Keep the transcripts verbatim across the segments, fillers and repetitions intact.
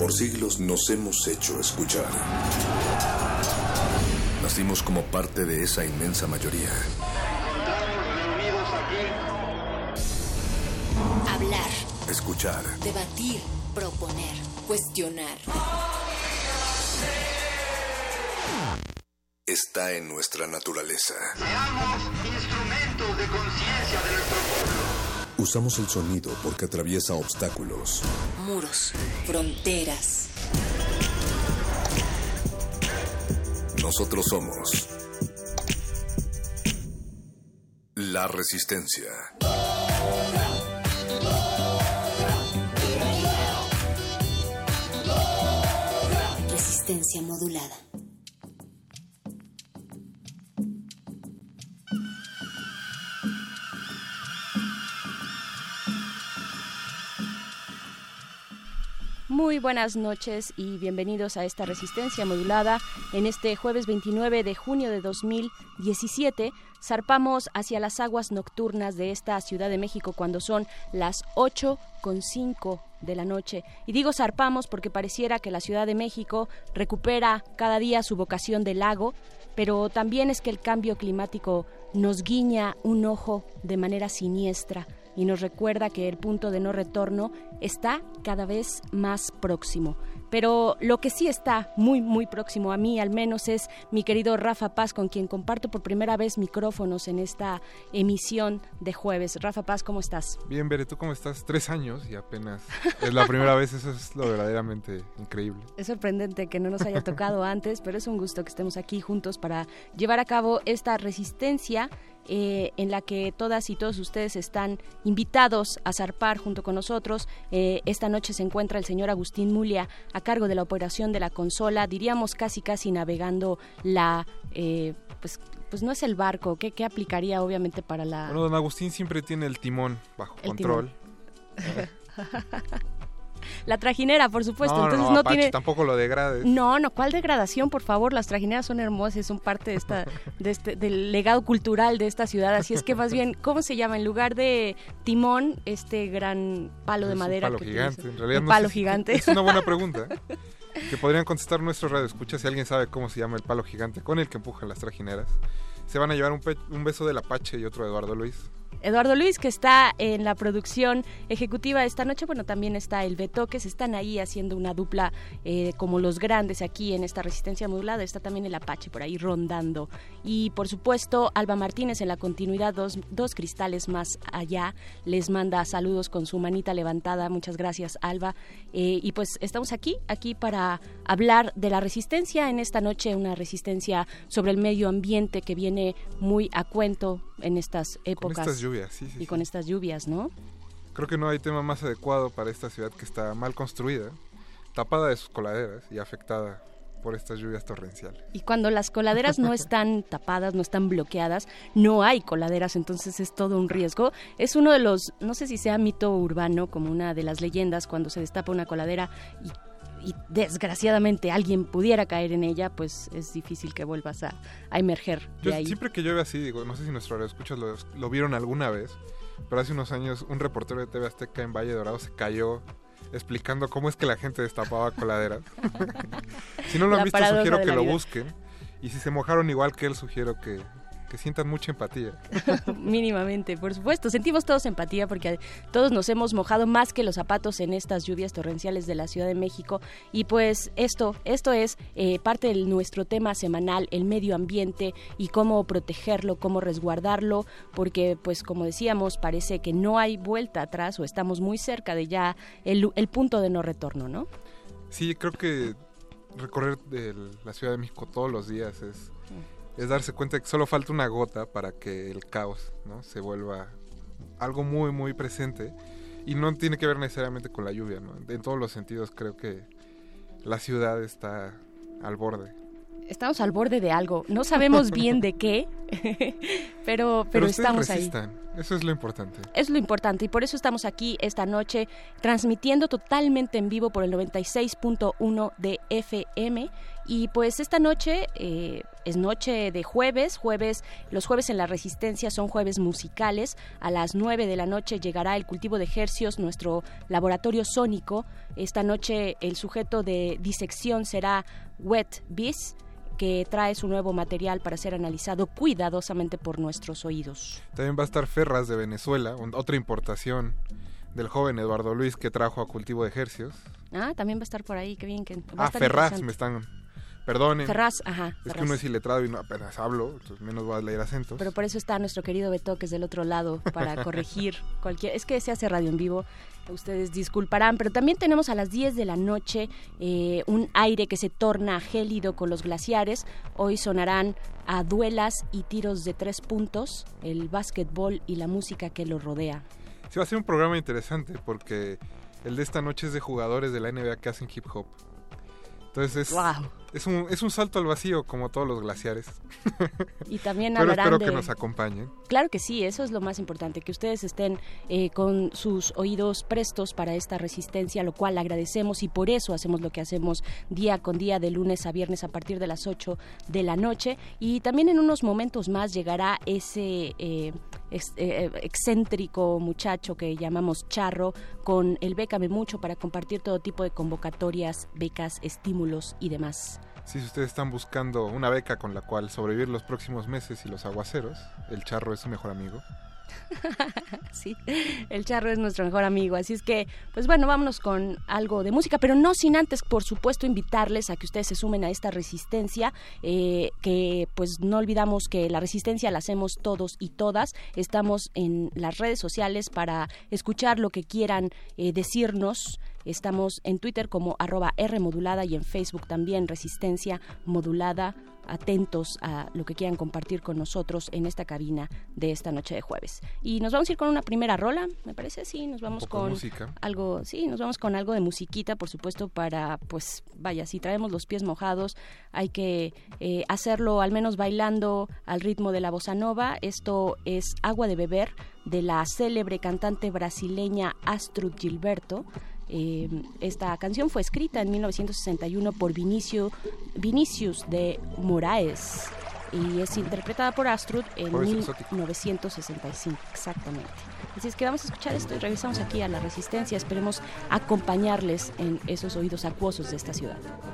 Por siglos nos hemos hecho escuchar. Nacimos como parte de esa inmensa mayoría. Hablar. Escuchar. Debatir. Proponer. Cuestionar. Está en nuestra naturaleza. Seamos instrumentos de conciencia de nuestro pueblo. Usamos el sonido porque atraviesa obstáculos, muros, fronteras. Nosotros somos la Resistencia. Resistencia modulada. Muy buenas noches y bienvenidos a esta Resistencia modulada. En este jueves veintinueve de junio de dos mil diecisiete zarpamos hacia las aguas nocturnas de esta Ciudad de México cuando son las ocho con cinco de la noche. Y digo zarpamos porque pareciera que la Ciudad de México recupera cada día su vocación de lago, pero también es que el cambio climático nos guiña un ojo de manera siniestra y nos recuerda que el punto de no retorno está cada vez más próximo. Pero lo que sí está muy, muy próximo a mí, al menos, es mi querido Rafa Paz, con quien comparto por primera vez micrófonos en esta emisión de jueves. Rafa Paz, ¿cómo estás? Bien, Bere, ¿tú cómo estás? Tres años y apenas es la primera vez, eso es lo verdaderamente increíble. Es sorprendente que no nos haya tocado antes, pero es un gusto que estemos aquí juntos para llevar a cabo esta resistencia Eh, en la que todas y todos ustedes están invitados a zarpar junto con nosotros. Eh, esta noche se encuentra el señor Agustín Mulia a cargo de la operación de la consola, diríamos casi casi navegando la... Eh, pues pues no es el barco, ¿qué, qué aplicaría obviamente para la...? Bueno, don Agustín siempre tiene el timón bajo el control. Timón. La trajinera, por supuesto. No, Entonces no, no Apache, tiene... tampoco lo degrades. No, no, ¿cuál degradación? Por favor, las trajineras son hermosas, son parte de esta, de este, del legado cultural de esta ciudad. Así es que más bien, ¿cómo se llama? En lugar de timón, este gran palo de es madera. Un palo que gigante, utiliza. en realidad. Un No palo sé, gigante. Es una buena pregunta. Que podrían contestar nuestro radio escucha si alguien sabe cómo se llama el palo gigante con el que empujan las trajineras. Se van a llevar un, pe- un beso del Apache y otro de Eduardo Luis. Eduardo Luis, que está en la producción ejecutiva esta noche. Bueno, también está el Beto, que se están ahí haciendo una dupla eh, como los grandes aquí en esta Resistencia modulada. Está también el Apache por ahí rondando. Y por supuesto, Alba Martínez en la continuidad, dos, dos cristales más allá. Les manda saludos con su manita levantada. Muchas gracias, Alba. Eh, y pues estamos aquí, aquí para hablar de la resistencia en esta noche, una resistencia sobre el medio ambiente que viene muy a cuento en estas épocas. Con estas lluvias, sí, sí. Y sí. con estas lluvias, ¿no? Creo que no hay tema más adecuado para esta ciudad que está mal construida, tapada de sus coladeras y afectada por estas lluvias torrenciales. Y cuando las coladeras no están tapadas, no están bloqueadas, no hay coladeras, entonces es todo un riesgo. Es uno de los, no sé si sea mito urbano, como una de las leyendas, cuando se destapa una coladera y y desgraciadamente alguien pudiera caer en ella, pues es difícil que vuelvas a, a emerger de Yo ahí. Siempre que llueve así, digo, no sé si nuestros radioescuchas lo, lo vieron alguna vez, pero hace unos años un reportero de T V Azteca en Valle Dorado se cayó explicando cómo es que la gente destapaba coladeras. Si no lo han La visto, paradoja sugiero de que la lo vida. busquen, y si se mojaron igual que él, sugiero que que sientan mucha empatía. Mínimamente, por supuesto. Sentimos todos empatía porque todos nos hemos mojado más que los zapatos en estas lluvias torrenciales de la Ciudad de México. Y pues esto, esto es eh, parte de nuestro tema semanal, el medio ambiente y cómo protegerlo, cómo resguardarlo, porque pues como decíamos, parece que no hay vuelta atrás o estamos muy cerca de ya el, el punto de no retorno, ¿no? Sí, creo que recorrer de la Ciudad de México todos los días es... es darse cuenta de que solo falta una gota para que el caos, ¿no?, se vuelva algo muy, muy presente. Y no tiene que ver necesariamente con la lluvia, ¿no? En todos los sentidos creo que la ciudad está al borde. Estamos al borde de algo. No sabemos bien de qué, pero, pero, pero estamos resistan. ahí. Eso es lo importante. Es lo importante y por eso estamos aquí esta noche transmitiendo totalmente en vivo por el noventa y seis punto uno de F M. Y pues esta noche eh, es noche de jueves, jueves, los jueves en la Resistencia son jueves musicales. A las nueve de la noche llegará el cultivo de hercios, nuestro laboratorio sónico. Esta noche el sujeto de disección será Wet Beast, que trae su nuevo material para ser analizado cuidadosamente por nuestros oídos. También va a estar Ferraz de Venezuela, un, otra importación del joven Eduardo Luis que trajo a cultivo de hercios. Ah, también va a estar por ahí, qué bien. Que va a ah, estar Ferraz, me están... Perdonen. Ferraz, ajá. Es Ferraz. que uno es iletrado y no apenas hablo, entonces menos voy a leer acentos. Pero por eso está nuestro querido Beto, que es del otro lado, para corregir cualquier... Es que se hace radio en vivo, ustedes disculparán, pero también tenemos a las diez de la noche eh, un aire que se torna gélido con los glaciares. Hoy sonarán a duelas y tiros de tres puntos, el básquetbol y la música que lo rodea. Sí, va a ser un programa interesante porque el de esta noche es de jugadores de la N B A que hacen hip hop. Entonces es, wow. es, un, es un salto al vacío como todos los glaciares. Y también Pero hablarán espero de... que nos acompañen. Claro que sí, eso es lo más importante, que ustedes estén eh, con sus oídos prestos para esta resistencia, lo cual agradecemos y por eso hacemos lo que hacemos día con día, de lunes a viernes a partir de las ocho de la noche. Y también en unos momentos más llegará ese eh, ex, eh, excéntrico muchacho que llamamos Charro con el Bécame Mucho para compartir todo tipo de convocatorias, becas, estímulos y demás. Sí, si ustedes están buscando una beca con la cual sobrevivir los próximos meses y los aguaceros, el Charro es su mejor amigo. Sí, el Charro es nuestro mejor amigo, así es que, pues bueno, vámonos con algo de música, pero no sin antes, por supuesto, invitarles a que ustedes se sumen a esta resistencia, eh, que pues no olvidamos que la resistencia la hacemos todos y todas. Estamos en las redes sociales para escuchar lo que quieran eh, decirnos. Estamos en Twitter como arroba R modulada y en Facebook también Resistencia Modulada. Atentos a lo que quieran compartir con nosotros en esta cabina de esta noche de jueves. Y nos vamos a ir con una primera rola, me parece, sí, nos vamos con música. algo, sí, nos vamos con algo de musiquita, por supuesto, para, pues, vaya, si traemos los pies mojados, hay que eh, hacerlo al menos bailando al ritmo de la bossa nova. Esto es Agua de Beber, de la célebre cantante brasileña Astrud Gilberto. Eh, esta canción fue escrita en mil novecientos sesenta y uno por Vinicio, Vinicius de Moraes y es interpretada por Astrud en mil novecientos sesenta y cinco, exactamente. Así es que vamos a escuchar esto y regresamos aquí a la Resistencia. Esperemos acompañarles en esos oídos acuosos de esta ciudad.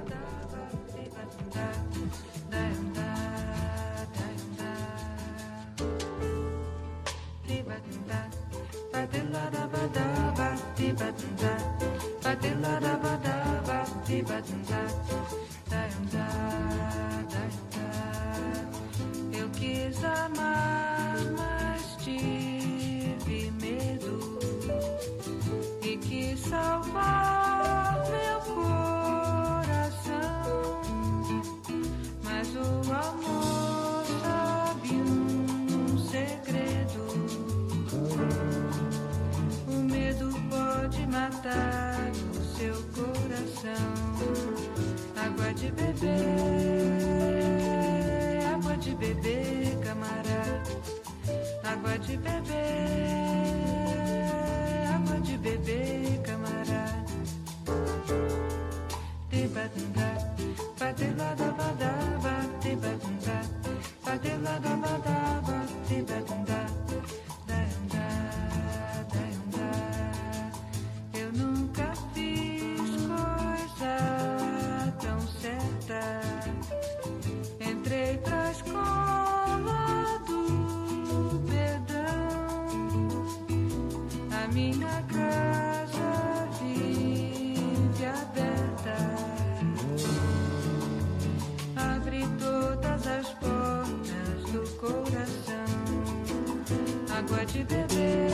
Eu quis amar, mas tive medo e quis salvar meu coração, mas o amor sabe um segredo. O medo pode matar o seu coração. Água de beber, água de beber, camarada. Água de beber, água de beber, camarada. Te batunda, bate lá da badaba, te batunda, bate lá da badaba, te batunda. Eu nunca fiz coisa tão certa. Entrei pra escola do perdão. A minha casa vive aberta. Abre todas as portas do coração. Água de beber,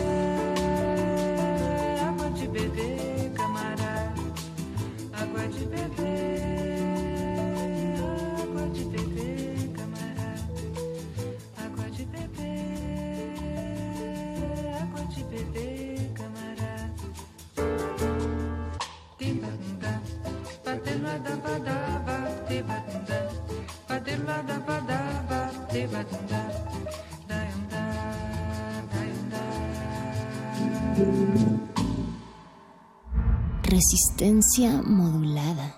água de beber, camarada. Água de beber, água de beber, camarada. Água de beber, água de beber, camarada. Tibadunda, batela da badaba, tibadunda, batela da badaba, tibadunda. Resistencia modulada.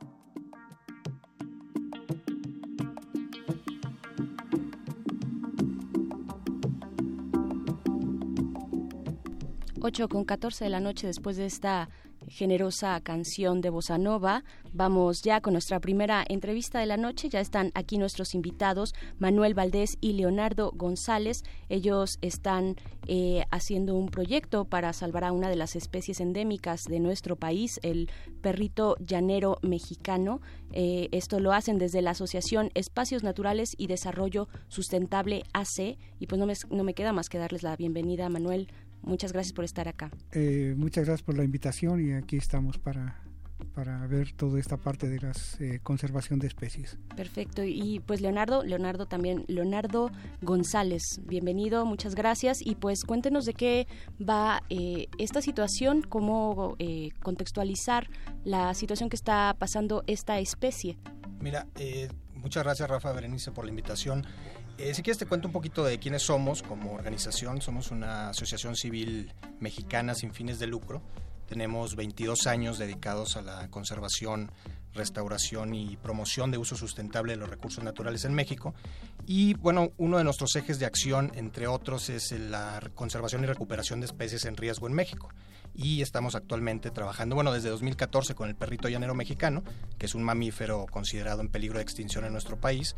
ocho con catorce de la noche, después de esta generosa canción de bossa nova, vamos ya con nuestra primera entrevista de la noche. Ya están aquí nuestros invitados, Manuel Valdés y Leonardo González. Ellos están eh, haciendo un proyecto para salvar a una de las especies endémicas de nuestro país, el perrito llanero mexicano. Eh, esto lo hacen desde la Asociación Espacios Naturales y Desarrollo Sustentable A C, y pues no me, no me queda más que darles la bienvenida, Manuel. Muchas gracias por estar acá. Eh, muchas gracias por la invitación y aquí estamos para, para ver toda esta parte de la eh, conservación de especies. Perfecto. Y pues Leonardo, Leonardo también, Leonardo González, bienvenido, muchas gracias. Y pues cuéntenos de qué va eh, esta situación, cómo eh, contextualizar la situación que está pasando esta especie. Mira, eh, muchas gracias Rafa, Berenice, por la invitación. Eh, si quieres te cuento un poquito de quiénes somos como organización. Somos una asociación civil mexicana sin fines de lucro. Tenemos veintidós años dedicados a la conservación, restauración y promoción de uso sustentable de los recursos naturales en México. Y bueno, uno de nuestros ejes de acción, entre otros, es la conservación y recuperación de especies en riesgo en México. Y estamos actualmente trabajando, bueno, desde dos mil catorce con el perrito llanero mexicano, que es un mamífero considerado en peligro de extinción en nuestro país.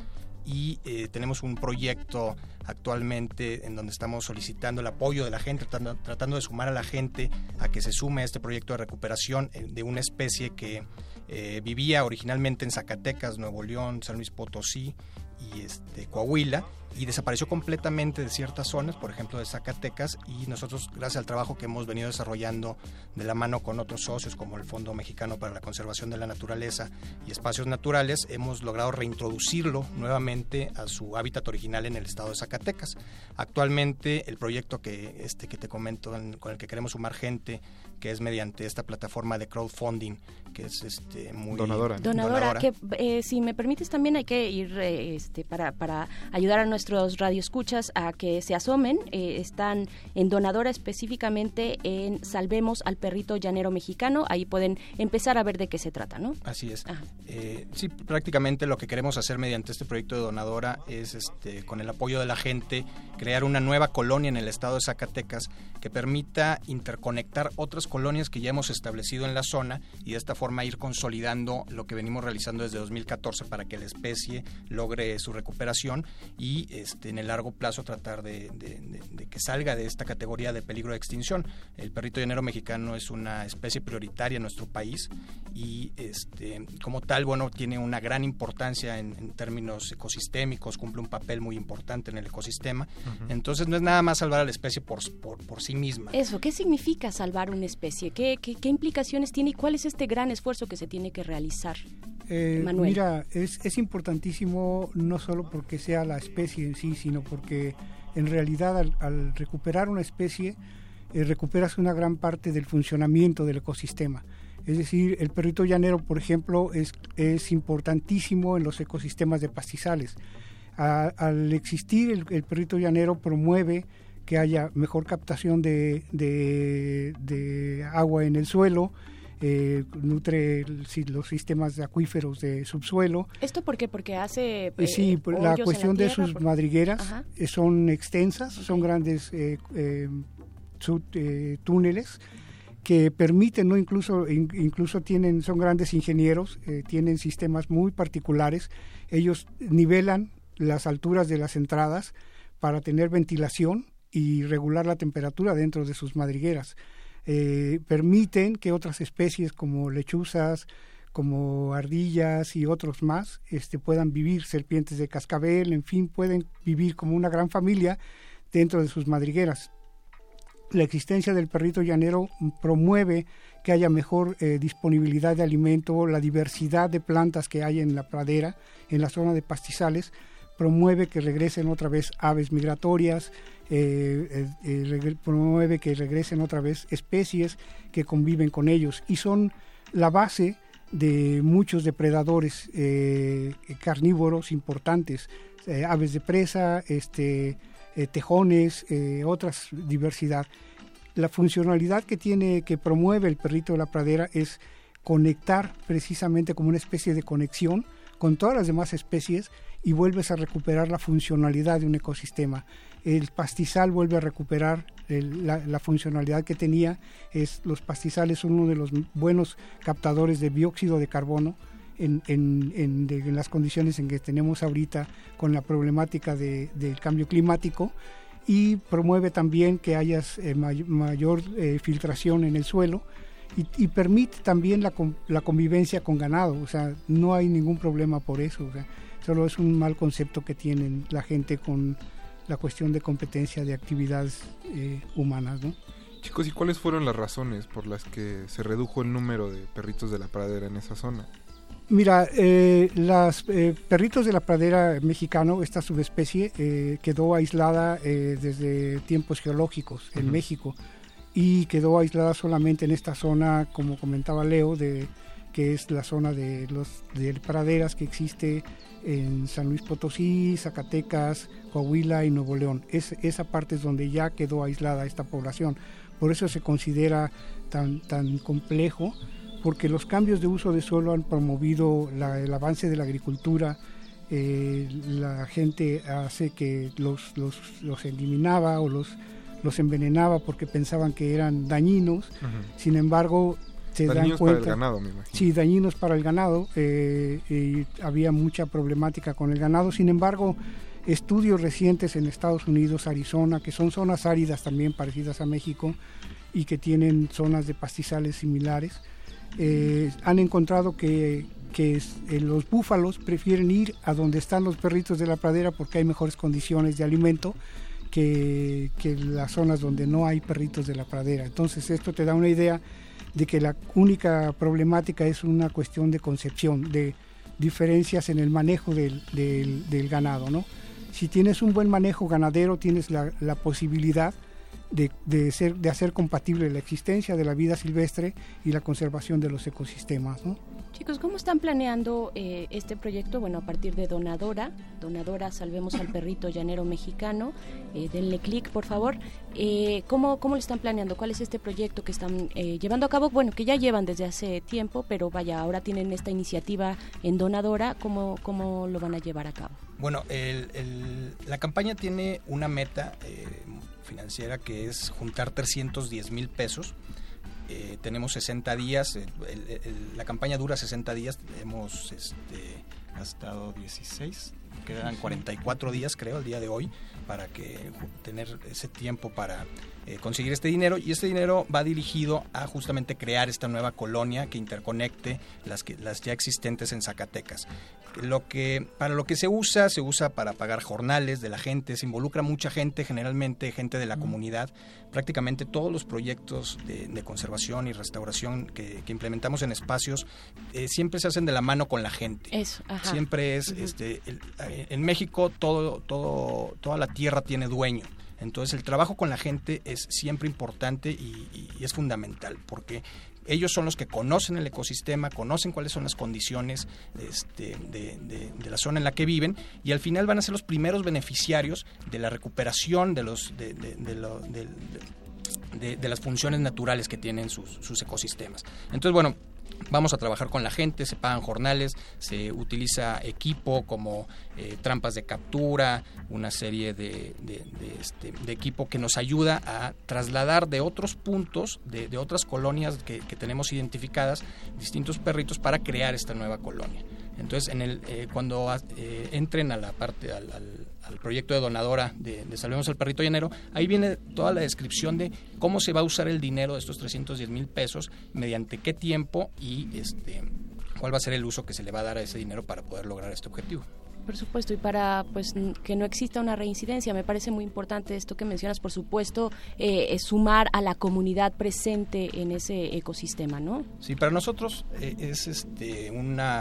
Y eh, tenemos un proyecto actualmente en donde estamos solicitando el apoyo de la gente, tratando, tratando de sumar a la gente a que se sume a este proyecto de recuperación de una especie que eh, vivía originalmente en Zacatecas, Nuevo León, San Luis Potosí y este, Coahuila, y desapareció completamente de ciertas zonas, por ejemplo de Zacatecas, y nosotros, gracias al trabajo que hemos venido desarrollando de la mano con otros socios como el Fondo Mexicano para la Conservación de la Naturaleza y Espacios Naturales, hemos logrado reintroducirlo nuevamente a su hábitat original en el estado de Zacatecas. Actualmente el proyecto que, este, que te comento, en, con el que queremos sumar gente, que es mediante esta plataforma de crowdfunding, que es este, muy... Donadora. Donadora, donadora. que eh, si me permites también hay que ir eh, este, para, para ayudar a nuestros radioescuchas a que se asomen. Eh, están en Donadora, específicamente en Salvemos al Perrito Llanero Mexicano. Ahí pueden empezar a ver de qué se trata, ¿no? Así es. Eh, sí, prácticamente lo que queremos hacer mediante este proyecto de Donadora es, este, con el apoyo de la gente, crear una nueva colonia en el estado de Zacatecas que permita interconectar otras colonias que ya hemos establecido en la zona y de esta forma ir consolidando lo que venimos realizando desde dos mil catorce para que la especie logre su recuperación y este, en el largo plazo tratar de, de, de, de que salga de esta categoría de peligro de extinción. El perrito llanero mexicano es una especie prioritaria en nuestro país y este, como tal, bueno, tiene una gran importancia en, en términos ecosistémicos, cumple un papel muy importante en el ecosistema. Uh-huh. Entonces no es nada más salvar a la especie por, por, por sí misma. Eso, ¿qué significa salvar una especie? ¿Qué, qué, qué implicaciones tiene y cuál es este gran esfuerzo que se tiene que realizar? Eh, Manuel. Mira, es, es importantísimo no solo porque sea la especie en sí, sino porque en realidad al, al recuperar una especie, eh, recuperas una gran parte del funcionamiento del ecosistema. Es decir, el perrito llanero, por ejemplo, es, es importantísimo en los ecosistemas de pastizales. A, al existir el, el perrito llanero promueve que haya mejor captación de, de, de agua en el suelo, eh, nutre el, los sistemas acuíferos de subsuelo. ¿Esto por qué? Porque hace eh, sí, la cuestión la de sus por... madrigueras eh, son extensas, okay. son grandes eh, eh, sub, eh, túneles que permiten, no incluso in, incluso tienen son grandes ingenieros, eh, tienen sistemas muy particulares. Ellos nivelan las alturas de las entradas para tener ventilación y regular la temperatura dentro de sus madrigueras. Eh, permiten que otras especies como lechuzas, como ardillas y otros más este, puedan vivir, serpientes de cascabel, en fin, pueden vivir como una gran familia dentro de sus madrigueras. La existencia del perrito llanero promueve que haya mejor eh, disponibilidad de alimento, la diversidad de plantas que hay en la pradera, en la zona de pastizales, promueve que regresen otra vez aves migratorias, eh, eh, eh, reg- promueve que regresen otra vez especies que conviven con ellos y son la base de muchos depredadores eh, carnívoros importantes, eh, aves de presa, este, eh, tejones, eh, otras diversidad. la funcionalidad que tiene, que promueve el perrito de la pradera es conectar precisamente como una especie de conexión con todas las demás especies y vuelves a recuperar la funcionalidad de un ecosistema. El pastizal vuelve a recuperar el, la, la funcionalidad que tenía. Es, los pastizales son uno de los buenos captadores de dióxido de carbono en, en, en, de, en las condiciones en que tenemos ahorita con la problemática de, del cambio climático, y promueve también que haya eh, may, mayor eh, filtración en el suelo. Y, y permite también la, la convivencia con ganado, o sea, no hay ningún problema por eso, o sea, solo es un mal concepto que tienen la gente con la cuestión de competencia de actividades eh, humanas, ¿no? Chicos, ¿y cuáles fueron las razones por las que se redujo el número de perritos de la pradera en esa zona? Mira, eh, los eh, perritos de la pradera mexicano, esta subespecie, eh, quedó aislada eh, desde tiempos geológicos en uh-huh. México, y quedó aislada solamente en esta zona, como comentaba Leo, de que es la zona de los de praderas que existe en San Luis Potosí, Zacatecas, Coahuila y Nuevo León. Es, esa parte es donde ya quedó aislada esta población. Por eso se considera tan, tan complejo, porque los cambios de uso de suelo han promovido la, el avance de la agricultura. Eh, la gente hace que los, los, los eliminaba o los los envenenaba porque pensaban que eran dañinos. Uh-huh. Sin embargo, se dañinos dan cuenta, para el ganado, me imagino. Sí, dañinos para el ganado, eh, y había mucha problemática con el ganado. Sin embargo, estudios recientes en Estados Unidos, Arizona, que son zonas áridas también parecidas a México y que tienen zonas de pastizales similares, eh, han encontrado que, que es, eh, los búfalos prefieren ir a donde están los perritos de la pradera porque hay mejores condiciones de alimento Que, que las zonas donde no hay perritos de la pradera. Entonces esto te da una idea de que la única problemática es una cuestión de concepción, de diferencias en el manejo del, del, del ganado, ¿no? Si tienes un buen manejo ganadero, tienes la, la posibilidad de, de, ser, de hacer compatible la existencia de la vida silvestre y la conservación de los ecosistemas, ¿no? Chicos, ¿cómo están planeando eh, este proyecto? Bueno, a partir de Donadora, Donadora Salvemos al Perrito Llanero Mexicano, eh, denle clic, por favor. Eh, ¿cómo, ¿Cómo lo están planeando? ¿Cuál es este proyecto que están eh, llevando a cabo? Bueno, que ya llevan desde hace tiempo, pero vaya, ahora tienen esta iniciativa en Donadora. ¿Cómo, cómo lo van a llevar a cabo? Bueno, el, el, la campaña tiene una meta eh, financiera que es juntar trescientos diez mil pesos. Eh, tenemos sesenta días, el, el, el, la campaña dura sesenta días, hemos este, gastado dieciséis, quedan cuarenta y cuatro días creo el día de hoy para que tener ese tiempo para eh, conseguir este dinero, y este dinero va dirigido a justamente crear esta nueva colonia que interconecte las, que, las ya existentes en Zacatecas. Lo que, para lo que se usa, se usa para pagar jornales de la gente, se involucra mucha gente, generalmente gente de la comunidad. Prácticamente todos los proyectos de, de conservación y restauración que, que implementamos en espacios eh, siempre se hacen de la mano con la gente. Eso, ajá. Siempre es, uh-huh. este, el, en México todo, todo, toda la tierra tiene dueño. Entonces el trabajo con la gente es siempre importante y, y, y es fundamental, porque ellos son los que conocen el ecosistema, conocen cuáles son las condiciones este, de, de, de la zona en la que viven, y al final van a ser los primeros beneficiarios de la recuperación de los de, de, de, lo, de, de, de las funciones naturales que tienen sus, sus ecosistemas. Entonces, bueno, vamos a trabajar con la gente, se pagan jornales, se utiliza equipo como eh, trampas de captura, una serie de, de, de, este, de equipo que nos ayuda a trasladar de otros puntos, de, de otras colonias que, que tenemos identificadas, distintos perritos para crear esta nueva colonia. Entonces, en el, eh, cuando eh, entren a la parte, al, al, al proyecto de Donadora de, de Salvemos al Perrito Llanero, ahí viene toda la descripción de cómo se va a usar el dinero de estos trescientos diez mil pesos, mediante qué tiempo y este cuál va a ser el uso que se le va a dar a ese dinero para poder lograr este objetivo. Por supuesto, y para pues que no exista una reincidencia, me parece muy importante esto que mencionas, por supuesto, eh, es sumar a la comunidad presente en ese ecosistema, ¿no? Sí, para nosotros eh, es este una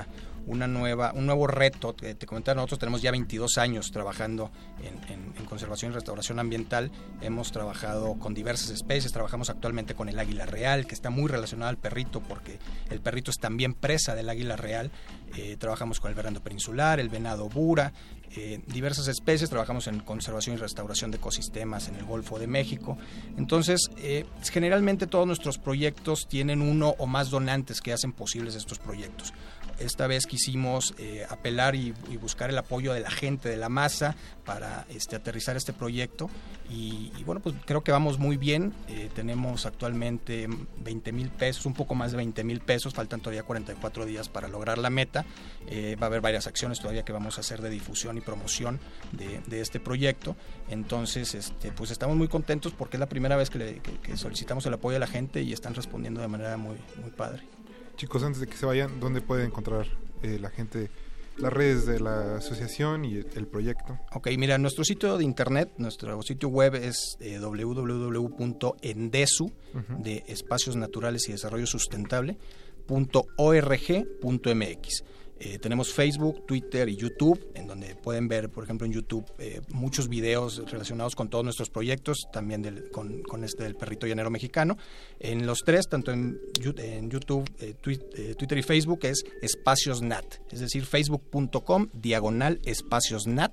una nueva, un nuevo reto. Te, te comentaba, nosotros tenemos ya veintidós años trabajando en, en, en conservación y restauración ambiental. Hemos trabajado con diversas especies, trabajamos actualmente con el águila real, que está muy relacionado al perrito porque el perrito es también presa del águila real. Eh, trabajamos con el verando peninsular, el venado bura, eh, diversas especies. Trabajamos en conservación y restauración de ecosistemas en el Golfo de México. Entonces, eh, generalmente todos nuestros proyectos tienen uno o más donantes que hacen posibles estos proyectos. Esta vez quisimos eh, apelar y, y buscar el apoyo de la gente, de la masa, para este, aterrizar este proyecto. Y, y bueno, pues creo que vamos muy bien. Eh, tenemos actualmente veinte mil pesos, un poco más de veinte mil pesos. Faltan todavía cuarenta y cuatro días para lograr la meta. Eh, va a haber varias acciones todavía que vamos a hacer de difusión y promoción de, de este proyecto. Entonces, este, pues estamos muy contentos porque es la primera vez que, le, que, que solicitamos el apoyo de la gente y están respondiendo de manera muy, muy padre. Chicos, antes de que se vayan, ¿dónde puede encontrar eh, la gente las redes de la asociación y el proyecto? Ok, mira, nuestro sitio de internet, nuestro sitio web es eh, doble u doble u doble u punto endesu, uh-huh. de Espacios Naturales y Desarrollo Sustentable, punto org punto mx. Eh, tenemos Facebook, Twitter y YouTube, en donde pueden ver, por ejemplo, en YouTube eh, muchos videos relacionados con todos nuestros proyectos, también del, con, con este del perrito llanero mexicano. En los tres, tanto en, en YouTube, eh, tweet, eh, Twitter y Facebook, es Espacios Nat, es decir, facebook punto com diagonal Espacios Nat.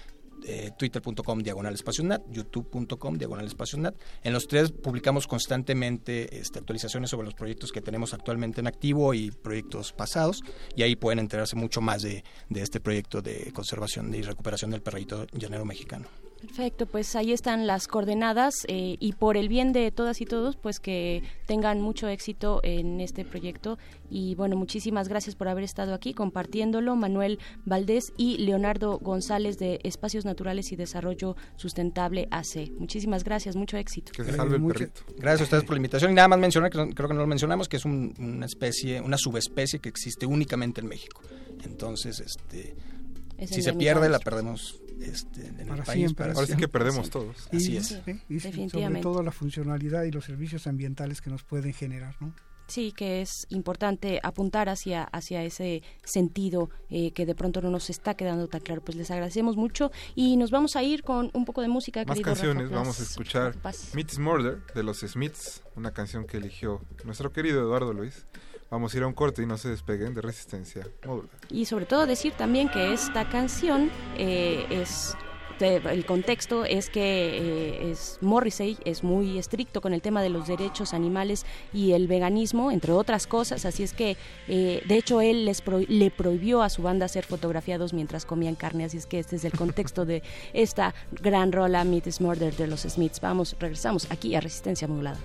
Eh, twitter punto com diagonal espacios nat, youtube punto com diagonal espacios nat. En los tres publicamos constantemente este, actualizaciones sobre los proyectos que tenemos actualmente en activo y proyectos pasados, y ahí pueden enterarse mucho más de, de este proyecto de conservación y recuperación del perrito llanero mexicano. Perfecto, pues ahí están las coordenadas eh, y por el bien de todas y todos, pues que tengan mucho éxito en este proyecto. Y bueno, muchísimas gracias por haber estado aquí compartiéndolo, Manuel Valdés y Leonardo González de Espacios Naturales y Desarrollo Sustentable A C. Muchísimas gracias, mucho éxito. Que se salve el perrito. Gracias a ustedes por la invitación y nada más mencionar, que creo que no lo mencionamos, que es un, una especie, una subespecie que existe únicamente en México. Entonces, este, si se pierde, la perdemos. Este, en para el país, siempre. para Ahora sí siempre. que perdemos todos. Y, Así es. ¿eh? Y sobre todo la funcionalidad y los servicios ambientales que nos pueden generar, ¿no? Sí, que es importante apuntar hacia hacia ese sentido eh, que de pronto no nos está quedando tan claro. Pues les agradecemos mucho y nos vamos a ir con un poco de música. Más querido canciones, Rafa, vamos a escuchar Meat is Murder de los Smiths, una canción que eligió nuestro querido Eduardo Luis. Vamos a ir a un corte y no se despeguen de Resistencia Modulada. Y sobre todo decir también que esta canción eh, es... el contexto es que eh, es Morrissey es muy estricto con el tema de los derechos animales y el veganismo, entre otras cosas, así es que eh, de hecho él les pro- le prohibió a su banda ser fotografiados mientras comían carne, así es que este es el contexto de esta gran rola Meat is Murder de los Smiths. Vamos, regresamos aquí a Resistencia Modulada.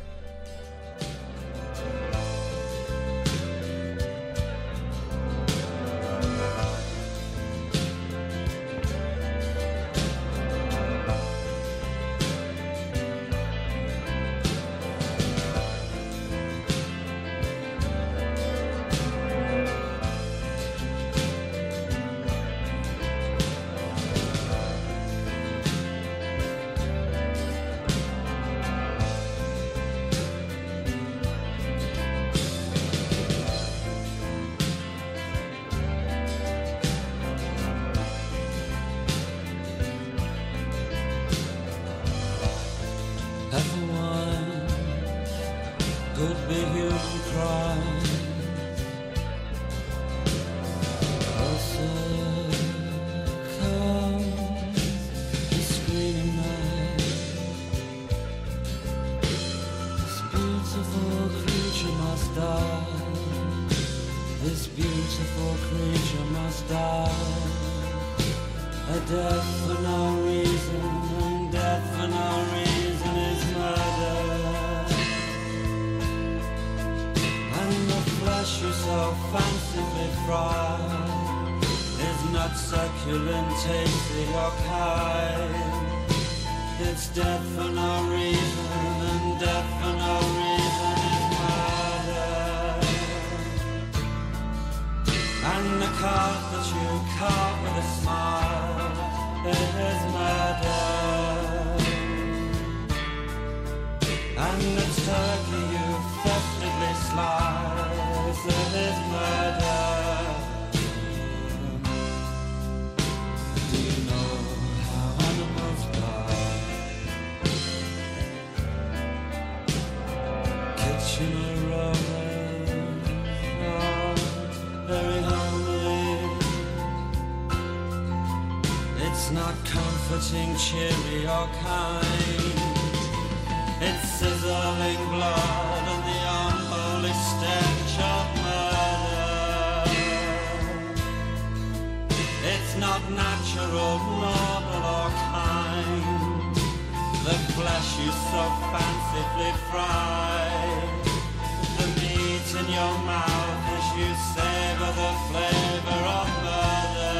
fictional romance, oh, very homely. It's not comforting, cheery or kind. It's sizzling blood and the unholy stench of murder. It's not natural, normal or kind. The flesh you so fancifully fry, the meat in your mouth as you savor the flavor of murder.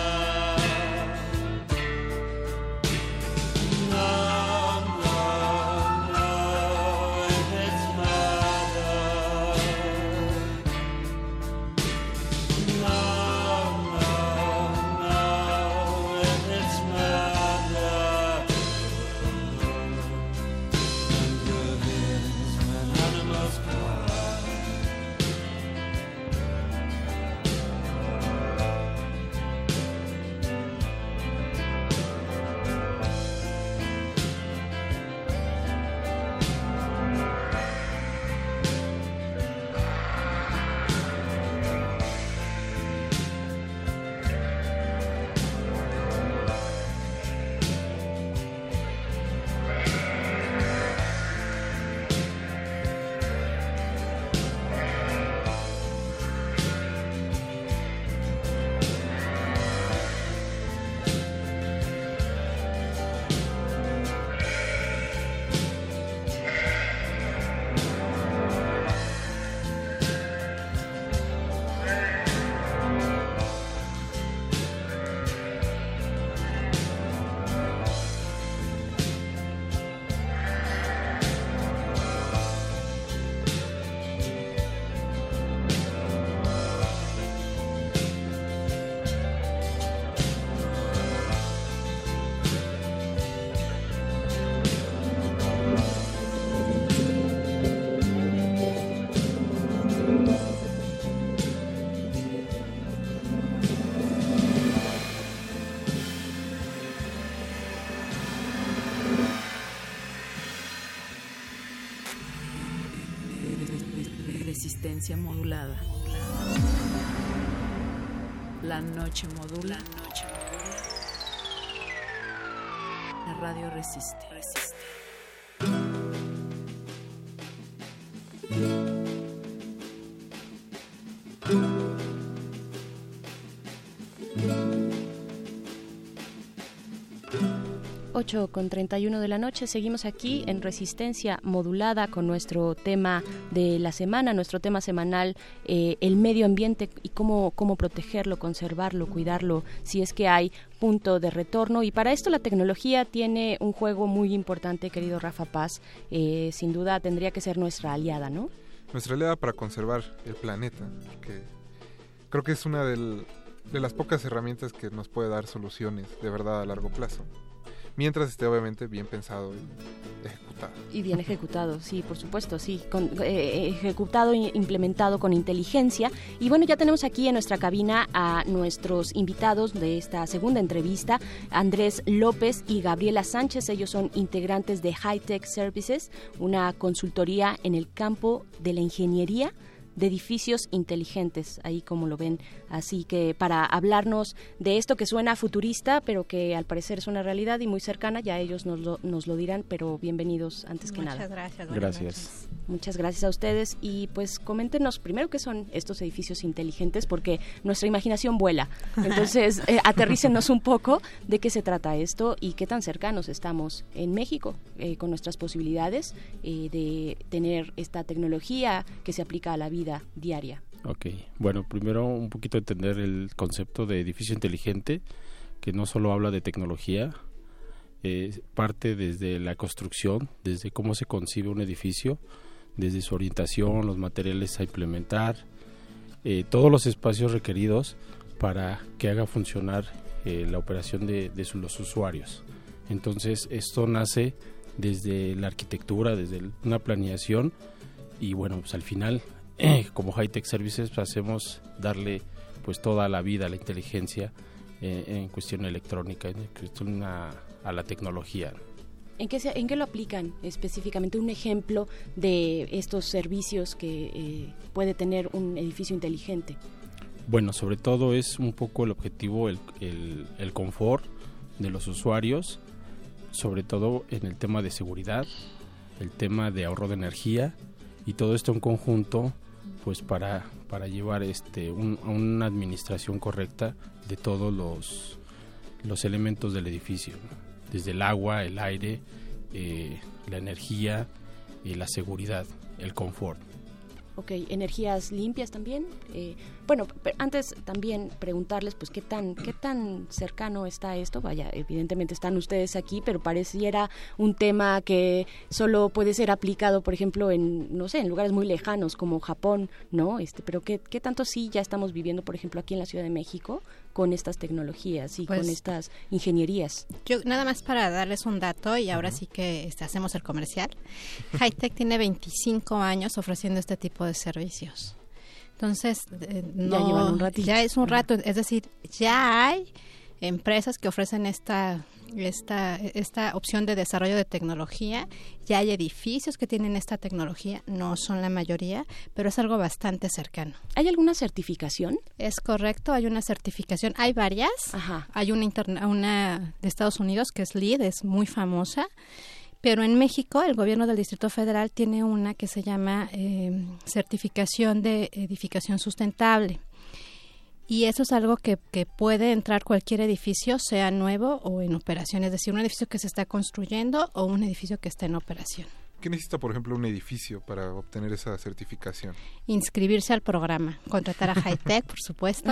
No, no, no, if it's murder. No, no, no, if it's murder. And good is when animals cry. Resistencia modulada. La noche modula. La noche modula. La radio resiste. Resiste. ocho con treinta y uno de la noche, seguimos aquí en Resistencia Modulada con nuestro tema de la semana, nuestro tema semanal, eh, el medio ambiente y cómo, cómo protegerlo, conservarlo, cuidarlo, si es que hay punto de retorno. Y para esto la tecnología tiene un juego muy importante, querido Rafa Paz, eh, sin duda tendría que ser nuestra aliada, ¿no? Nuestra aliada para conservar el planeta, porque creo que es una del, de las pocas herramientas que nos puede dar soluciones de verdad a largo plazo. Mientras esté obviamente bien pensado y ejecutado. Y bien ejecutado, sí, por supuesto, sí, con, eh, ejecutado e implementado con inteligencia. Y bueno, ya tenemos aquí en nuestra cabina a nuestros invitados de esta segunda entrevista, Andrés López y Gabriela Sánchez. Ellos son integrantes de High Tech Services, una consultoría en el campo de la ingeniería de edificios inteligentes, ahí como lo ven. Así que para hablarnos de esto que suena futurista, pero que al parecer es una realidad y muy cercana, ya ellos nos lo, nos lo dirán, pero bienvenidos antes que Muchas nada. Gracias. Gracias. Muchas gracias a ustedes y pues coméntenos primero qué son estos edificios inteligentes, porque nuestra imaginación vuela. Entonces, eh, aterrícenos un poco de qué se trata esto y qué tan cercanos estamos en México eh, con nuestras posibilidades eh, de tener esta tecnología que se aplica a la vida diaria. Ok, bueno, primero un poquito entender el concepto de edificio inteligente, que no solo habla de tecnología, eh, parte desde la construcción, desde cómo se concibe un edificio, desde su orientación, los materiales a implementar, eh, todos los espacios requeridos para que haga funcionar eh, la operación de, de su, los usuarios. Entonces, esto nace desde la arquitectura, desde una planeación y bueno, pues al final, eh, como High Tech Services, pues, hacemos darle pues toda la vida a la inteligencia eh, en cuestión electrónica, en cuestión a, a la tecnología. ¿En qué, se, ¿En qué lo aplican específicamente? Un ejemplo de estos servicios que eh, puede tener un edificio inteligente. Bueno, sobre todo es un poco el objetivo, el, el, el confort de los usuarios, sobre todo en el tema de seguridad, el tema de ahorro de energía y todo esto en conjunto, pues para, para llevar este un, a una administración correcta de todos los, los elementos del edificio, ¿no? Desde el agua, el aire, eh, la energía, eh, la seguridad, el confort. Ok, energías limpias también. Eh, bueno, pero antes también preguntarles, pues, qué tan, qué tan cercano está esto. Vaya, evidentemente están ustedes aquí, pero pareciera un tema que solo puede ser aplicado, por ejemplo, en, no sé, en lugares muy lejanos como Japón, ¿no? Este, pero qué, qué tanto sí ya estamos viviendo, por ejemplo, aquí en la Ciudad de México con estas tecnologías y pues, con estas ingenierías. Yo nada más para darles un dato y ahora uh-huh. sí que este, hacemos el comercial. Hightech tiene veinticinco años ofreciendo este tipo de servicios. Entonces, eh, no, ya llevan un ratito. Ya es un rato, es decir, ya hay empresas que ofrecen esta esta esta opción de desarrollo de tecnología, ya hay edificios que tienen esta tecnología, no son la mayoría, pero es algo bastante cercano. ¿Hay alguna certificación? Es correcto, hay una certificación, hay varias. Ajá. Hay una interna, una de Estados Unidos que es L E E D, es muy famosa. Pero en México, el gobierno del Distrito Federal tiene una que se llama eh, certificación de edificación sustentable. Y eso es algo que, que puede entrar cualquier edificio, sea nuevo o en operación. Es decir, un edificio que se está construyendo o un edificio que está en operación. ¿Qué necesita, por ejemplo, un edificio para obtener esa certificación? Inscribirse al programa, contratar a Hightech, por supuesto.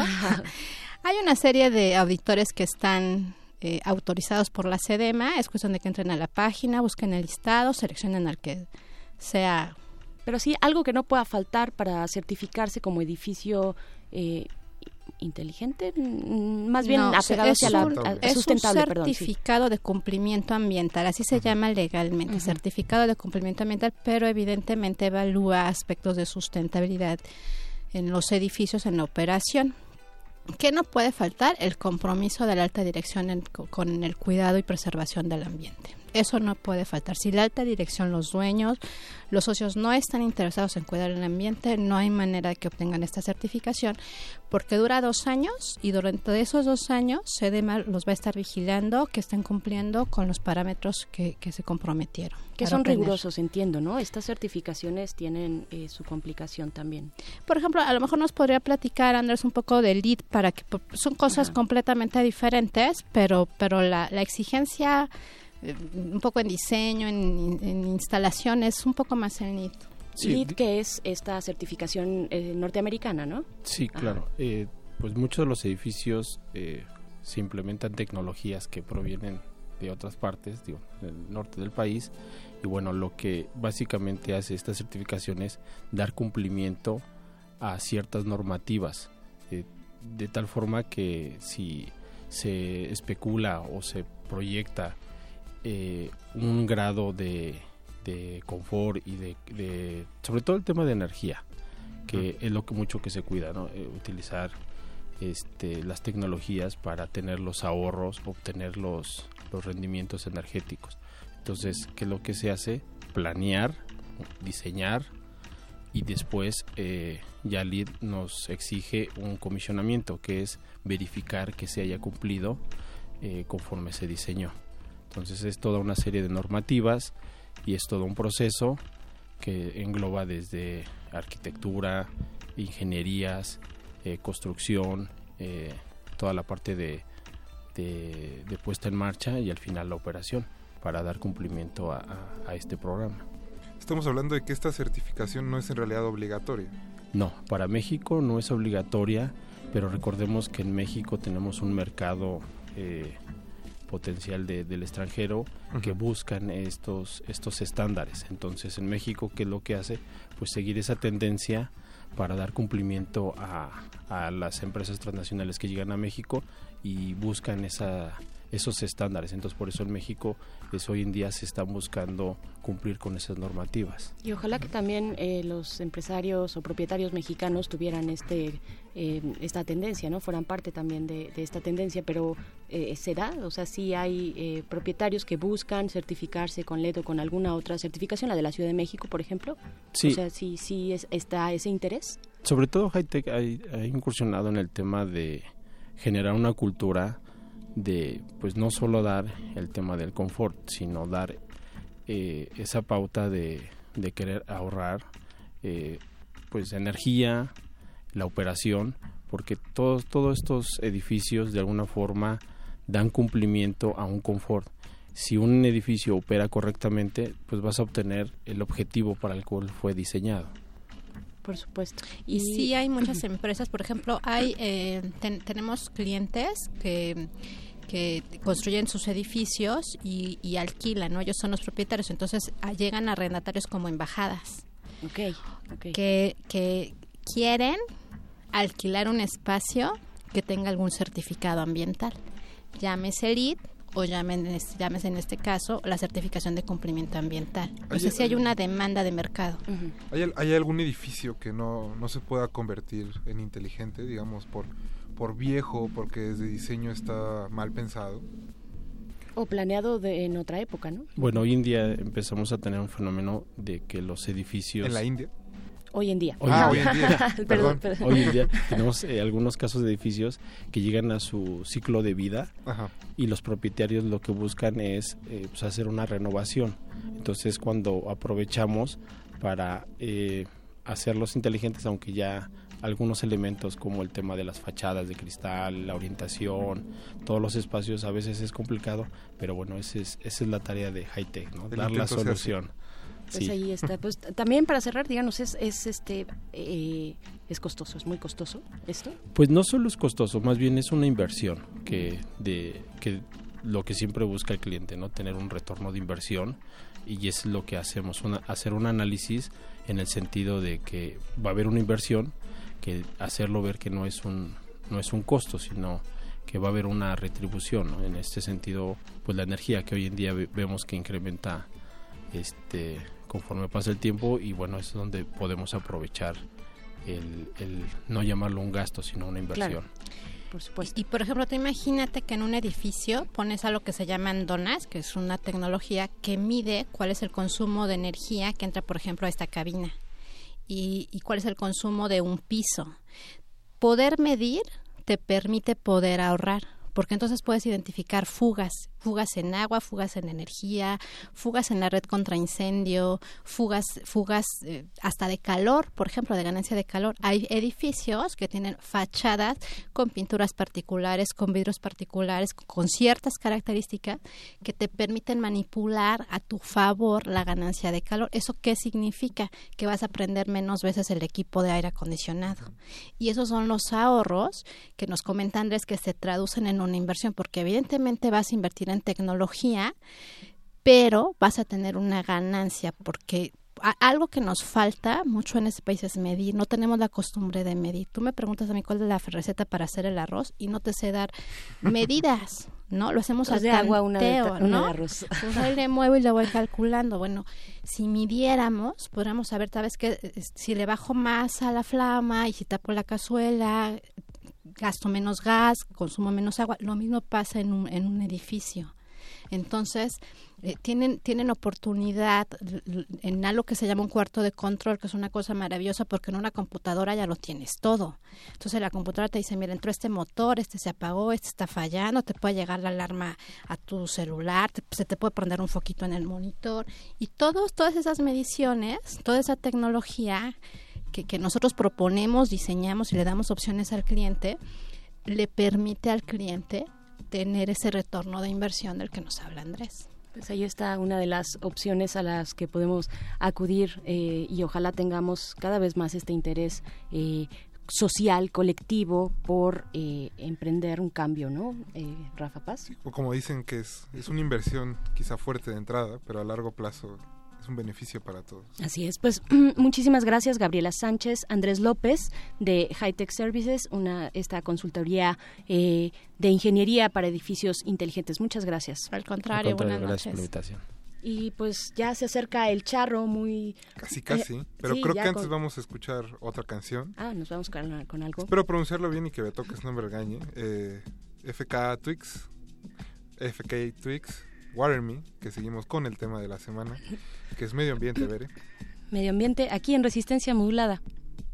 Hay una serie de auditores que están... Eh, autorizados por la SEDEMA, es cuestión de que entren a la página, busquen el listado, seleccionen al que sea. Pero sí, algo que no pueda faltar para certificarse como edificio eh, inteligente, más bien no, apegado hacia la a, es sustentable. Es un certificado perdón, sí. de cumplimiento ambiental, así se uh-huh. llama legalmente, uh-huh. certificado de cumplimiento ambiental, pero evidentemente evalúa aspectos de sustentabilidad en los edificios en la operación. ¿Qué no puede faltar? El compromiso de la alta dirección en, con el cuidado y preservación del ambiente. Eso no puede faltar. Si la alta dirección, los dueños, los socios no están interesados en cuidar el ambiente, no hay manera de que obtengan esta certificación, porque dura dos años y durante esos dos años SEDEMA los va a estar vigilando que estén cumpliendo con los parámetros que, que se comprometieron. Que son obtener. Rigurosos, entiendo, ¿no? Estas certificaciones tienen eh, su complicación también. Por ejemplo, a lo mejor nos podría platicar, Andrés, un poco del L E E D, para que son cosas Ajá. completamente diferentes, pero, pero la, la exigencia... un poco en diseño, en, en instalación, es un poco más el L E E D. Sí. L E E D, que es esta certificación eh, norteamericana, ¿no? Sí, claro. Eh, pues muchos de los edificios eh, se implementan tecnologías que provienen de otras partes, digo, del norte del país, y bueno, lo que básicamente hace esta certificación es dar cumplimiento a ciertas normativas, eh, de tal forma que si se especula o se proyecta Eh, un grado de, de confort y de, de sobre todo el tema de energía, que uh-huh. es lo que mucho que se cuida, ¿no? Eh, utilizar este, las tecnologías para tener los ahorros, obtener los, los rendimientos energéticos. Entonces, ¿qué es lo que se hace? Planear, diseñar y después eh, ya L E E D nos exige un comisionamiento, que es verificar que se haya cumplido eh, conforme se diseñó. Entonces es toda una serie de normativas y es todo un proceso que engloba desde arquitectura, ingenierías, eh, construcción, eh, toda la parte de, de, de puesta en marcha y al final la operación para dar cumplimiento a, a, a este programa. Estamos hablando de que esta certificación no es en realidad obligatoria. No, para México no es obligatoria, pero recordemos que en México tenemos un mercado eh, potencial de, del extranjero uh-huh. que buscan estos estos estándares. Entonces en México, ¿qué es lo que hace? Pues seguir esa tendencia para dar cumplimiento a, a las empresas transnacionales que llegan a México y buscan esa esos estándares. Entonces por eso en México es, hoy en día se están buscando cumplir con esas normativas. Y ojalá que también eh, los empresarios o propietarios mexicanos tuvieran este eh, esta tendencia, ¿no? Fueran parte también de, de esta tendencia, pero eh, ¿se da? O sea, sí hay eh, propietarios que buscan certificarse con L E D o con alguna otra certificación, la de la Ciudad de México, por ejemplo. Sí. O sea, sí, sí es, está ese interés. Sobre todo Hightech ha, ha incursionado en el tema de generar una cultura de, pues no solo dar el tema del confort, sino dar eh, esa pauta de, de querer ahorrar eh, pues energía, la operación, porque todos todos estos edificios de alguna forma dan cumplimiento a un confort. Si un edificio opera correctamente, pues vas a obtener el objetivo para el cual fue diseñado. Por supuesto. Y, y sí hay muchas empresas, por ejemplo, hay eh, ten, tenemos clientes que que construyen sus edificios y, y alquilan, ¿no? Ellos son los propietarios, entonces a, llegan arrendatarios como embajadas. Okay, okay. Que, que quieren alquilar un espacio que tenga algún certificado ambiental. Llámese L E E D o llámese, llámese en este caso la certificación de cumplimiento ambiental. Entonces sí hay una demanda de mercado. Uh-huh. ¿Hay, ¿Hay algún edificio que no, no se pueda convertir en inteligente, digamos, por, por viejo, porque desde diseño está mal pensado? O planeado de, en otra época, ¿no? Bueno, hoy en día empezamos a tener un fenómeno de que los edificios... ¿En la India? Hoy en día. Hoy, ah, en, hoy en día. perdón, perdón. Hoy en día tenemos eh, algunos casos de edificios que llegan a su ciclo de vida. Ajá. Y los propietarios lo que buscan es eh, pues hacer una renovación. Entonces cuando aprovechamos para eh, hacerlos inteligentes, aunque ya algunos elementos como el tema de las fachadas de cristal, la orientación, todos los espacios a veces es complicado, pero bueno, ese es, esa es la tarea de Hightech, ¿no? Dar la solución. Pues sí. Ahí está. Pues también para cerrar, díganos, es, es este eh, es costoso, es muy costoso esto. Pues no solo es costoso, más bien es una inversión que de que lo que siempre busca el cliente, ¿no? Tener un retorno de inversión, y es lo que hacemos, una, hacer un análisis en el sentido de que va a haber una inversión, que hacerlo ver que no es un no es un costo, sino que va a haber una retribución, ¿no? En este sentido, pues la energía que hoy en día ve, vemos que incrementa este conforme pasa el tiempo, y bueno, es donde podemos aprovechar el, el no llamarlo un gasto, sino una inversión. Claro, por supuesto. Y, y por ejemplo, tú imagínate que en un edificio pones algo que se llaman donas, que es una tecnología que mide cuál es el consumo de energía que entra, por ejemplo, a esta cabina, y, y cuál es el consumo de un piso. Poder medir te permite poder ahorrar, porque entonces puedes identificar fugas, fugas en agua, fugas en energía, fugas en la red contra incendio, fugas, fugas eh, hasta de calor, por ejemplo, de ganancia de calor. Hay edificios que tienen fachadas con pinturas particulares, con vidrios particulares, con ciertas características que te permiten manipular a tu favor la ganancia de calor. ¿Eso qué significa? Que vas a prender menos veces el equipo de aire acondicionado. Y esos son los ahorros que nos comenta Andrés, que se traducen en una inversión, porque evidentemente vas a invertir en tecnología, pero vas a tener una ganancia, porque a, algo que nos falta mucho en este país es medir. No tenemos la costumbre de medir. Tú me preguntas a mí cuál es la receta para hacer el arroz y no te sé dar medidas, ¿no? Lo hacemos pues al de tanteo, agua, una de, ¿no? una de arroz. Pues ahí le muevo y le voy calculando. Bueno, si midiéramos, podríamos saber tal vez que si le bajo más a la flama y si tapo la cazuela, gasto menos gas, consumo menos agua. Lo mismo pasa en un, en un edificio. Entonces, eh, tienen tienen oportunidad en algo que se llama un cuarto de control, que es una cosa maravillosa, porque en una computadora ya lo tienes todo. Entonces, la computadora te dice, mira, entró este motor, este se apagó, este está fallando, te puede llegar la alarma a tu celular, te, se te puede prender un foquito en el monitor. Y todos, todas esas mediciones, toda esa tecnología que, que nosotros proponemos, diseñamos y le damos opciones al cliente, le permite al cliente tener ese retorno de inversión del que nos habla Andrés. Pues ahí está una de las opciones a las que podemos acudir eh, y ojalá tengamos cada vez más este interés eh, social, colectivo, por eh, emprender un cambio, ¿no? Eh, Rafa Paz. O como dicen que es, es una inversión quizá fuerte de entrada, pero a largo plazo es un beneficio para todos. Así es, pues muchísimas gracias Gabriela Sánchez, Andrés López de Hightech Services, una esta consultoría eh, de ingeniería para edificios inteligentes. Muchas gracias. Al contrario, Al contrario buenas gracias por la noches. invitación. Y pues ya se acerca el charro muy... Casi, casi. Eh, Pero sí, creo ya que antes con- vamos a escuchar otra canción. Ah, nos vamos con, con algo. Espero pronunciarlo bien y que me toques, no me regañe. Eh, F K Twix, F K Twix, Water Me, que seguimos con el tema de la semana, que es medio ambiente, Bere. Medio ambiente, aquí en Resistencia Modulada.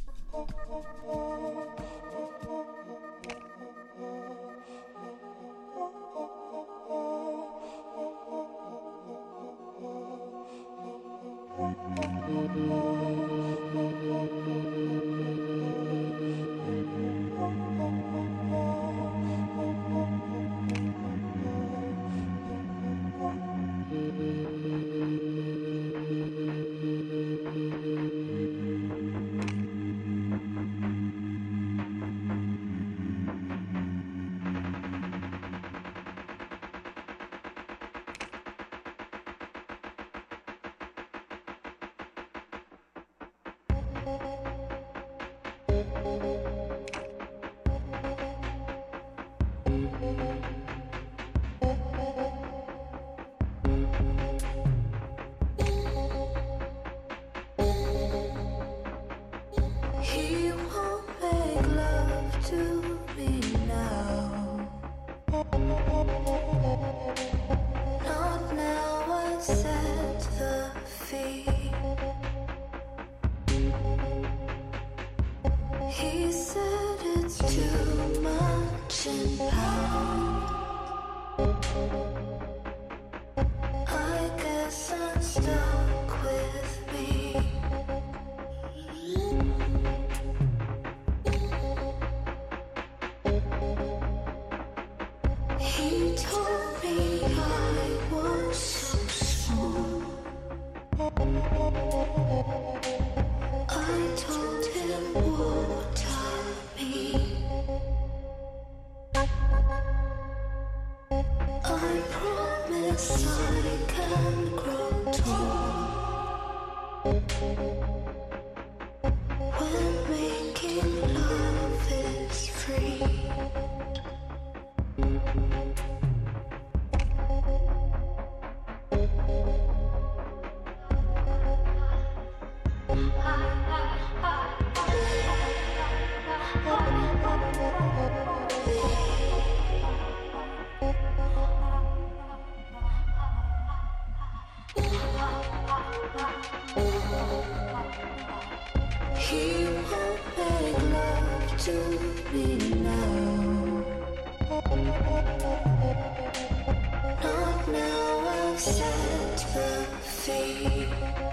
He won't make love to me now. Not now, I set the fee. He said it's too much in pound. I guess I'm stuck with me. He told me I was so small. I told him what I mean. I promise I can grow tall. When making love is free. He won't make love to me now. Not now, I've set the fee.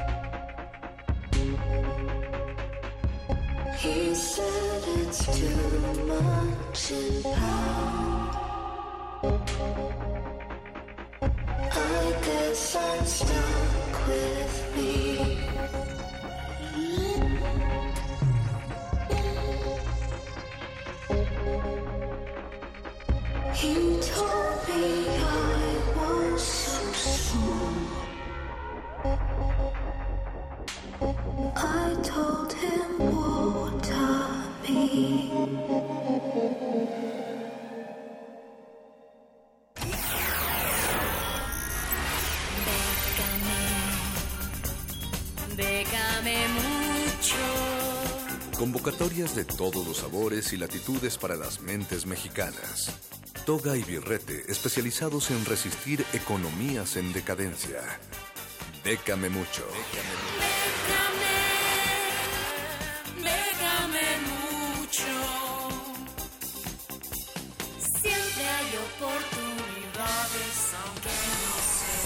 He said it's too much in pound. I guess I'm stuck with me. He told me I was so small. I told him what I mean. Bécame mucho. Convocatorias de todos los sabores y latitudes para las mentes mexicanas. Toga y Birrete, especializados en resistir economías en decadencia. Bécame mucho. Bécame mucho. Siempre hay oportunidades, aunque no se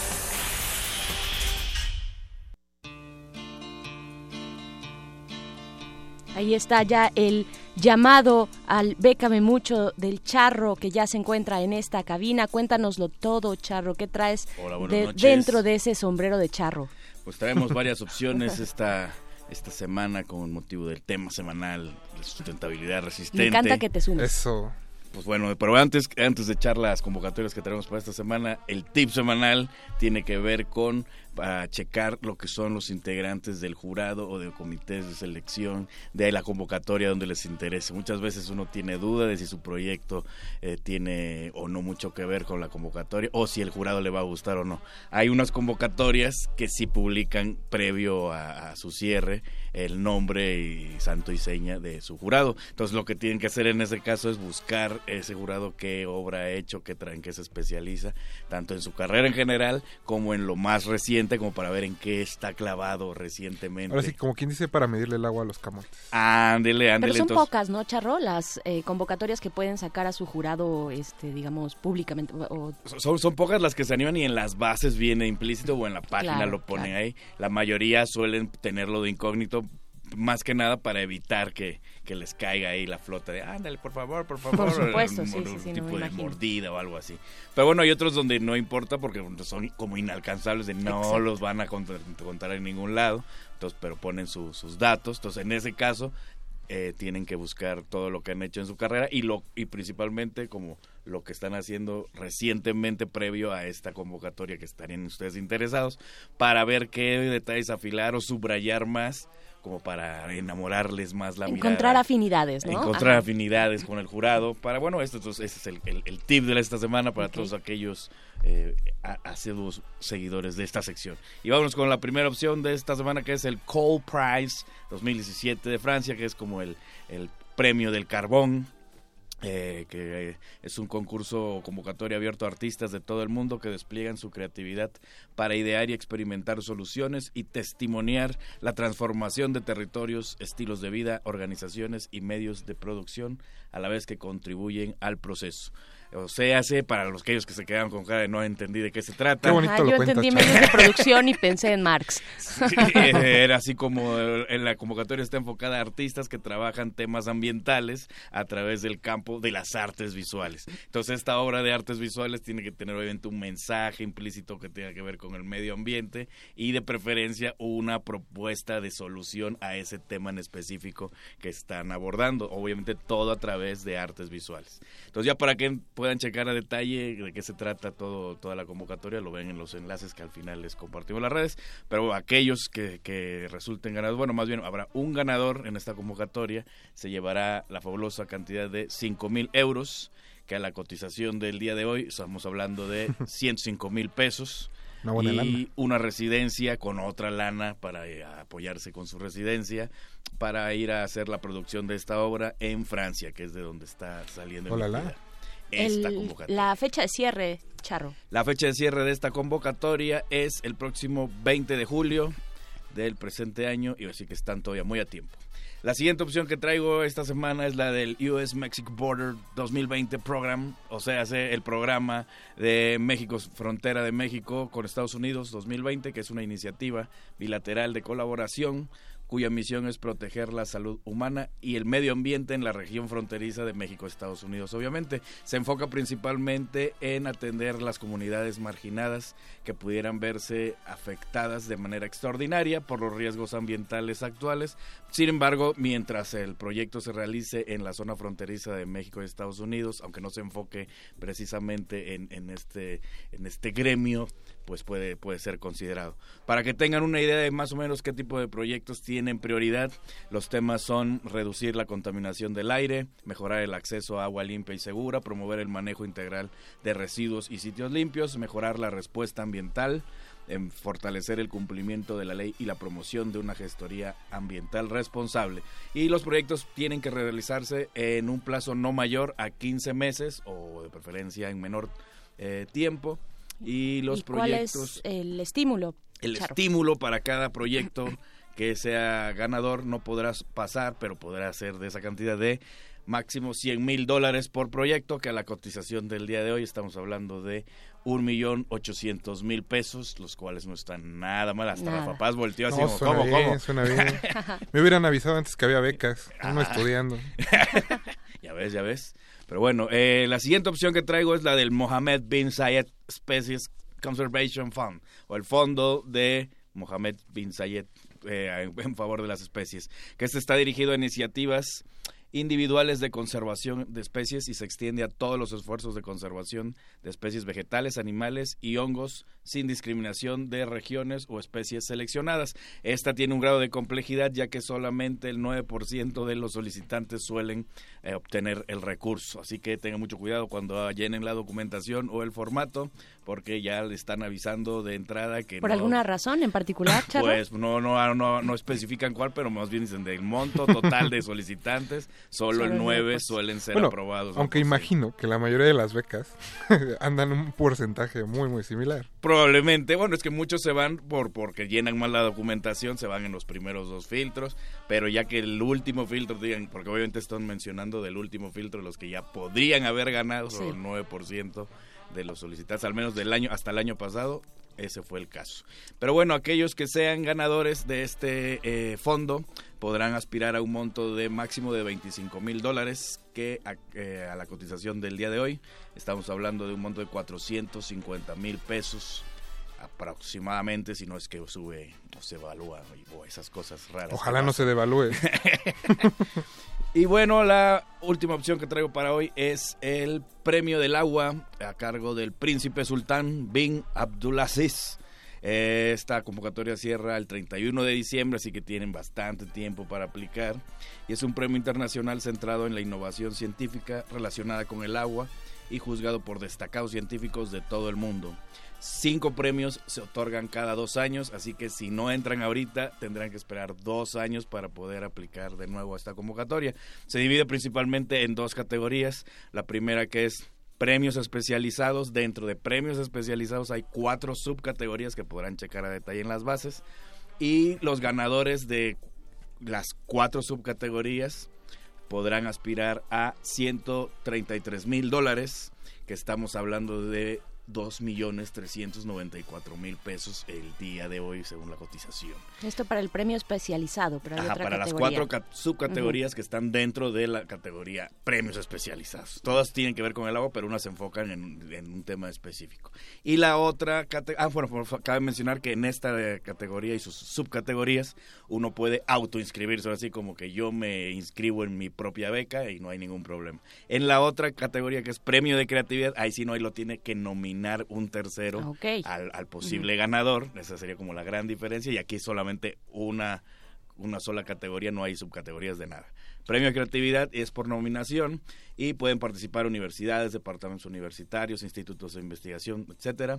Ahí está ya el llamado al Bécame Mucho del Charro, que ya se encuentra en esta cabina. Cuéntanoslo todo, Charro. ¿Qué traes Hola, buenas de- noches. dentro de ese sombrero de charro? Pues traemos varias opciones esta, esta semana con motivo del tema semanal de sustentabilidad resistente. Me encanta que te sumes. Eso. Pues bueno, pero antes, antes de echar las convocatorias que tenemos para esta semana, el tip semanal tiene que ver con para checar lo que son los integrantes del jurado o de comités de selección de la convocatoria donde les interese. Muchas veces uno tiene duda de si su proyecto eh, tiene o no mucho que ver con la convocatoria o si el jurado le va a gustar o no. Hay unas convocatorias que sí publican previo a, a su cierre el nombre y santo y seña de su jurado. Entonces lo que tienen que hacer en ese caso es buscar ese jurado qué obra ha hecho, qué traen, qué se especializa, tanto en su carrera en general como en lo más reciente, como para ver en qué está clavado recientemente. Ahora sí, como quien dice, para medirle el agua a los camotes. Ándele, ándele. Pero son entonces... pocas, ¿no, Charro? Las eh, convocatorias que pueden sacar a su jurado, este, digamos, públicamente. O... Son, son pocas las que se animan y en las bases viene implícito o en la página Claro, lo ponen claro. ahí. La mayoría suelen tenerlo de incógnito, más que nada para evitar que, que les caiga ahí la flota de ándale, por favor, por favor. Por supuesto, un, sí, un, sí, sí, un no tipo me de imagino. mordida o algo así. Pero bueno, hay otros donde no importa porque son como inalcanzables, de no Exacto. los van a contar, contar en ningún lado, entonces pero ponen su, sus datos. Entonces en ese caso eh, tienen que buscar todo lo que han hecho en su carrera y lo y principalmente como lo que están haciendo recientemente previo a esta convocatoria que estarían ustedes interesados para ver qué detalles afilar o subrayar más como para enamorarles más la Encontrar mirada. afinidades, ¿no? Encontrar Ajá. afinidades con el jurado. Para, bueno, esto, ese es el, el, el tip de esta semana para Okay. todos aquellos eh, asiduos seguidores de esta sección. Y vámonos con la primera opción de esta semana, que es el Coal Prize dos mil diecisiete de Francia, que es como el, el premio del carbón. Eh, que eh, es un concurso o convocatoria abierto a artistas de todo el mundo que despliegan su creatividad para idear y experimentar soluciones y testimoniar la transformación de territorios, estilos de vida, organizaciones y medios de producción a la vez que contribuyen al proceso. O sea, hace para los aquellos que se quedaron con cara de no entendí de qué se trata. Qué bonito Ajá, lo yo cuentas, entendí Chava. medios de producción y pensé en Marx. Sí, era así como en la convocatoria está enfocada a artistas que trabajan temas ambientales a través del campo de las artes visuales. Entonces esta obra de artes visuales tiene que tener obviamente un mensaje implícito que tenga que ver con el medio ambiente y de preferencia una propuesta de solución a ese tema en específico que están abordando. Obviamente todo a través de artes visuales. Entonces ya para que puedan checar a detalle de qué se trata todo toda la convocatoria, lo ven en los enlaces que al final les compartimos en las redes, pero aquellos que, que resulten ganadores, bueno, más bien habrá un ganador en esta convocatoria, se llevará la fabulosa cantidad de cinco mil euros, que a la cotización del día de hoy estamos hablando de ciento cinco mil pesos. Una buena y lana. una residencia con otra lana para eh, apoyarse con su residencia para ir a hacer la producción de esta obra en Francia, que es de donde está saliendo Olala. emitida esta El- convocatoria. la fecha de cierre, Charro. La fecha de cierre de esta convocatoria es el próximo veinte de julio del presente año, y así que están todavía muy a tiempo. La siguiente opción que traigo esta semana es la del U S Mexico Border dos mil veinte Program, o sea, hace el programa de México, frontera de México con Estados Unidos dos mil veinte, que es una iniciativa bilateral de colaboración cuya misión es proteger la salud humana y el medio ambiente en la región fronteriza de México, Estados Unidos. Obviamente, se enfoca principalmente en atender las comunidades marginadas que pudieran verse afectadas de manera extraordinaria por los riesgos ambientales actuales. Sin embargo, mientras el proyecto se realice en la zona fronteriza de México y Estados Unidos, aunque no se enfoque precisamente en, en este en este gremio, pues puede puede ser considerado. Para que tengan una idea de más o menos qué tipo de proyectos tienen prioridad, los temas son reducir la contaminación del aire, mejorar el acceso a agua limpia y segura, promover el manejo integral de residuos y sitios limpios, mejorar la respuesta ambiental, en fortalecer el cumplimiento de la ley y la promoción de una gestoría ambiental responsable. Y los proyectos tienen que realizarse en un plazo no mayor a quince meses o de preferencia en menor eh, tiempo. Y los ¿Y cuál proyectos... es el estímulo, El Charo? estímulo para cada proyecto que sea ganador no podrás pasar, pero podrá ser de esa cantidad de máximo cien mil dólares por proyecto, que a la cotización del día de hoy estamos hablando de un millón ochocientos mil pesos, los cuales no están nada mal. Hasta Nada. Rafa Paz volteó así No, como, suena ¿cómo, bien, cómo? suena bien. Me hubieran avisado antes que había becas, uno Ah. estudiando. Ya ves, ya ves. Pero bueno, eh, la siguiente opción que traigo es la del Mohammed bin Zayed Species Conservation Fund, o el fondo de Mohammed bin Zayed eh, en, en favor de las especies, que este está dirigido a iniciativas individuales de conservación de especies y se extiende a todos los esfuerzos de conservación de especies vegetales, animales y hongos sin discriminación de regiones o especies seleccionadas. Esta tiene un grado de complejidad ya que solamente el nueve por ciento de los solicitantes suelen eh, obtener el recurso, así que tengan mucho cuidado cuando llenen la documentación o el formato porque ya le están avisando de entrada que ¿Por no, alguna razón en particular, Charro? Pues no, no, no, no especifican cuál, pero más bien dicen del monto total de solicitantes, solo, solo el nueve suelen ser bueno, aprobados. Aunque imagino que la mayoría de las becas andan un porcentaje muy, muy similar. Probablemente, bueno, es que muchos se van por porque llenan mal la documentación, se van en los primeros dos filtros, pero ya que el último filtro, digan, porque obviamente están mencionando del último filtro los que ya podrían haber ganado, sí. Solo el nueve por ciento de los solicitantes, al menos del año hasta el año pasado, ese fue el caso. Pero bueno, aquellos que sean ganadores de este eh, fondo podrán aspirar a un monto de máximo de veinticinco mil dólares, que a, eh, a la cotización del día de hoy estamos hablando de un monto de cuatrocientos cincuenta mil pesos aproximadamente, si no es que sube, no se evalúa o esas cosas raras. Ojalá no se devalúe. Y bueno, la última opción que traigo para hoy es el Premio del Agua a cargo del Príncipe Sultán bin Abdulaziz. Eh, esta convocatoria cierra el treinta y uno de diciembre, así que tienen bastante tiempo para aplicar. Y es un premio internacional centrado en la innovación científica relacionada con el agua y juzgado por destacados científicos de todo el mundo. Cinco premios se otorgan cada dos años, así que si no entran ahorita, tendrán que esperar dos años para poder aplicar de nuevo a esta convocatoria. Se divide principalmente en dos categorías. La primera, que es premios especializados. Dentro de premios especializados hay cuatro subcategorías que podrán checar a detalle en las bases. Y los ganadores de las cuatro subcategorías podrán aspirar a ciento treinta y tres mil dólares, que estamos hablando de dos millones trescientos noventa y cuatro mil pesos el día de hoy según la cotización. Esto para el premio especializado, pero hay Ajá, otra para categoría. las cuatro subcategorías uh-huh. que están dentro de la categoría premios especializados. Todas tienen que ver con el agua, pero unas se enfocan en, en un tema específico. Y la otra categoría, ah, bueno, cabe mencionar que en esta categoría y sus subcategorías uno puede autoinscribirse, así como que yo me inscribo en mi propia beca y no hay ningún problema. En la otra categoría, que es premio de creatividad, ahí sí no, ahí lo tiene que nominar un tercero okay. al, al posible uh-huh. ganador. Esa sería como la gran diferencia, y aquí solamente una, una sola categoría, no hay subcategorías de nada. Premio de creatividad es por nominación y pueden participar universidades, departamentos universitarios, institutos de investigación, etcétera.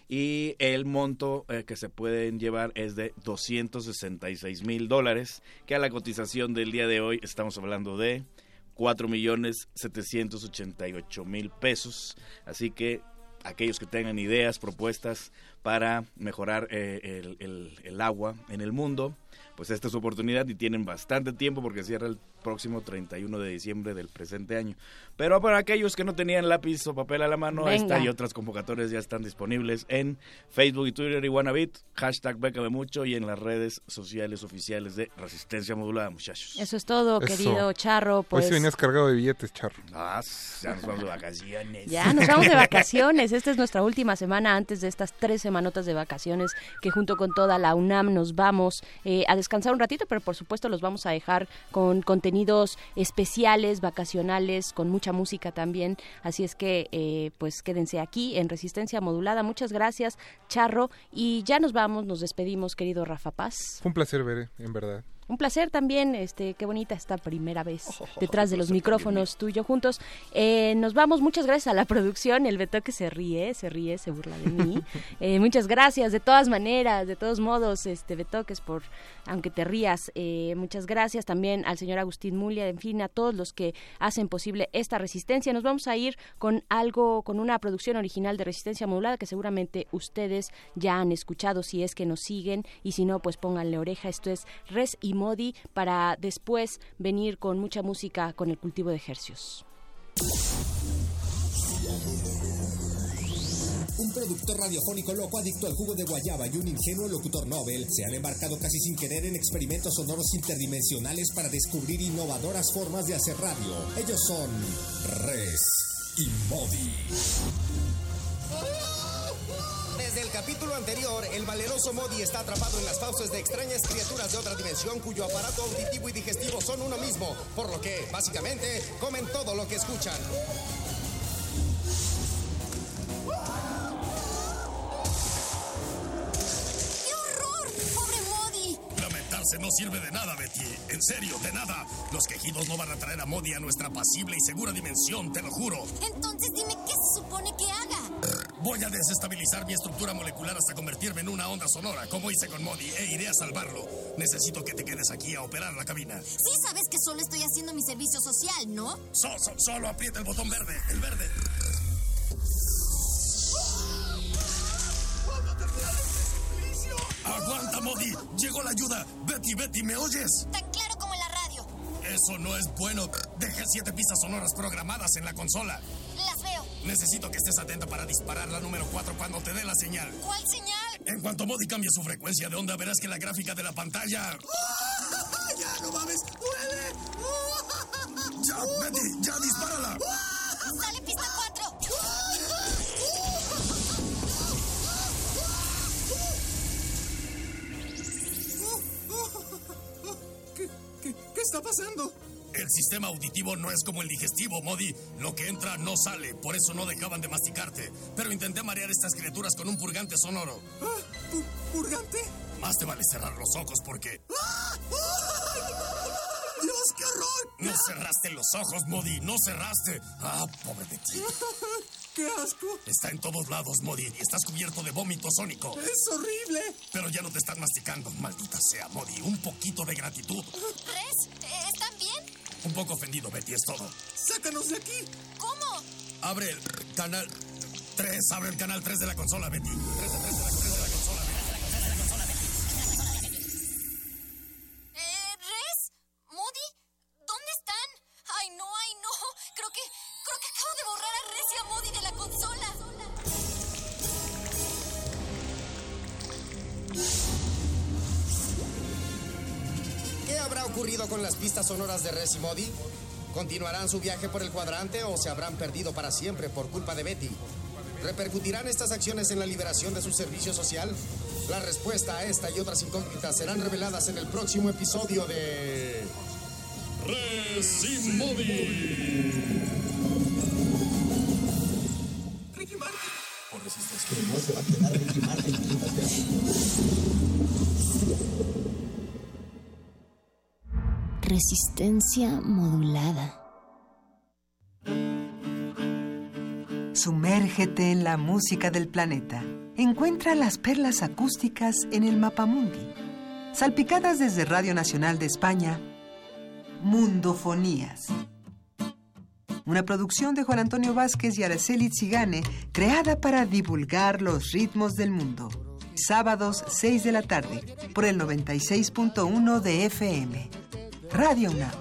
Y el monto eh, que se pueden llevar es de doscientos sesenta y seis mil dólares, que a la cotización del día de hoy estamos hablando de cuatro millones setecientos ochenta y ocho mil pesos. Así que aquellos que tengan ideas, propuestas para mejorar eh, el, el, el agua en el mundo, pues esta es su oportunidad y tienen bastante tiempo porque cierra el próximo treinta y uno de diciembre del presente año. Pero para aquellos que no tenían lápiz o papel a la mano, Venga. esta y otras convocatorias ya están disponibles en Facebook y Twitter y Wanabit, hashtag Bécame Mucho, y en las redes sociales oficiales de Resistencia Modulada, muchachos. Eso es todo, Eso. querido Charro. Pues Hoy sí venías cargado de billetes, Charro. Ah, ya nos vamos de vacaciones. Ya nos vamos de vacaciones. Esta es nuestra última semana antes de estas tres semanotas de vacaciones que junto con toda la UNAM nos vamos eh, a descansar un ratito, pero por supuesto los vamos a dejar con contenidos especiales, vacacionales, con mucha música también. Así es que eh, pues quédense aquí en Resistencia Modulada. Muchas gracias, Charro. Y ya nos vamos, nos despedimos, querido Rafa Paz. Fue un placer ver, en verdad. Un placer también, este, qué bonita esta primera vez detrás de los micrófonos tú y yo juntos. Eh, nos vamos, muchas gracias a la producción, el Beto que se ríe, se ríe, se burla de mí. Eh, muchas gracias, de todas maneras, de todos modos, este, Betoques, por, aunque te rías, eh, muchas gracias también al señor Agustín Mulia, en fin, a todos los que hacen posible esta resistencia. Nos vamos a ir con algo, con una producción original de Resistencia Modulada que seguramente ustedes ya han escuchado si es que nos siguen, y si no, pues pónganle oreja. Esto es Res y Modi, para después venir con mucha música con el cultivo de ejercicios. Un productor radiofónico loco adicto al jugo de guayaba y un ingenuo locutor Nobel se han embarcado casi sin querer en experimentos sonoros interdimensionales para descubrir innovadoras formas de hacer radio. Ellos son Res y Modi. Desde el capítulo anterior, el valeroso Modi está atrapado en las fauces de extrañas criaturas de otra dimensión cuyo aparato auditivo y digestivo son uno mismo, por lo que, básicamente, comen todo lo que escuchan. ¡Qué horror! ¡Pobre Modi! Lamentarse no sirve de nada, Betty. En serio, de nada. Los quejidos no van a traer a Modi a nuestra apacible y segura dimensión, te lo juro. Entonces dime qué se supone que haga. Voy a desestabilizar mi estructura molecular hasta convertirme en una onda sonora, como hice con Modi, e iré a salvarlo. Necesito que te quedes aquí a operar la cabina. Sí sabes que solo estoy haciendo mi servicio social, ¿no? So, so, solo aprieta el botón verde, el verde. ¡Aguanta, Modi! ¡Llegó la ayuda! ¡Betty, Betty, ¿me oyes? Tan claro como en la radio. Eso no es bueno. Dejé siete pistas sonoras programadas en la consola. Las veo. Necesito que estés atenta para disparar la número cuatro cuando te dé la señal. ¿Cuál señal? En cuanto Modi cambie su frecuencia de onda, verás que la gráfica de la pantalla... ¡Ya, no mames! ¡Mueve! ¡Ya, Betty! ¡Ya, dispárala! ¡Sale pista cuatro! ¿Qué, qué, ¿Qué está pasando? El sistema auditivo no es como el digestivo, Modi. Lo que entra no sale, por eso no dejaban de masticarte. Pero intenté marear estas criaturas con un purgante sonoro. ¿Ah? ¿Purgante? Más te vale cerrar los ojos porque... ¡Ah! ¡Ah! ¡Dios, qué horror! No cerraste los ojos, Modi, no cerraste. Ah, pobre de ti. ¡Qué asco! Está en todos lados, Modi, y estás cubierto de vómito sónico. ¡Es horrible! Pero ya no te están masticando, maldita sea, Modi. Un poquito de gratitud. ¿Res? ¿Están bien? Un poco ofendido, Betty, es todo. ¡Sácanos de aquí! ¿Cómo? Abre el canal tres, abre el canal tres de la consola, Betty. tres de tres de la, tres de la consola, Betty. Eh, ¿Res? ¿Modi? ¿Dónde están? Ay, no, ay, no. Creo que, creo que acabo de borrar a Res y a Modi de la consola. ¿Qué habrá ocurrido con las pistas sonoras de Res y Modi? ¿Continuarán su viaje por el cuadrante o se habrán perdido para siempre por culpa de Betty? ¿Repercutirán estas acciones en la liberación de su servicio social? La respuesta a esta y otras incógnitas serán reveladas en el próximo episodio de... Res y Modi. Ricky Martin. Por resistencia. Pero no se va a quedar Ricky Martin. Resistencia modulada. Sumérgete en la música del planeta. Encuentra las perlas acústicas en el Mapamundi. Salpicadas desde Radio Nacional de España, Mundofonías. Una producción de Juan Antonio Vázquez y Araceli Zigane, creada para divulgar los ritmos del mundo. Sábados, seis de la tarde, por el noventa y seis punto uno de F M. Radio UNAM.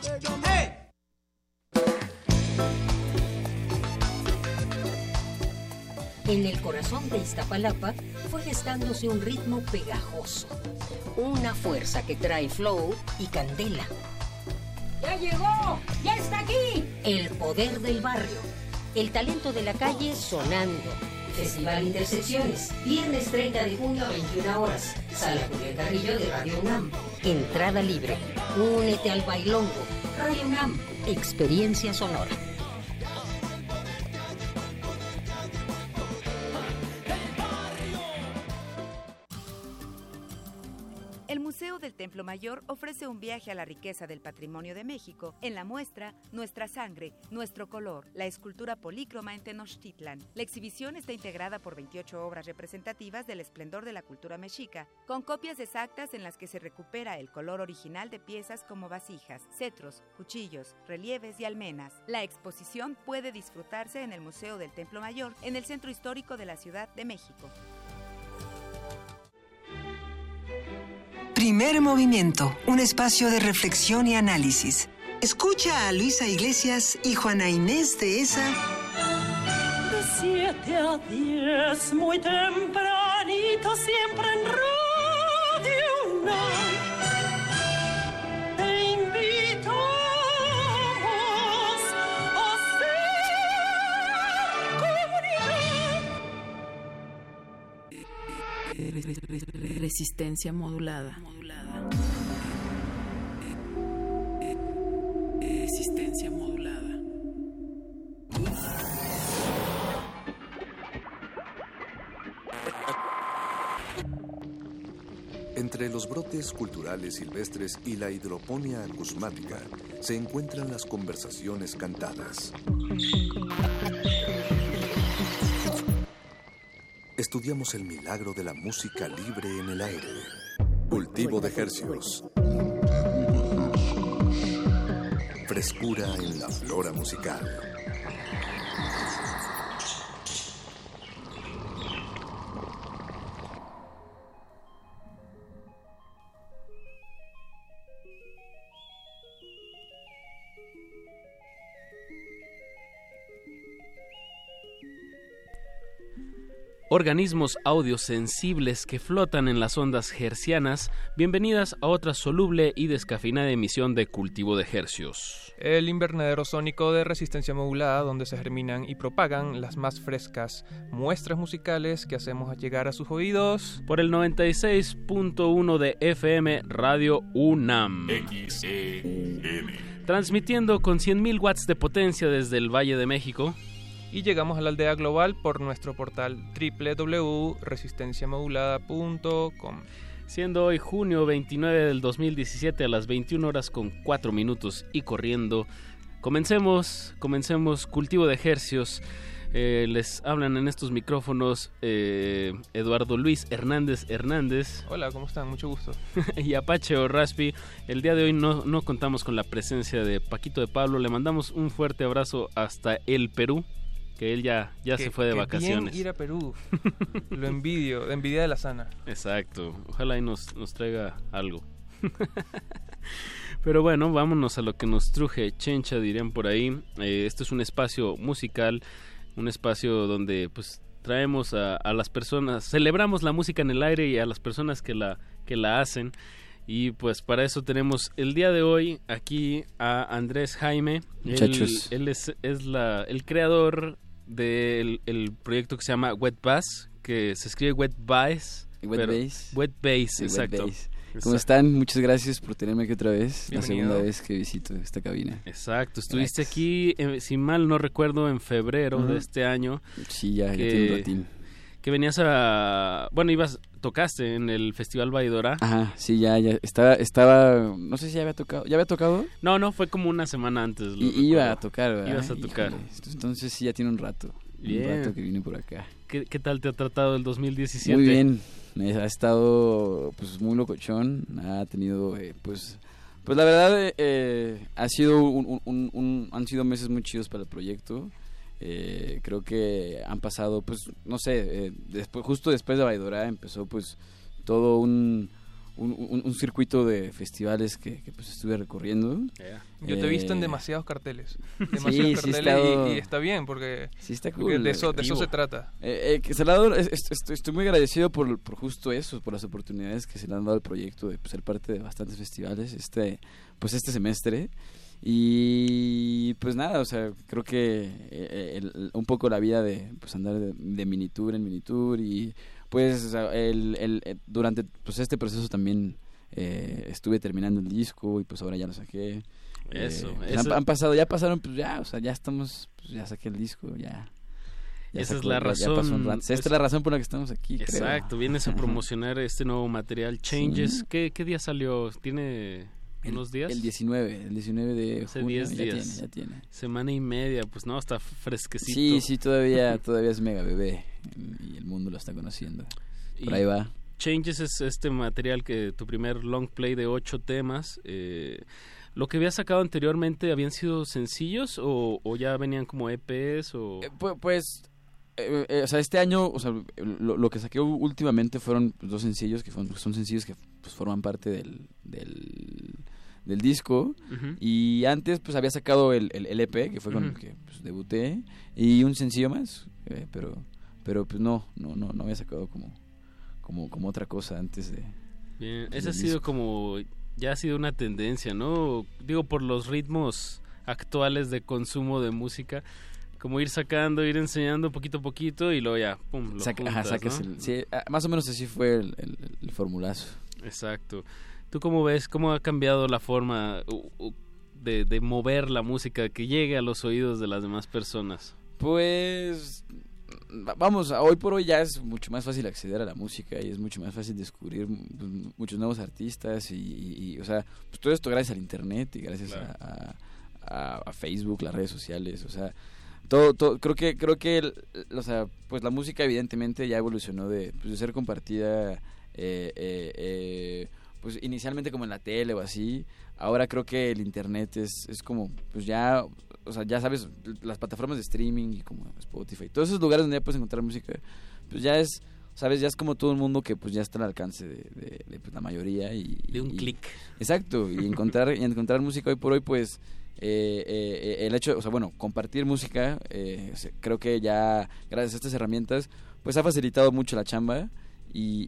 En el corazón de Iztapalapa fue gestándose un ritmo pegajoso, una fuerza que trae flow y candela. ¡Ya llegó! ¡Ya está aquí! El poder del barrio, el talento de la calle sonando. Festival Intersecciones, viernes treinta de junio a veintiuna horas, Sala Julián Carrillo de Radio UNAM. Entrada libre. Únete al bailongo. Radio UNAM, experiencia sonora. El Museo del Templo Mayor ofrece un viaje a la riqueza del patrimonio de México en la muestra Nuestra Sangre, Nuestro Color, la escultura polícroma en Tenochtitlan. La exhibición está integrada por veintiocho obras representativas del esplendor de la cultura mexica, con copias exactas en las que se recupera el color original de piezas como vasijas, cetros, cuchillos, relieves y almenas. La exposición puede disfrutarse en el Museo del Templo Mayor, en el Centro Histórico de la Ciudad de México. Primer movimiento, un espacio de reflexión y análisis. Escucha a Luisa Iglesias y Juana Inés de esa. De siete a diez, muy tempranito, siempre en Radio UNAM. Te invitamos a ser comunidad. Resistencia modulada. modulada. Resistencia modulada. Entre los brotes culturales silvestres y la hidroponía acusmática se encuentran las conversaciones cantadas. Estudiamos el milagro de la música libre en el aire. Cultivo de hercios. Frescura en la flora musical. Organismos audiosensibles que flotan en las ondas hercianas, bienvenidas a otra soluble y descafeinada emisión de Cultivo de Hercios. El invernadero sónico de resistencia modulada donde se germinan y propagan las más frescas muestras musicales que hacemos llegar a sus oídos. Por el noventa y seis punto uno de F M Radio UNAM. X E N. Transmitiendo con cien mil watts de potencia desde el Valle de México. Y llegamos a la aldea global por nuestro portal doble u doble u doble u punto resistencia modulada punto com. Siendo hoy junio veintinueve del dos mil diecisiete a las veintiuna horas con cuatro minutos y corriendo, comencemos, comencemos Cultivo de Hercios. Eh, les hablan en estos micrófonos eh, Eduardo Luis Hernández Hernández. Hola, ¿cómo están? Mucho gusto. Y Apache o Raspi. El día de hoy no, no contamos con la presencia de Paquito de Pablo. Le mandamos un fuerte abrazo hasta el Perú. Que él ya, ya que, se fue de que vacaciones. Bien ir a Perú. Lo envidio, de envidia de la sana. Exacto. Ojalá y nos, nos traiga algo. Pero bueno, vámonos a lo que nos truje Chencha, dirían por ahí. Eh, esto es un espacio musical, un espacio donde pues traemos a, a las personas, celebramos la música en el aire y a las personas que la, que la hacen. Y pues para eso tenemos el día de hoy aquí a Andrés Jaime. Muchachos. Él, él es, es la, el creador del el proyecto que se llama Wet Bass, que se escribe Wet Bass. Wet Bass. Wet Bass, sí, exacto. Wet Bass. ¿Cómo están? Muchas gracias por tenerme aquí otra vez. Bienvenido. La segunda vez que visito esta cabina. Exacto. Estuviste gracias. aquí, eh, si mal no recuerdo, en febrero uh-huh. de este año. Sí, ya, que, ya tiene un ratín. Que venías a... Bueno, ibas... Tocaste en el Festival Vaidora. Ajá, sí, ya, ya. Estaba, estaba... No sé si ya había tocado. ¿Ya había tocado? No, no, fue como una semana antes. Y, iba a tocar, ¿verdad? Ibas a tocar. Híjole, entonces sí, ya tiene un rato. Bien. Un rato que vine por acá. ¿Qué, qué tal te ha tratado el dos mil diecisiete? Muy bien. Me ha estado, pues, muy locochón. Ha tenido, eh, pues... Pues la verdad, eh, ha sido un, un, un, han sido meses muy chidos para el proyecto. Eh, creo que han pasado, pues, no sé, eh, después, justo después de Vaidora empezó, pues, todo un, un, un, un circuito de festivales que, que pues, estuve recorriendo. Yeah. Yo te he visto en demasiados carteles, demasiados sí, carteles sí estado... y, y está bien porque, sí está cool, porque de eso, de eso se trata. Eh, eh, que se le ha dado, es, es, estoy, estoy muy agradecido por, por justo eso, por las oportunidades que se le han dado al proyecto de pues, ser parte de bastantes festivales este, pues, este semestre. Y pues nada, o sea, creo que el, el, un poco la vida de pues andar de, de mini tour en mini tour y pues o sea, el, el, el, durante pues este proceso también eh, estuve terminando el disco y pues ahora ya lo saqué. Eso, eh, pues eso. Han, han pasado, ya pasaron, pues ya, o sea, ya estamos, pues ya saqué el disco, ya. Ya Esa sacó, es la razón. Ya pasó un rato. Esta es, es la razón por la que estamos aquí. Exacto, creo. Vienes a promocionar este nuevo material, Changes. Sí. ¿Qué, ¿Qué día salió? ¿Tiene unos días? El diecinueve, el diecinueve de Hace junio. diez ya días. Tiene, ya tiene. Semana y media, pues no, está fresquecito. Sí, sí, todavía, todavía es mega bebé y el mundo lo está conociendo. Por ahí va. Changes es este material que tu primer long play de ocho temas. Eh, ¿Lo que habías sacado anteriormente habían sido sencillos o, o ya venían como E Pes? O... Eh, pues, pues eh, eh, o sea, este año, o sea, lo, lo que saqué últimamente fueron dos sencillos que son, son sencillos que pues, forman parte del, del, del disco. Uh-huh. Y antes, pues había sacado el, el, el E P, que fue con uh-huh. el que pues, debuté, y un sencillo más, eh, pero, pero pues no, no, no, no había sacado como, como, como otra cosa antes de. Bien, esa ha sido disco. como. Ya ha sido una tendencia, ¿no? Digo, por los ritmos actuales de consumo de música, como ir sacando, ir enseñando poquito a poquito y luego ya, pum, lo Saca, juntas, ajá, sacas ¿no? el, sí, más o menos así fue el, el, el formulazo. Exacto. ¿Tú cómo ves, cómo ha cambiado la forma de, de mover la música que llegue a los oídos de las demás personas? Pues, vamos, hoy por hoy ya es mucho más fácil acceder a la música y es mucho más fácil descubrir pues, muchos nuevos artistas y, y, y, o sea, pues todo esto gracias al internet y gracias claro. a, a, a Facebook, las redes sociales, o sea, todo, todo creo que, creo que, el, o sea, pues la música evidentemente ya evolucionó de, pues, de ser compartida, eh, eh, eh, pues inicialmente como en la tele o así, ahora creo que el internet es, es como, pues ya, o sea, ya sabes, las plataformas de streaming y como Spotify, todos esos lugares donde ya puedes encontrar música, pues ya es, sabes, ya es como todo el mundo que pues ya está al alcance de, de, de pues, la mayoría y... De un y, clic. Exacto, y encontrar, y encontrar música hoy por hoy, pues, eh, eh, el hecho, o sea, bueno, compartir música, eh, creo que ya, gracias a estas herramientas, pues ha facilitado mucho la chamba y,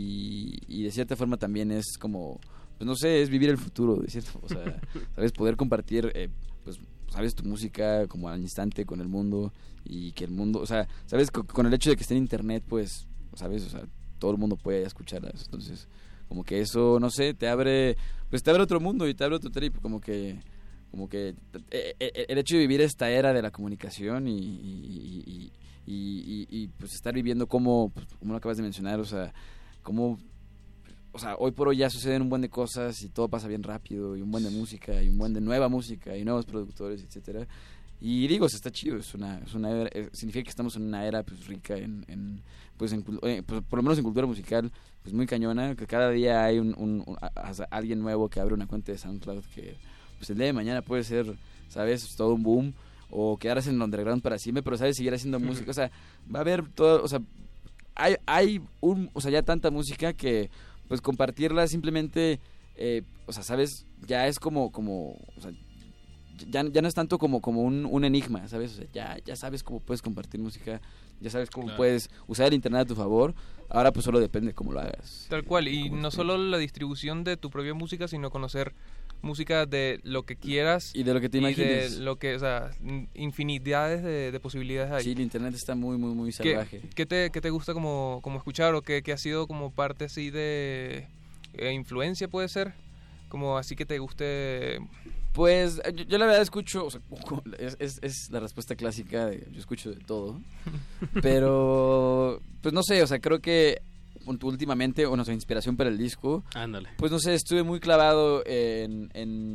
y, y de cierta forma también es como, pues no sé, es vivir el futuro, de cierta, o sea, sabes, poder compartir, eh, pues, sabes, tu música como al instante con el mundo y que el mundo, o sea, sabes, con, con el hecho de que esté en internet, pues, sabes, o sea, todo el mundo puede escucharlas, entonces, como que eso, no sé, te abre, pues te abre otro mundo y te abre otro trip, como que, como que eh, eh, el hecho de vivir esta era de la comunicación y, y, y, y, y, y pues estar viviendo como, pues, como lo acabas de mencionar, o sea, como... O sea, hoy por hoy ya suceden un buen de cosas y todo pasa bien rápido y un buen de música y un buen de nueva música y nuevos productores, etcétera. Y digo, está chido, es una, es una era, eh, significa que estamos en una era pues rica en, en pues, en, eh, pues por lo menos en cultura musical, pues muy cañona, que cada día hay un, un, un a, a, alguien nuevo que abre una cuenta de SoundCloud que pues el día de mañana puede ser, sabes, todo un boom o quedarse en el underground para siempre, pero sabes, seguir haciendo música, o sea, va a haber todo, o sea, hay, hay un, o sea, ya tanta música que pues compartirla simplemente, eh, o sea, ¿sabes? Ya es como, como o sea, ya, ya no es tanto como, como un, un enigma, ¿sabes? O sea, ya, ya sabes cómo puedes compartir música, ya sabes cómo claro. puedes usar el internet a tu favor, ahora pues solo depende de cómo lo hagas. Tal cual, y no solo la distribución de tu propia música, sino conocer música de lo que quieras y de lo que te imagines, y de lo que, o sea, infinidades de, de posibilidades hay. Sí, el internet está muy muy muy salvaje. ¿Qué, qué te qué te gusta como como escuchar o qué, qué ha sido como parte así de eh, influencia puede ser? Como así que te guste. Pues yo, yo la verdad escucho, o sea, es, es, es la respuesta clásica de yo escucho de todo. Pero pues no sé, o sea, creo que últimamente, o nuestra inspiración para el disco, ándale, pues no sé, estuve muy clavado en,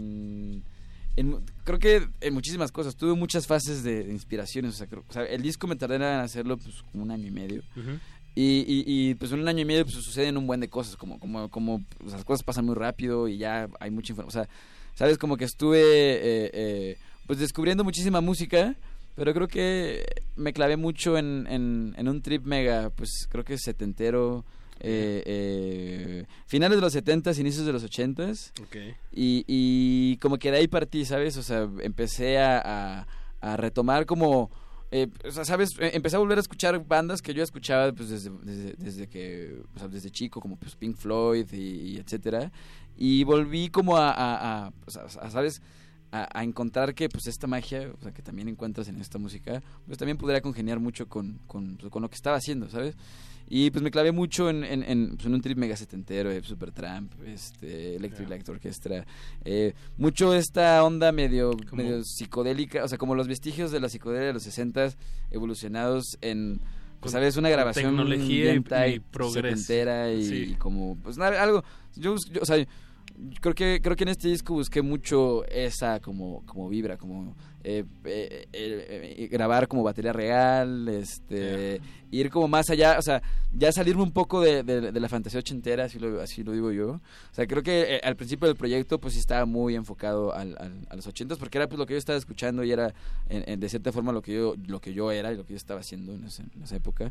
en, en creo que en muchísimas cosas, tuve muchas fases de, de inspiraciones, o sea, creo, o sea, el disco me tardé en hacerlo pues como un año y medio, uh-huh. y, y, y pues en un año y medio pues suceden un buen de cosas, como, como, como pues, las cosas pasan muy rápido y ya hay mucha información, o sea, sabes, como que estuve eh, eh, pues descubriendo muchísima música, pero creo que me clavé mucho en, en, en un trip mega, pues creo que setentero, eh, eh, finales de los setentas, inicios de los ochentas, okay. y, y como que de ahí partí, ¿sabes? O sea, empecé a, a, a retomar como, eh, o sea, ¿sabes? Empecé a volver a escuchar bandas que yo escuchaba pues desde, desde, desde que, o sea, desde chico, como pues Pink Floyd y, y etcétera, y volví como a, a, a, a, a ¿sabes? A, a encontrar que pues esta magia, o sea, que también encuentras en esta música, pues también podría congeniar mucho con, con, pues, con lo que estaba haciendo, ¿sabes? Y pues me clavé mucho en, en, en, pues, en un trip mega setentero, eh, Supertramp, este, Electric Light Orchestra, eh, mucho esta onda medio, medio psicodélica, o sea, como los vestigios de la psicodelia de los sesentas evolucionados en, pues, ¿sabes? Una grabación tecnología bien y, tight, y progreso. setentera y, sí. y como, pues nada, algo, yo, yo, o sea, creo que creo que en este disco busqué mucho esa como como vibra, como eh, eh, eh, eh, grabar como batería real, este yeah. ir como más allá, o sea, ya salirme un poco de, de, de la fantasía ochentera, así lo, así lo digo yo. O sea, creo que eh, al principio del proyecto pues sí estaba muy enfocado al, al, a los ochentas, porque era pues lo que yo estaba escuchando y era en, en, de cierta forma lo que yo lo que yo era y lo que yo estaba haciendo en, ese, en esa época.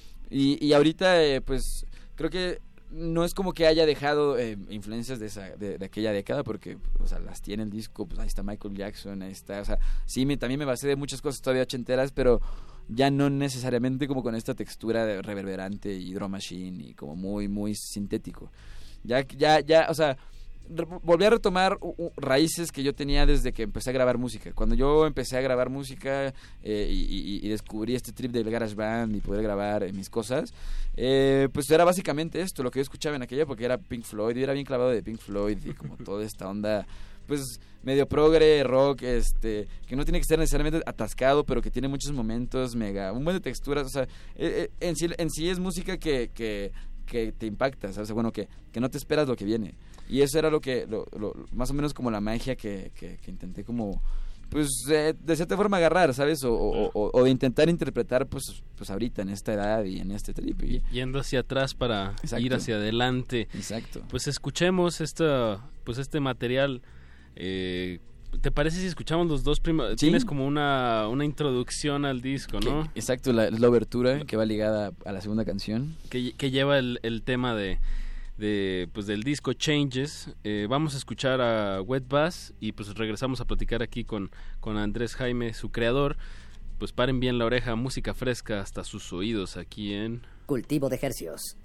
Y, y ahorita eh, pues creo que no es como que haya dejado eh, influencias de esa de, de aquella década, porque o sea, las tiene el disco, pues ahí está Michael Jackson, ahí está, o sea, sí, me, también me basé de muchas cosas todavía ochenteras, pero ya no necesariamente como con esta textura de reverberante y drum machine y como muy muy sintético. Ya ya ya, o sea, re- volví a retomar u- u- raíces que yo tenía desde que empecé a grabar música. Cuando yo empecé a grabar música eh, y, y- y descubrí este trip del GarageBand y poder grabar eh, mis cosas, eh, pues era básicamente esto, lo que yo escuchaba en aquella época era Pink Floyd, y era bien clavado de Pink Floyd y como toda esta onda, pues medio progre, rock, este, que no tiene que ser necesariamente atascado, pero que tiene muchos momentos, mega, un buen de texturas, o sea, eh, eh, en sí, en sí es música que, que, que te impacta, ¿sabes? O sea, bueno, que, que no te esperas lo que viene. Y eso era lo que, lo, lo, más o menos como la magia que, que, que intenté como, pues, eh, de cierta forma agarrar, ¿sabes? O, o, o, o de intentar interpretar, pues, pues ahorita, en esta edad y en este trip. Y... yendo hacia atrás para Exacto. ir hacia adelante. Exacto. Pues escuchemos esta, pues este material. Eh, ¿Te parece si escuchamos los dos primeros? Sí. Tienes como una, una introducción al disco, ¿no? Que- exacto, la, la obertura que va ligada a la segunda canción. Que, que lleva el, el tema de, de pues del disco Changes. Eh, vamos a escuchar a Wet Bass y pues regresamos a platicar aquí con, con Andrés Jaime, su creador. Pues paren bien la oreja, música fresca hasta sus oídos aquí en Cultivo de Hercios.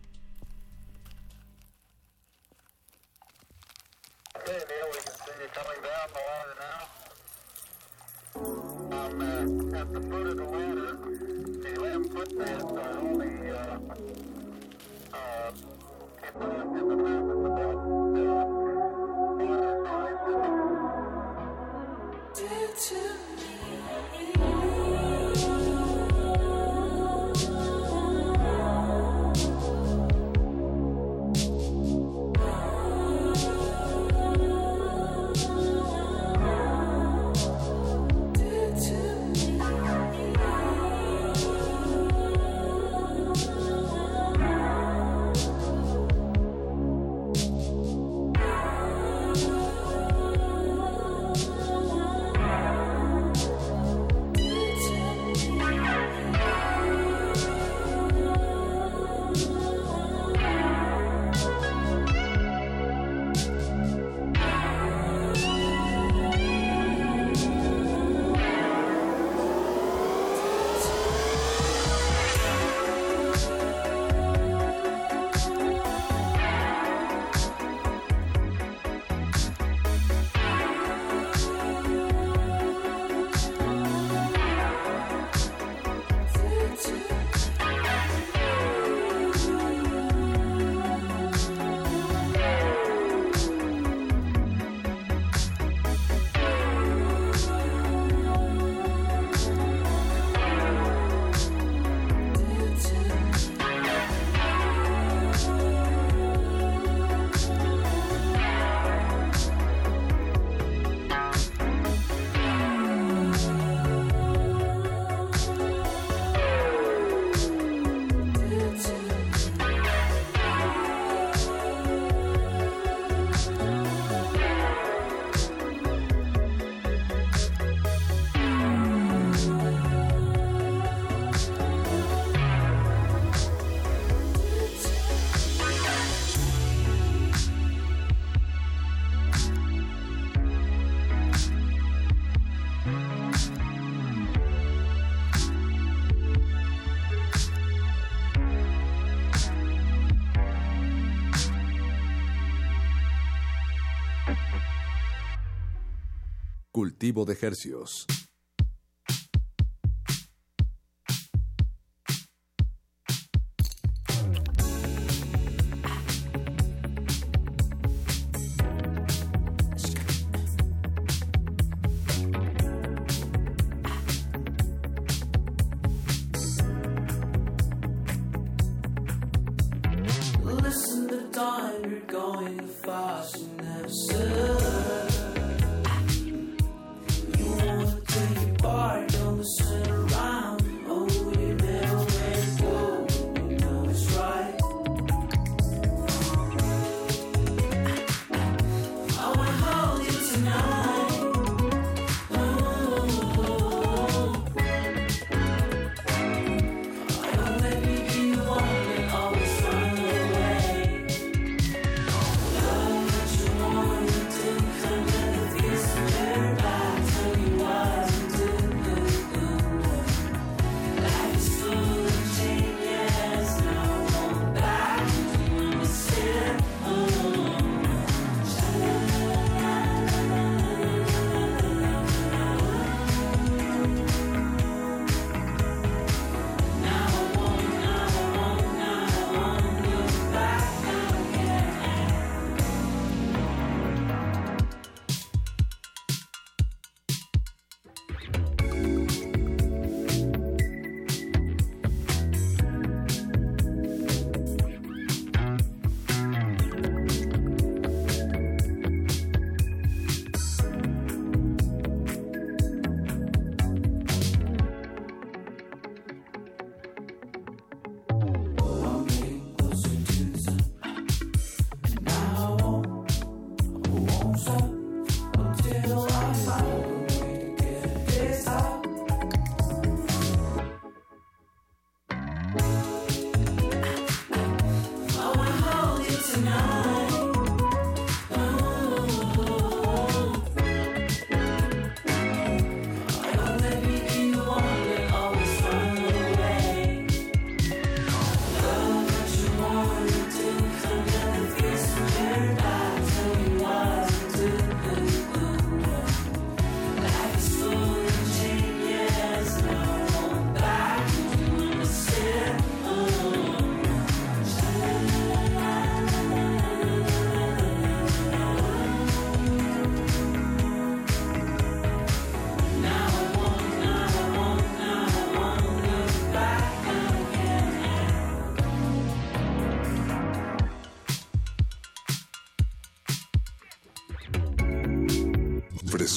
Cultivo de Hercios. Listen to time, you're going fast and absurd. You want to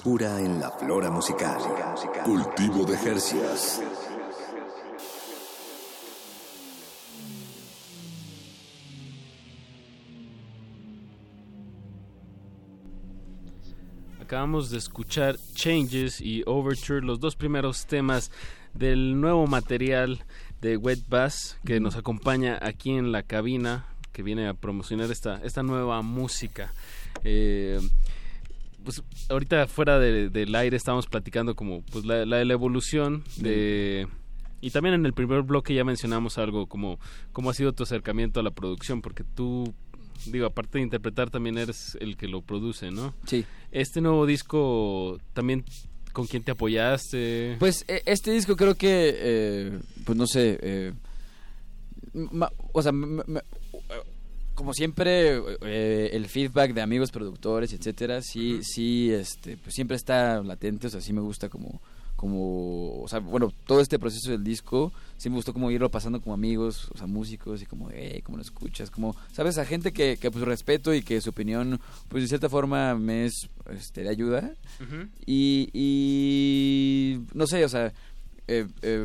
frescura en la flora musical. Cultivo de Jercias. Acabamos de escuchar Changes y Overture, los dos primeros temas del nuevo material de Wet Bass, que nos acompaña aquí en la cabina, que viene a promocionar esta, esta nueva música. Eh, pues ahorita fuera de, del aire estamos platicando como pues la, la, la evolución de... Y también en el primer bloque ya mencionamos algo como cómo ha sido tu acercamiento a la producción, porque tú... Digo, aparte de interpretar, también eres el que lo produce, ¿no? Sí. Este nuevo disco, también, ¿con quién te apoyaste? Pues este disco creo que, eh, pues no sé, eh, ma, o sea, me, me, como siempre, eh, el feedback de amigos productores, etcétera, sí, uh-huh. sí, este, pues siempre está latente, o sea, sí me gusta como... como, o sea, bueno, todo este proceso del disco sí me gustó como irlo pasando como amigos, o sea, músicos y como, hey, ¿cómo lo escuchas? Como, ¿sabes? A gente que, que pues respeto y que su opinión, pues de cierta forma me es, este, de ayuda. Uh-huh. Y, y, no sé, o sea, eh, eh,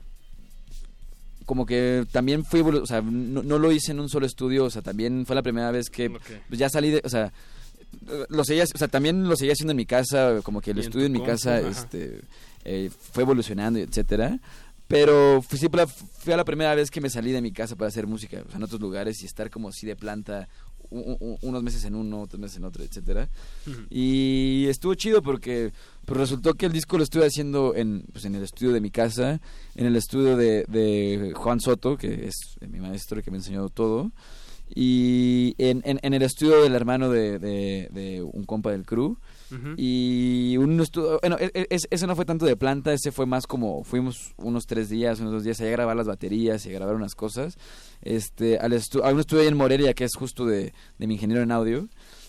como que también fui, o sea, no, no lo hice en un solo estudio, o sea, también fue la primera vez que okay. pues ya salí de, o sea, lo seguía, o sea, también lo seguía haciendo en mi casa, como que el estudio en mi casa, ajá. este... Eh, fue evolucionando, etcétera. Pero fui, sí, fue la primera vez que me salí de mi casa para hacer música, o sea, en otros lugares y estar como así de planta, un, un, unos meses en uno, otros meses en otro, etcétera. Uh-huh. Y estuvo chido porque pues, resultó que el disco lo estuve haciendo en, pues, en el estudio de mi casa, en el estudio de, de Juan Soto, que es mi maestro que me enseñó todo, y en, en, en el estudio del hermano de, de, de un compa del crew. Uh-huh. Y un estudio, bueno, es, ese no fue tanto de planta, ese fue más como, fuimos unos tres días, unos dos días allá a grabar las baterías y a grabar unas cosas, este, al estu- a un estudio ahí en Morelia que es justo de, de mi ingeniero en audio,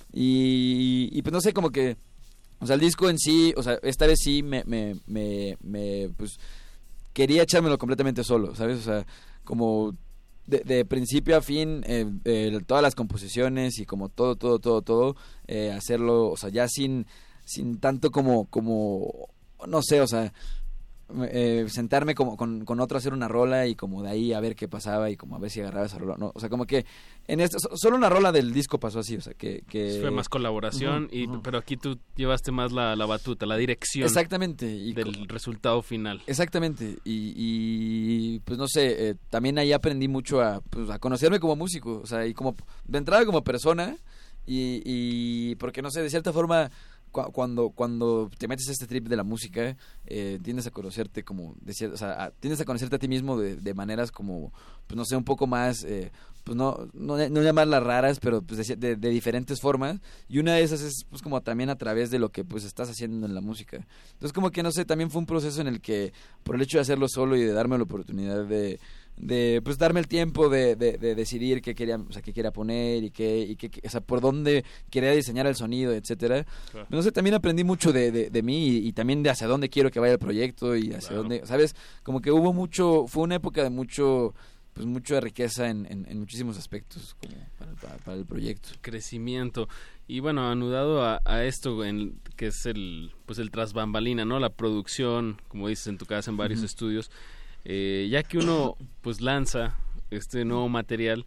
y, y pues no sé, como que, o sea, el disco en sí, o sea, esta vez sí me, me, me, me pues, quería echármelo completamente solo, ¿sabes? O sea, como... De, de principio a fin, eh, eh, todas las composiciones y como todo, todo, todo, todo, eh, hacerlo, o sea, ya sin, sin tanto como, como, no sé, o sea, eh, sentarme como con, con otro a hacer una rola y como de ahí a ver qué pasaba y como a ver si agarraba esa rola, no, o sea, como que en esto, solo una rola del disco pasó así, o sea, que... que... Fue más colaboración, uh-huh, y uh-huh. pero aquí tú llevaste más la, la batuta, la dirección. Exactamente. Y del como... resultado final. Exactamente, y, y pues no sé, eh, también ahí aprendí mucho a, pues, a conocerme como músico, o sea, y como, de entrada como persona, y, y porque no sé, de cierta forma... Cuando cuando te metes a este trip de la música, eh, tiendes a conocerte como, de cierta, o sea, a, tiendes a conocerte a ti mismo de, de maneras como, pues no sé, un poco más, eh, pues no, no, no llamarlas raras, pero pues de, de, de diferentes formas, y una de esas es pues como también a través de lo que pues estás haciendo en la música. Entonces como que no sé, también fue un proceso en el que, por el hecho de hacerlo solo y de darme la oportunidad de... de pues darme el tiempo de, de, de decidir qué quería, o sea, qué quería poner y qué, y qué, o sea, por dónde quería diseñar el sonido, etcétera. Claro. No sé, también aprendí mucho de, de, de mí y, y también de hacia dónde quiero que vaya el proyecto y hacia claro. dónde, ¿sabes? Como que hubo mucho, fue una época de mucho, pues mucha riqueza en, en, en muchísimos aspectos como para, para, para el proyecto. Crecimiento. Y bueno, anudado a, a esto en, que es el, pues el tras bambalina, ¿no? La producción, como dices, en tu casa, en varios uh-huh. estudios. Eh, ya que uno pues lanza este nuevo material,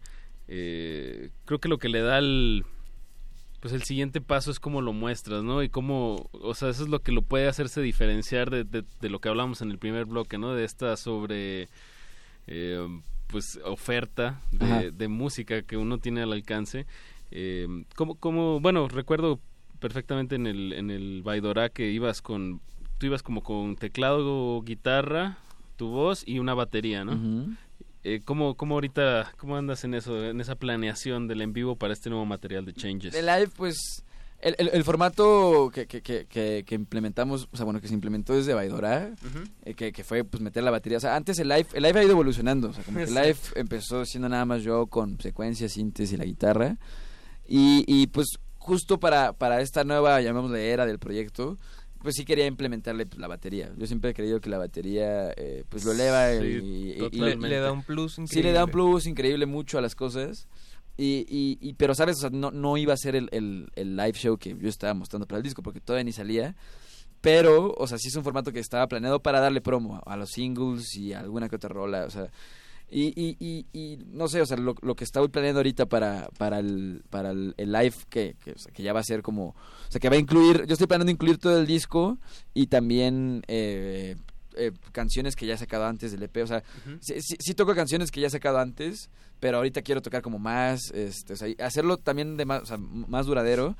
eh, creo que lo que le da el pues el siguiente paso es cómo lo muestras, ¿no? Y cómo, o sea, eso es lo que lo puede hacerse diferenciar de, de, de lo que hablamos en el primer bloque, ¿no? De esta sobre eh, pues oferta de, de música que uno tiene al alcance. Eh, como, como, bueno, recuerdo perfectamente en el en el Baidorá que ibas con, tú ibas como con teclado, guitarra, tu voz y una batería, ¿no? Uh-huh. Eh, ¿cómo, ¿Cómo ahorita, cómo andas en eso, en esa planeación del en vivo para este nuevo material de Changes? De live, pues, el, el, el formato que, que, que, que, que implementamos, o sea, bueno, que se implementó desde Baidorá, uh-huh. eh, que, que fue, pues, meter la batería. O sea, antes el live, el live ha ido evolucionando, o sea, como que el live empezó siendo nada más yo con secuencias, sintes y la guitarra, y, y pues, justo para, para esta nueva, llamémosle, era del proyecto, pues sí quería implementarle pues, la batería. Yo siempre he creído que la batería eh, pues lo eleva sí, y, y, y le, le da un plus increíble. Sí, le da un plus increíble mucho a las cosas. Y, y, y pero sabes, o sea, no, no iba a ser el, el, el live show que yo estaba mostrando para el disco porque todavía ni salía. pero, o sea, sí es un formato que estaba planeado para darle promo a los singles y a alguna que otra rola, o sea, y, y, y, y no sé, o sea, lo, lo que estoy planeando ahorita para, para el, para el, el live, que, que, o sea, que ya va a ser como, o sea, que va a incluir, yo estoy planeando incluir todo el disco y también eh, eh, canciones que ya he sacado antes del E P, o sea, uh-huh. sí, sí, sí toco canciones que ya he sacado antes, pero ahorita quiero tocar como más, este, o sea, hacerlo también de más, o sea, más duradero.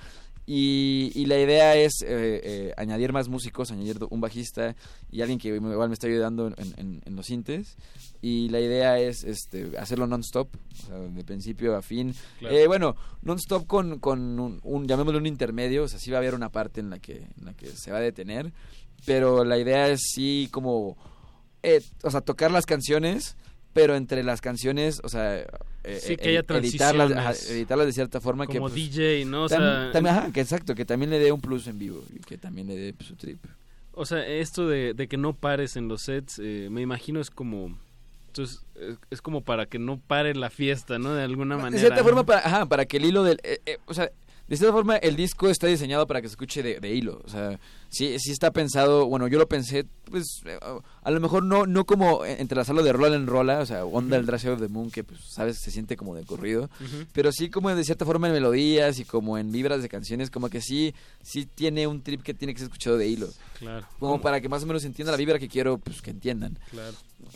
Y, y la idea es eh, eh, añadir más músicos, añadir un bajista y alguien que igual me está ayudando en, en, en los sintes. Y la idea es este, hacerlo non-stop, o sea, de principio a fin. Claro. Eh, bueno, non-stop con, con un, un, llamémosle un intermedio, o sea, sí va a haber una parte en la que, en la que se va a detener. Pero la idea es sí como, eh, o sea, tocar las canciones, pero entre las canciones, o sea, eh, sí, que haya editarlas, ajá, editarlas de cierta forma como que pues, D J, ¿no? O tam, sea, tam, ajá, que exacto, que también le dé un plus en vivo y que también le dé pues, su trip. O sea, esto de, de que no pares en los sets, eh, me imagino es como, entonces es, es como para que no pare la fiesta, ¿no? De alguna manera. De cierta ¿no? forma, para, ajá, para que el hilo del, eh, eh, o sea, de cierta forma el disco está diseñado para que se escuche de, de hilo, o sea, sí, sí está pensado, bueno, yo lo pensé, pues, a lo mejor no no como entrelazarlo de rola en rola, o sea, onda uh-huh. el Dark Side of the Moon, que pues, sabes, se siente como de corrido, uh-huh. pero sí como de cierta forma en melodías y como en vibras de canciones, como que sí, sí tiene un trip que tiene que ser escuchado de hilo. Claro. Como ¿Cómo? Para que más o menos entienda la vibra que quiero, pues, que entiendan. Claro.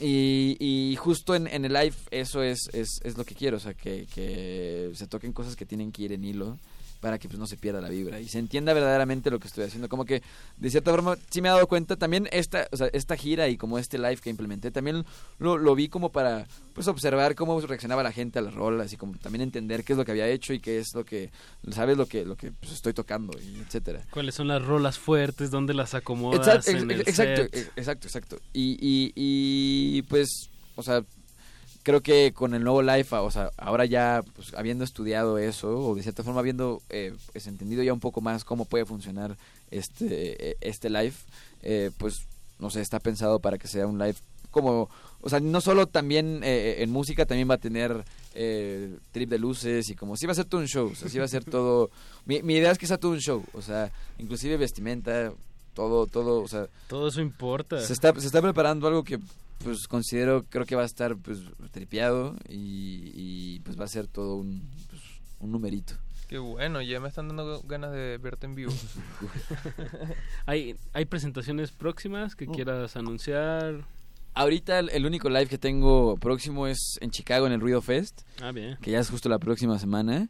Y, y justo en, en el live eso es, es, es lo que quiero, o sea, que, que se toquen cosas que tienen que ir en hilo, para que pues no se pierda la vibra y se entienda verdaderamente lo que estoy haciendo. Como que de cierta forma sí me he dado cuenta también esta, o sea, esta gira y como este live que implementé también lo, lo vi como para pues observar cómo reaccionaba la gente a las rolas y como también entender qué es lo que había hecho y qué es lo que sabes lo que lo que pues, estoy tocando y etcétera. ¿Cuáles son las rolas fuertes? ¿Dónde las acomodas? Exacto, en el exacto, set? exacto, exacto. Y, y, y pues, o sea, creo que con el nuevo live, o sea, ahora ya pues, habiendo estudiado eso, o de cierta forma habiendo eh, pues, entendido ya un poco más cómo puede funcionar este este live, eh, pues, no sé, está pensado para que sea un live como, o sea, no solo también eh, en música, también va a tener eh, trip de luces y como, sí va a ser todo un show, o sea, sí va a ser todo, mi, mi idea es que sea todo un show, o sea, inclusive vestimenta, todo, todo, o sea... Todo eso importa. Se está, se está preparando algo que pues considero, creo que va a estar pues tripeado y, y pues va a ser todo un, pues, un numerito. Qué bueno, ya me están dando ganas de verte en vivo. ¿Hay, ¿Hay presentaciones próximas que quieras anunciar? Ahorita el, el único live que tengo próximo es en Chicago, en el Ruido Fest. Ah, bien. Que ya es justo la próxima semana.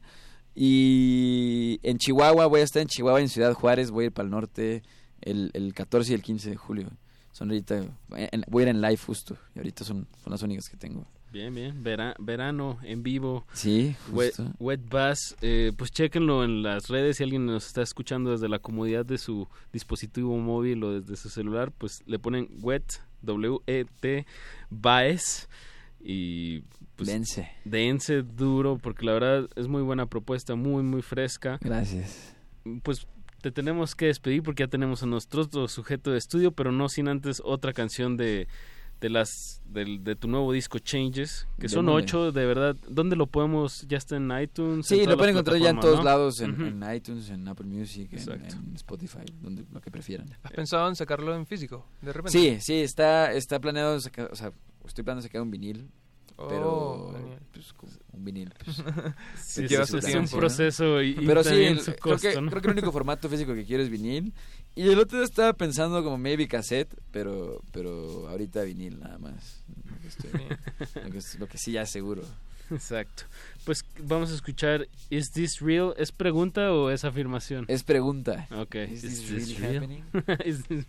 Y en Chihuahua, voy a estar en Chihuahua, en Ciudad Juárez, voy a ir para el norte el, el catorce y el quince de julio. Son ahorita, en, voy a ir en live justo, y ahorita son, son las únicas que tengo. Bien, bien, Vera, verano en vivo. Sí, justo. Wet, Wet Bass, eh, pues chéquenlo en las redes, si alguien nos está escuchando desde la comodidad de su dispositivo móvil o desde su celular, pues le ponen Wet, W E T, Bass, y pues dense. dense duro, porque la verdad es muy buena propuesta, muy, muy fresca. Gracias. Pues te tenemos que despedir porque ya tenemos a nuestro otro sujeto de estudio, pero no sin antes otra canción de de las de, de tu nuevo disco Changes, que son dónde? ocho, de verdad. ¿Dónde lo podemos? ¿Ya está en iTunes? Sí, en lo pueden encontrar ya en todos ¿no? lados, en, Uh-huh. en iTunes, en Apple Music, en, en Spotify, donde lo que prefieran. ¿Has pensado en sacarlo en físico, de repente? Sí, sí, está está planeado sacar, o sea, estoy planeando sacar un vinil. Oh, pero genial. pues, un vinil pues, sí, lleva sí, su es tiempo, un proceso y, y pero sí, también el, su creo, costo, que, ¿no? creo que el único formato físico que quiero es vinil. Y el otro día estaba pensando como maybe cassette, pero pero ahorita vinil nada más. Lo que, estoy, lo que, lo que sí ya seguro. Exacto. Pues vamos a escuchar ¿Is this real? ¿Es pregunta o es afirmación? Es pregunta. Ok. ¿Is this really happening? Is this...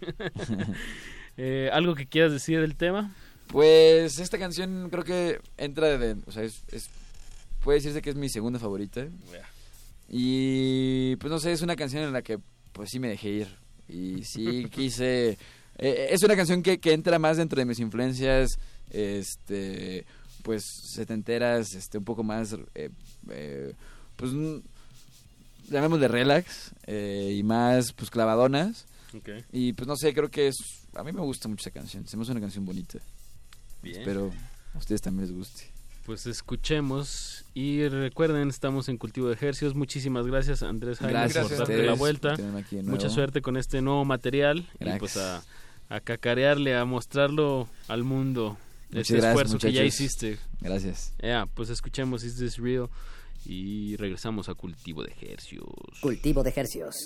eh, ¿Algo que quieras decir del tema? Pues esta canción creo que entra de, o sea, es, es puede decirse que es mi segunda favorita. Yeah. Y pues no sé, es una canción en la que pues sí me dejé ir y sí quise eh, es una canción que, que entra más dentro de mis influencias este pues setenteras, este un poco más eh, eh, pues llamémosle relax eh, y más pues clavadonas. Okay. Y pues no sé, creo que es a mí me gusta mucho esa canción, se me hace una canción bonita. Bien. Espero a ustedes también les guste. pues escuchemos y recuerden, estamos en Cultivo de Hercios. Muchísimas gracias, Andrés Jaime, Gracias por a darte ustedes la vuelta. por tenerme aquí de nuevo. Mucha suerte con este nuevo material. Gracias. Y pues a, a cacarearle, a mostrarlo al mundo. Muchas Este gracias, esfuerzo que ya muchachos. hiciste. Gracias. Ya, pues escuchemos Is This Real y regresamos a Cultivo de Hercios. Cultivo de Hercios.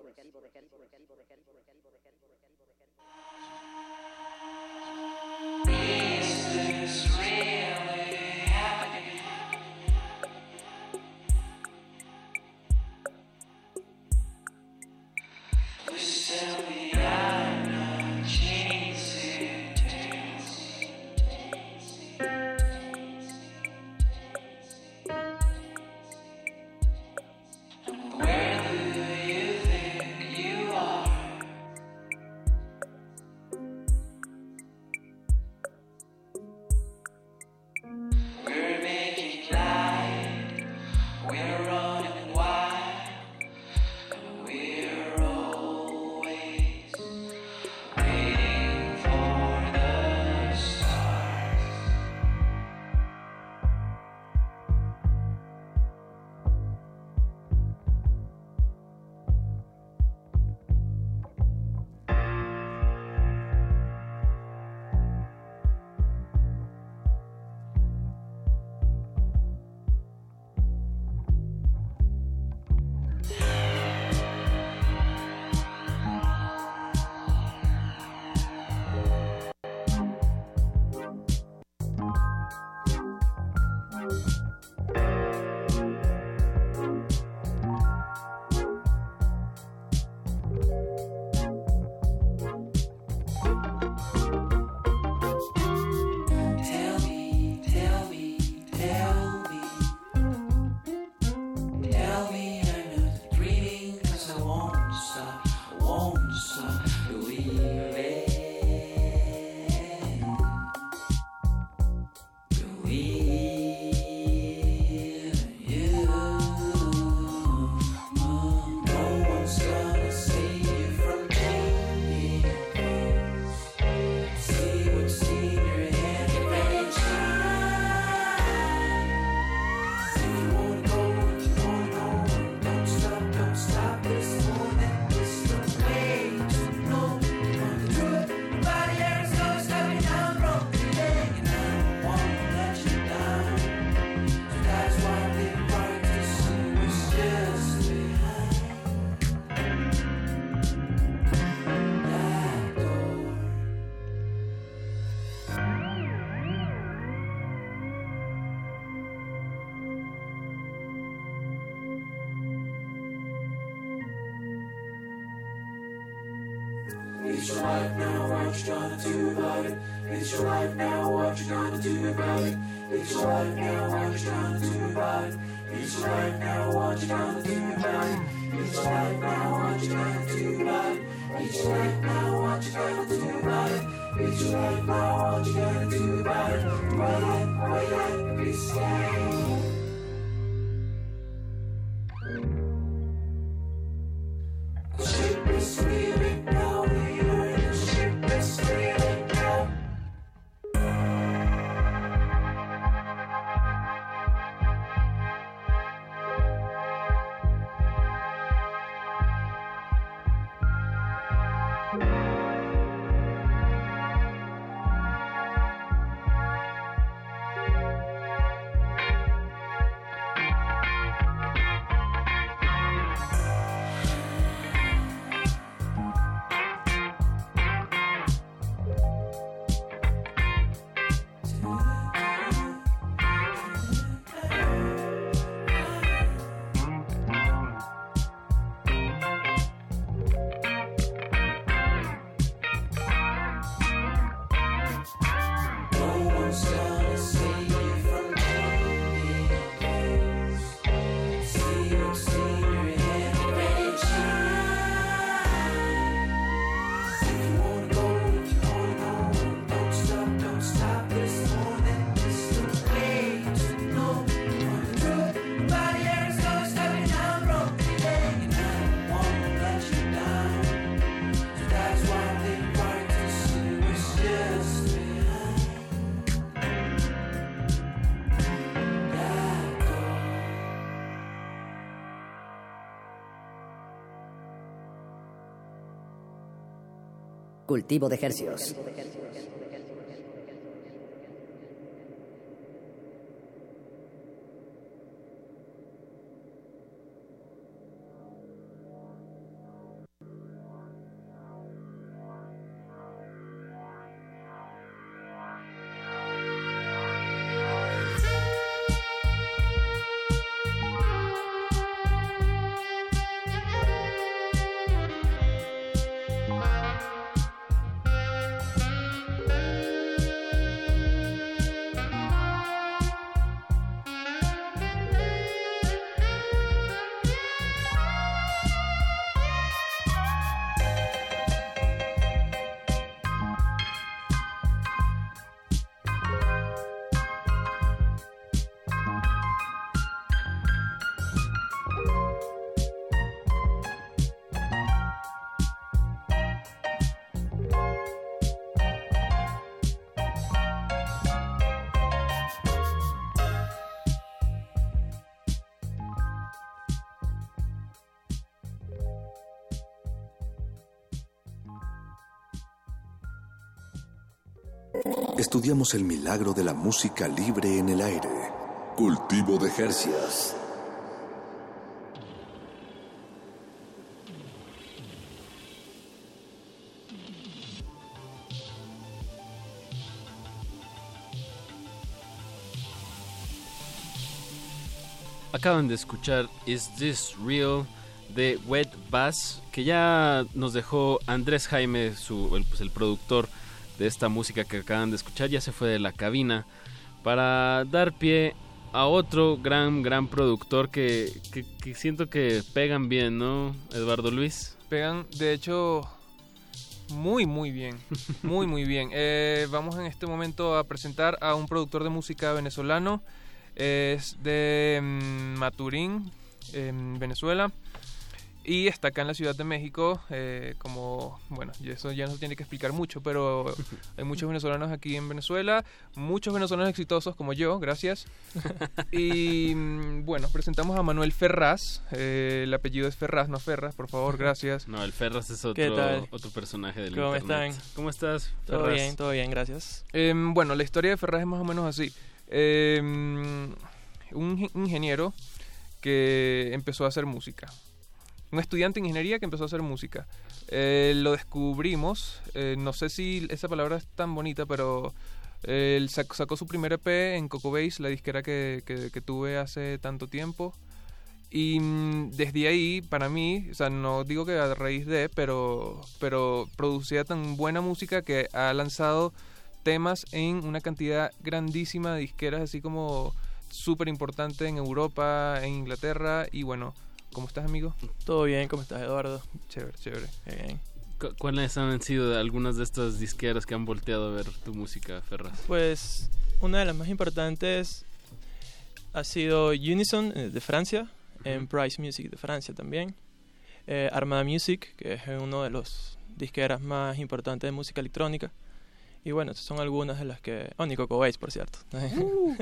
It's your life now, what you gonna do about it? It's your life now, what you gonna do about it? It's your life now, what you gonna do about it? It's your life now, what you gonna do about it? It's your life now, what you gonna do about it? It's your life now, what you gonna do about it? It's your life now, what you gonna do about it? Wait, wait, be scared. The ship is leaving now, we're in the ship is leaving now. Cultivo de hercios. Estudiamos el milagro de la música libre en el aire. Cultivo de hercios. Acaban de escuchar Is This Real de Wet Bass, que ya nos dejó Andrés Jaime, su, el, pues el productor de esta música que acaban de escuchar. Ya se fue de la cabina para dar pie a otro gran, gran productor que, que, que siento que pegan bien, ¿no, Eduardo Luis? Pegan, de hecho, muy, muy bien. Muy, muy bien. Eh, vamos en este momento a presentar a un productor de música venezolano. Es de um, Maturín, en Venezuela, y está acá en la Ciudad de México. Eh, como, bueno, y eso ya no se tiene que explicar mucho, pero hay muchos venezolanos aquí en Venezuela, muchos venezolanos exitosos como yo, gracias. Y bueno, presentamos a Manuel Ferraz. Eh, el apellido es Ferraz, no Ferraz, por favor, gracias. No, el Ferraz es otro, otro personaje del ¿Cómo internet. están? ¿Cómo estás, Todo Ferraz? bien, todo bien, gracias. Eh, bueno, la historia de Ferraz es más o menos así. Eh, un ingeniero que empezó a hacer música, un estudiante de ingeniería que empezó a hacer música. Eh, lo descubrimos, eh, no sé si esa palabra es tan bonita, pero eh, él sacó, sacó su primer E P en Coco Base, la disquera que, que, que tuve hace tanto tiempo. Y mm, desde ahí, para mí, o sea, no digo que a raíz de, pero, pero producía tan buena música que ha lanzado temas en una cantidad grandísima de disqueras, así como súper importante en Europa, en Inglaterra. Y bueno, ¿cómo estás, amigo? Todo bien, ¿cómo estás, Eduardo? Chévere, chévere. Bien. ¿Cu- ¿Cuáles han sido algunas de estas disqueras que han volteado a ver tu música, Ferraz? Pues una de las más importantes ha sido Unison, eh, de Francia, uh-huh. en Price Music de Francia también, eh, Armada Music, que es uno de los disqueras más importantes de música electrónica. Y bueno, estas son algunas de las que... Oh, ni Coco Base, por cierto. Uh.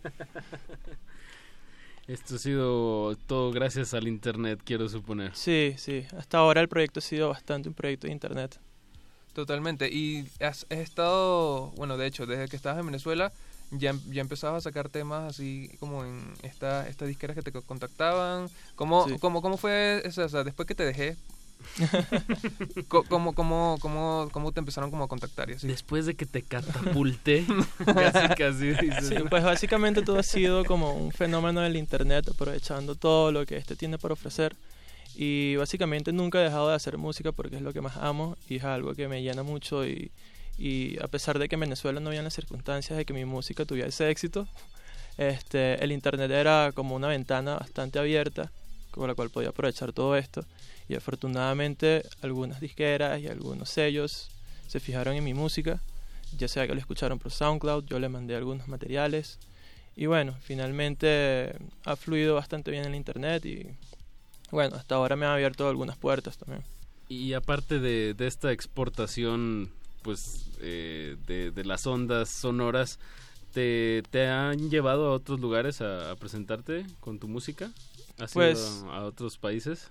Esto ha sido todo gracias al internet, quiero suponer. Sí, sí. Hasta ahora el proyecto ha sido bastante un proyecto de internet. Totalmente. Y has, has estado... Bueno, de hecho, desde que estabas en Venezuela, ya, ya empezabas a sacar temas así como en esta, estas disqueras que te contactaban. ¿Cómo, sí. cómo, cómo fue eso? O sea, después que te dejé... ¿Cómo, cómo, cómo, ¿Cómo te empezaron como a contactar? Y así? Después de que te catapulté, casi, casi. Dices. Sí, pues básicamente todo ha sido como un fenómeno del internet, aprovechando todo lo que este tiene para ofrecer. Y básicamente nunca he dejado de hacer música porque es lo que más amo y es algo que me llena mucho. Y, y a pesar de que en Venezuela no habían las circunstancias de que mi música tuviese éxito, este, el internet era como una ventana bastante abierta con la cual podía aprovechar todo esto. Y afortunadamente algunas disqueras y algunos sellos se fijaron en mi música, ya sea que lo escucharon por SoundCloud, yo le mandé algunos materiales y bueno, finalmente ha fluido bastante bien en internet y bueno, hasta ahora me ha abierto algunas puertas también. Y aparte de, de esta exportación pues eh, de, de las ondas sonoras, ¿te, te han llevado a otros lugares a, a presentarte con tu música? ¿Has pues, ido a otros países?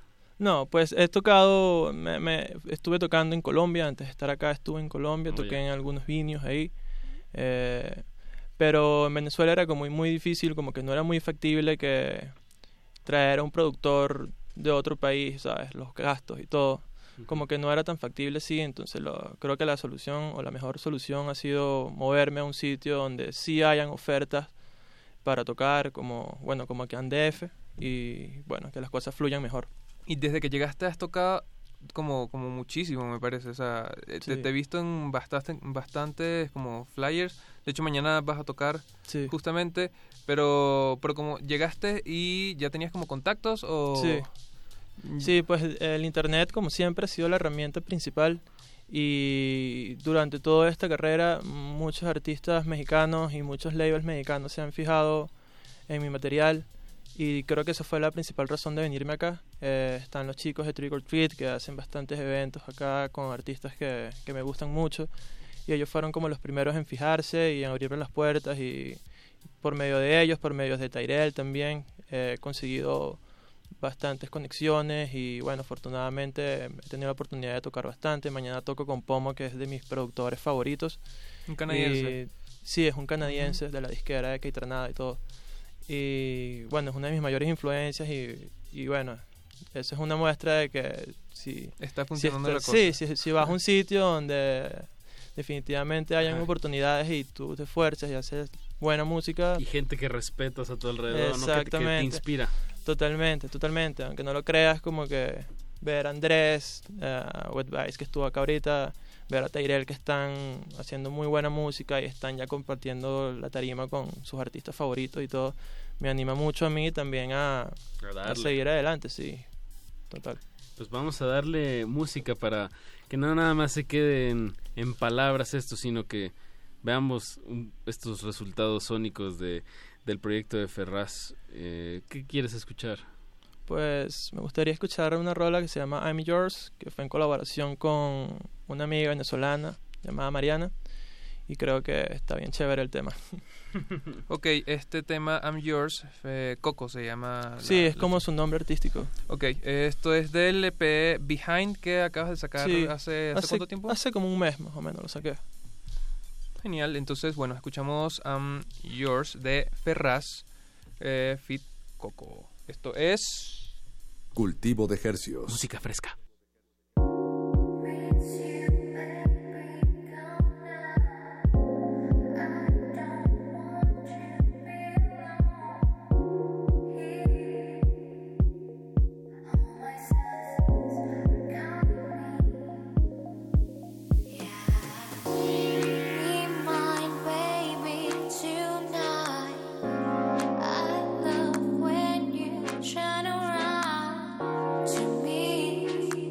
No, pues he tocado, me, me estuve tocando en Colombia, antes de estar acá estuve en Colombia, Oh, toqué ya. en algunos vinios ahí, eh, pero en Venezuela era como muy, muy difícil, como que no era muy factible que traer a un productor de otro país, ¿sabes? Los gastos y todo, como que no era tan factible, sí, entonces lo, creo que la solución o la mejor solución ha sido moverme a un sitio donde sí hayan ofertas para tocar, como, bueno, como aquí en D F, y bueno, que las cosas fluyan mejor. Y desde que llegaste has tocado como, como muchísimo, me parece. O sea, eh, te, Sí. te he visto en bastante, bastantes como flyers. De hecho, mañana vas a tocar Sí. justamente. Pero, pero como llegaste y ya tenías como contactos o... Sí. Sí, pues el internet como siempre ha sido la herramienta principal y durante toda esta carrera muchos artistas mexicanos y muchos labels mexicanos se han fijado en mi material y creo que esa fue la principal razón de venirme acá. Eh, están los chicos de Trick or Treat que hacen bastantes eventos acá con artistas que, que me gustan mucho y ellos fueron como los primeros en fijarse y en abrirme las puertas y por medio de ellos, por medio de Tyrell también, he conseguido bastantes conexiones y bueno, afortunadamente he tenido la oportunidad de tocar bastante. Mañana toco con Pomo, que es de mis productores favoritos. Un canadiense. Y, sí, es un canadiense de la disquera de Keitranada y todo. Y bueno, es una de mis mayores influencias y, y bueno, eso es una muestra de que si está funcionando si la está- cosa. Sí, si, si vas a un sitio donde definitivamente hayan Ajá. oportunidades y tú te esfuerzas y haces buena música. Y gente que respetas a tu alrededor, ¿no? Que- que, Exactamente. te inspira. Totalmente, totalmente. Aunque no lo creas, como que ver a Andrés, a Wet Vice que estuvo acá ahorita, ver a Tyrell que están haciendo muy buena música y están ya compartiendo la tarima con sus artistas favoritos y todo, me anima mucho a mí también a, A a darle. seguir adelante, sí. Total. Pues vamos a darle música para que no nada más se quede en, en palabras esto, sino que veamos un- estos resultados sónicos de, del proyecto de Ferraz. Eh, ¿Qué quieres escuchar? Pues me gustaría escuchar una rola que se llama I'm Yours, que fue en colaboración con una amiga venezolana llamada Mariana, y creo que está bien chévere el tema. Ok, este tema I'm Yours, eh, Coco se llama. Sí, la- es como su nombre artístico. Ok, esto es del E P Behind que acabas de sacar Sí, hace, hace cuánto tiempo? Hace como un mes más o menos lo saqué. Genial, entonces bueno, escuchamos I'm Yours de Ferraz, eh, Fit Coco. Esto es... Cultivo de hercios. Música fresca. Be mine, baby, tonight. I love when you turn around to me.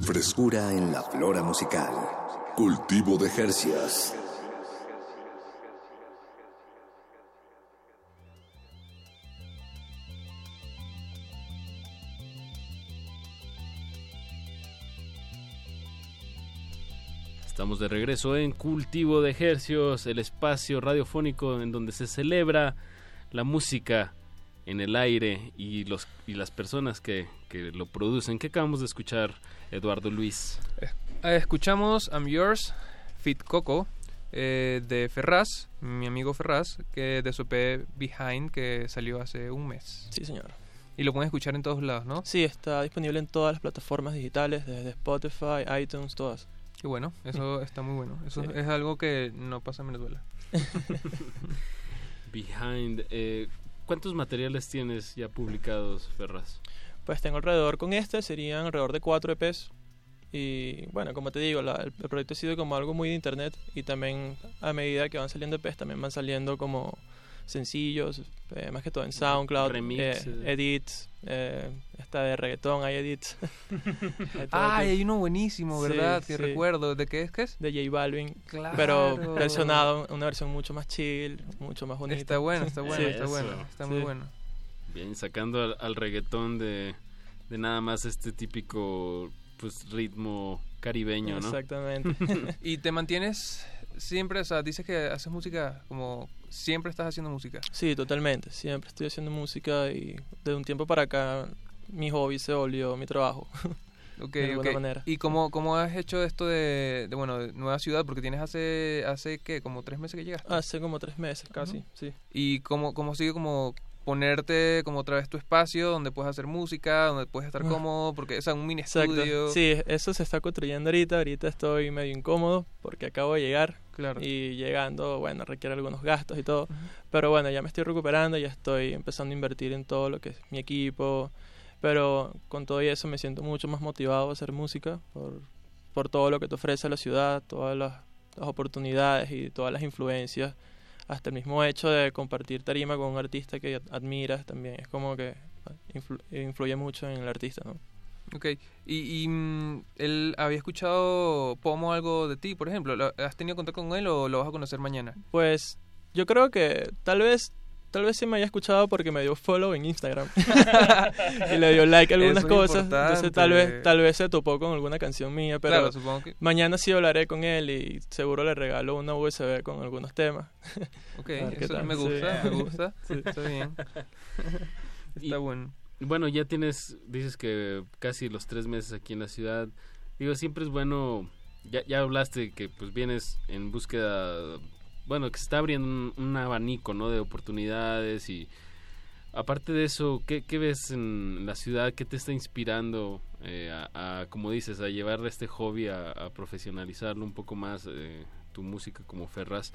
Frescura en la flora musical. Cultivo de Hercias. Estamos de regreso en Cultivo de Hercios, el espacio radiofónico en donde se celebra la música en el aire y los y las personas que, que lo producen. ¿Qué acabamos de escuchar, Eduardo Luis? Eh, escuchamos I'm Yours, Fit Coco, eh, de Ferraz, mi amigo Ferraz, que de su E P Behind, que salió hace un mes. Sí, señor. Y lo pueden escuchar en todos lados, ¿no? Sí, está disponible en todas las plataformas digitales, desde Spotify, iTunes, todas. Qué bueno, eso está muy bueno. Eso sí. Es algo que no pasa en Venezuela. Behind, eh, ¿cuántos materiales tienes ya publicados, Ferraz? Pues tengo alrededor, con este serían alrededor de cuatro E Pes. Y bueno, como te digo, la, el, el proyecto ha sido como algo muy de internet. Y también a medida que van saliendo E Pes, también van saliendo como sencillos, eh, más que todo en SoundCloud, remix, eh, edits, eh, está de reggaetón, hay edits. Ah, hay uno buenísimo, ¿verdad? Sí, que sí. recuerdo, ¿de qué es que es? De J Balvin, claro. Pero versionado, una versión mucho más chill, mucho más bonita. Está bueno, está bueno, sí, está eso. bueno, está muy sí. bueno. Bien, sacando al, al reggaetón de, de nada más este típico pues ritmo caribeño, ¿no? Exactamente. Y te mantienes siempre, o sea, dices que haces música como siempre estás haciendo música. Sí, totalmente. Siempre estoy haciendo música y de un tiempo para acá mi hobby se volvió mi trabajo. Ok, de alguna ok. manera. ¿Y cómo, cómo has hecho esto de, de, bueno, de nueva ciudad? Porque tienes hace, hace ¿qué? ¿Como tres meses que llegaste? Hace como tres meses casi, uh-huh. sí. ¿Y cómo, cómo sigue como ponerte como otra vez tu espacio donde puedes hacer música, donde puedes estar cómodo? Porque es o sea, un mini Exacto. estudio. Sí, eso se está construyendo ahorita. Ahorita estoy medio incómodo porque acabo de llegar. Claro. Y llegando, bueno, requiere algunos gastos y todo. Uh-huh. Pero bueno, ya me estoy recuperando, ya estoy empezando a invertir en todo lo que es mi equipo. Pero con todo eso me siento mucho más motivado a hacer música por, por todo lo que te ofrece la ciudad, todas las, las oportunidades y todas las influencias. Hasta el mismo hecho de compartir tarima con un artista que admiras también es como que influ- influye mucho en el artista, ¿no? Ok, y, y mm, él había escuchado Pomo algo de ti, por ejemplo. ¿Has tenido contacto con él o lo vas a conocer mañana? Pues yo creo que tal vez tal vez sí me haya escuchado porque me dio follow en Instagram y le dio like a algunas Eso cosas. importante. Entonces tal vez tal vez se topó con alguna canción mía, pero claro, supongo que... mañana sí hablaré con él y seguro le regalo una U S B con algunos temas. Ok, eso me gusta, sí. me gusta. Sí. Está bien. Está y, bueno. Bueno, ya tienes, dices que casi los tres meses aquí en la ciudad. Digo, siempre es bueno, ya, ya hablaste que pues vienes en búsqueda, bueno, que se está abriendo un, un abanico, ¿no? De oportunidades y aparte de eso, ¿qué, qué ves en la ciudad? ¿Qué te está inspirando eh, a, a, como dices, a llevar este hobby, a, a profesionalizarlo un poco más, eh, tu música como Ferraz?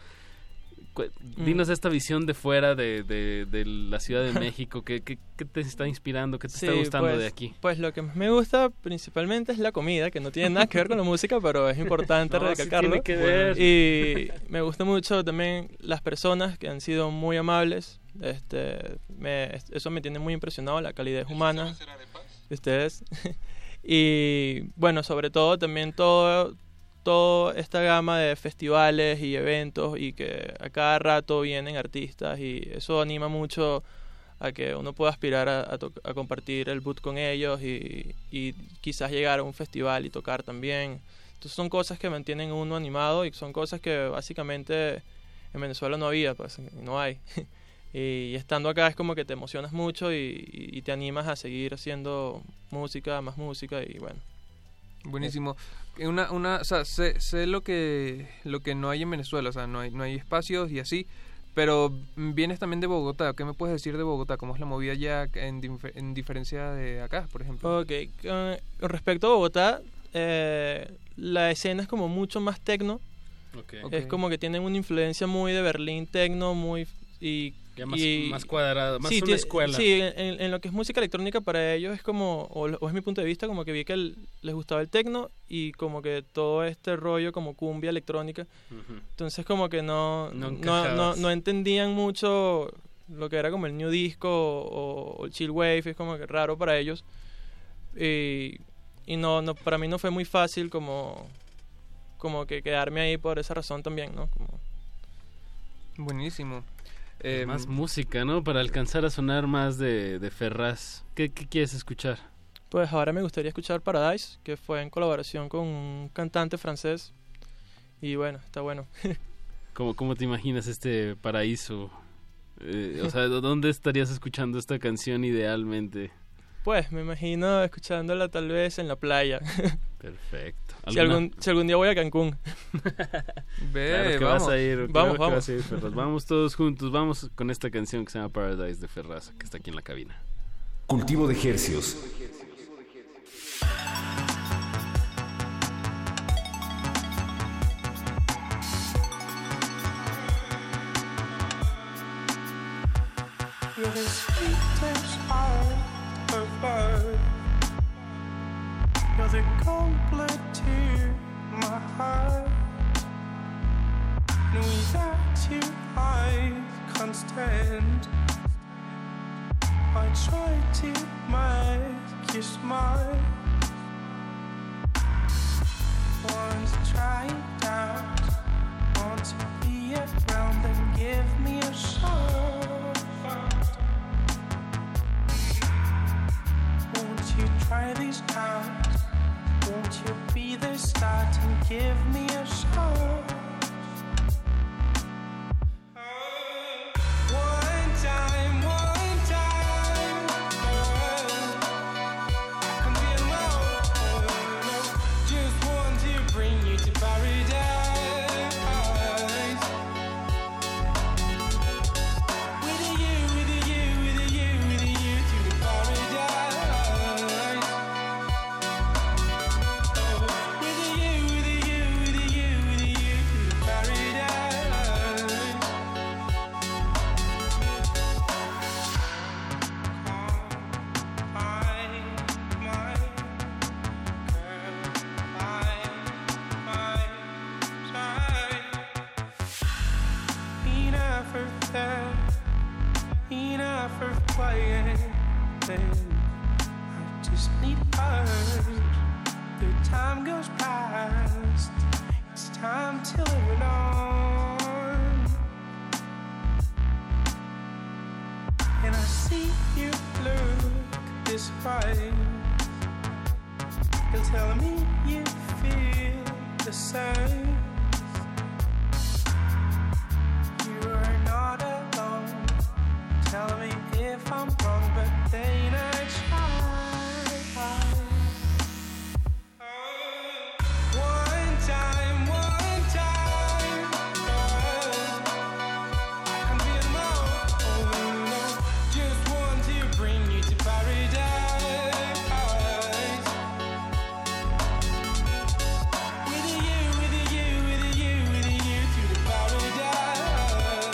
Dinos esta visión de fuera de, de, de la Ciudad de México. ¿Qué, qué, qué te está inspirando? ¿Qué te sí, está gustando pues, de aquí? Pues lo que me gusta principalmente es la comida, que no tiene nada que ver con la música, pero es importante no, recalcarlo. Sí tiene que ver. Y me gusta mucho también las personas que han sido muy amables. Este, me, eso me tiene muy impresionado, la calidez humana de ustedes. Y bueno, sobre todo también todo... toda esta gama de festivales y eventos y que a cada rato vienen artistas y eso anima mucho a que uno pueda aspirar a, a, to- a compartir el boot con ellos y, y quizás llegar a un festival y tocar también. Entonces son cosas que mantienen uno animado y son cosas que básicamente en Venezuela no había, pues no hay. Y estando acá es como que te emocionas mucho y, y, y te animas a seguir haciendo música, más música y bueno. Buenísimo. Una, una, o sea, sé, sé lo que lo que no hay en Venezuela, o sea, no hay, no hay espacios y así, pero vienes también de Bogotá. ¿Qué me puedes decir de Bogotá? ¿Cómo es la movida ya en, dif- en diferencia de acá, por ejemplo? Ok, con, con respecto a Bogotá, eh, la escena es como mucho más tecno. Okay. Es como que tienen una influencia muy de Berlín tecno, muy... y Ya más, y, más cuadrada, más sí, una tiene, escuela. Sí, en, en lo que es música electrónica para ellos es como, o, o es mi punto de vista, como que vi que el, les gustaba el techno y como que todo este rollo como cumbia electrónica. Uh-huh. Entonces como que no no, no, no, no entendían mucho lo que era como el new disco o, o el chill wave, es como que raro para ellos. Y, y no, no, para mí no fue muy fácil como, como que quedarme ahí por esa razón también, ¿no? Como... Buenísimo. Eh, más música, ¿no? Para alcanzar a sonar más de, de Ferraz. ¿Qué, ¿Qué quieres escuchar? Pues ahora me gustaría escuchar Paradise, que fue en colaboración con un cantante francés. Y bueno, está bueno. ¿Cómo, cómo te imaginas este paraíso? Eh, o sea, ¿dónde estarías escuchando esta canción idealmente? Pues me imagino escuchándola tal vez en la playa. Perfecto. Si algún, si algún día voy a Cancún. Ve, claro que vamos. vas a ir. Vamos, claro que vamos. vas a ir, Ferraz. Vamos todos juntos. Vamos con esta canción que se llama Paradise de Ferraz, que está aquí en la cabina. Cultivo de hercios. You're the sweetest heart of love. You're the cold blood to my heart. And without you I can't stand. I try to make you smile. Want to try it out. Want to be around and give me a shot. Won't you try this out? Won't you be the start and give me a shot? One time, one time, I can be alone. Just want to bring you to paradise. With you, with you, with you, with you to the paradise. With you, with you, with you, with you to the paradise. I, my girl, I, my side. Enough of that, enough of playing. I just need her. The time goes past. It's time to live on. And I see you look this way. You're telling me you feel the same. You are not alone. Tell me if I'm wrong, but then I try. One time, one time, I can be alone. Just want to bring you to paradise. With you, with you, with you, with you to the paradise.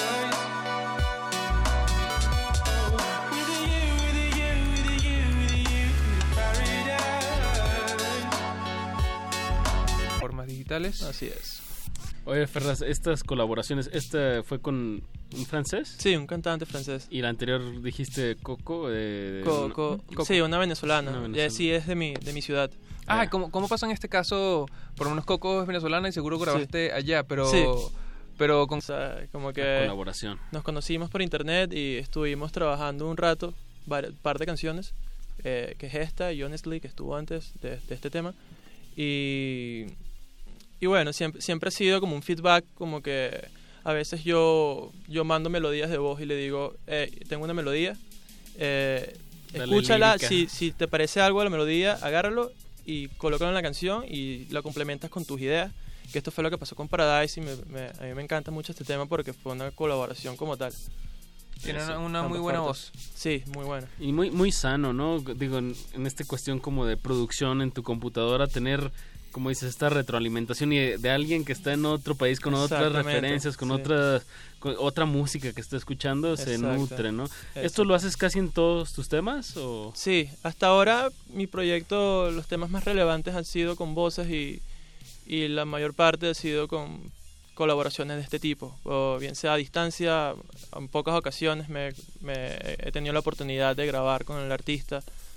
With you, with you, with you, with you to the paradise. Formas digitales. Así es. Oye, Ferraz, estas colaboraciones, ¿esta fue con un francés? Sí, un cantante francés. Y la anterior dijiste Coco. Eh, Coco, Coco. Sí, una venezolana. Una Eh, venezolana. sí, es de mi, de mi ciudad. Ah, ¿cómo, ¿cómo pasa en este caso? Por lo menos Coco es venezolana y seguro grabaste allá, pero... Sí. Pero con... O sea, como La que colaboración. nos conocimos por internet y estuvimos trabajando un rato, un par de canciones, eh, que es esta, y Honestly, que estuvo antes de, de este tema. Y, y bueno, siempre, siempre ha sido como un feedback, como que a veces yo, yo mando melodías de voz y le digo, eh, tengo una melodía, eh, Dale escúchala, lírica. si, si te parece algo a la melodía, agárralo y colócalo en la canción y la complementas con tus ideas. Que esto fue lo que pasó con Paradise y me, me- a mí me encanta mucho este tema porque fue una colaboración como tal. Tiene una, una Ambas muy buena partes. voz. Sí, muy buena. Y muy muy sano, ¿no? Digo, en, en esta cuestión como de producción en tu computadora, tener, como dices, esta retroalimentación y de, de alguien que está en otro país con otras Exactamente, referencias, con sí. otra con otra música que está escuchando, se Exacto. nutre, ¿no? ¿Esto Exacto. lo haces casi en todos tus temas o...? Sí, hasta ahora mi proyecto, los temas más relevantes han sido con voces y, y la mayor parte ha sido con colaboraciones de este tipo, o bien sea a distancia, en pocas ocasiones me, me he tenido la oportunidad de grabar con el artista,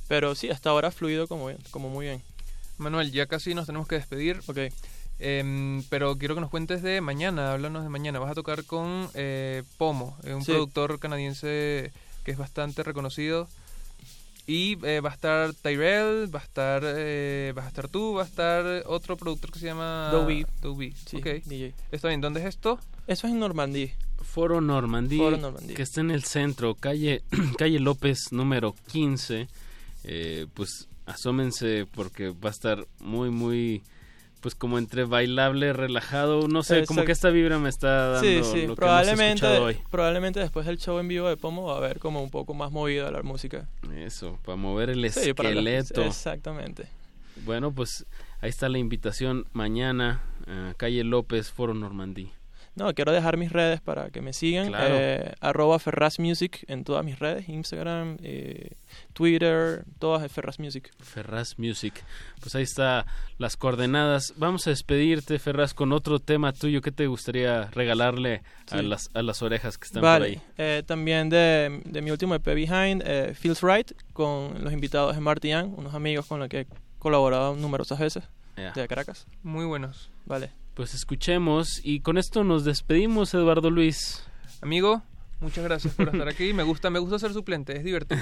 Pero sí, hasta ahora ha fluido como, bien, como muy bien. Manuel, ya casi nos tenemos que despedir. Ok. Eh, pero quiero que nos cuentes de mañana, háblanos de mañana. Vas a tocar con eh, Pomo, eh, un sí. productor canadiense que es bastante reconocido. Y eh, va a estar Tyrell, va a estar eh, vas a estar tú, va a estar otro productor que se llama Dobby. Dobby. Sí, okay. D J. Está bien, ¿dónde es esto? Eso es en Normandía. Foro Normandía, Foro Normandía, que está en el centro, calle calle López número quince. Eh, pues asómense porque va a estar muy muy pues como entre bailable, relajado, no sé, Exacto. como que esta vibra me está dando sí, sí. lo probablemente, que hemos escuchado hoy. Probablemente después del show en vivo de Pomo va a haber como un poco más movida la música. Eso, para mover el sí, esqueleto. Para la, exactamente. Bueno, pues ahí está la invitación mañana, uh, calle López, Foro Normandía. No, quiero dejar mis redes para que me sigan. Claro. Eh, arroba Ferraz Music en todas mis redes. Instagram, eh, Twitter, todas es Ferraz Music. Ferraz Music. Pues ahí está las coordenadas. Vamos a despedirte, Ferraz, con otro tema tuyo. ¿Qué te gustaría regalarle sí. a, las, a las orejas que están vale. por ahí? Eh, también de, de mi último E P Behind, eh, Feels Right, con los invitados de Marty Young, unos amigos con los que he colaborado numerosas veces, yeah. de Caracas. Muy buenos. Vale. Pues escuchemos y con esto nos despedimos, Eduardo Luis. Amigo, muchas gracias por estar aquí. Me gusta, me gusta ser suplente, es divertido.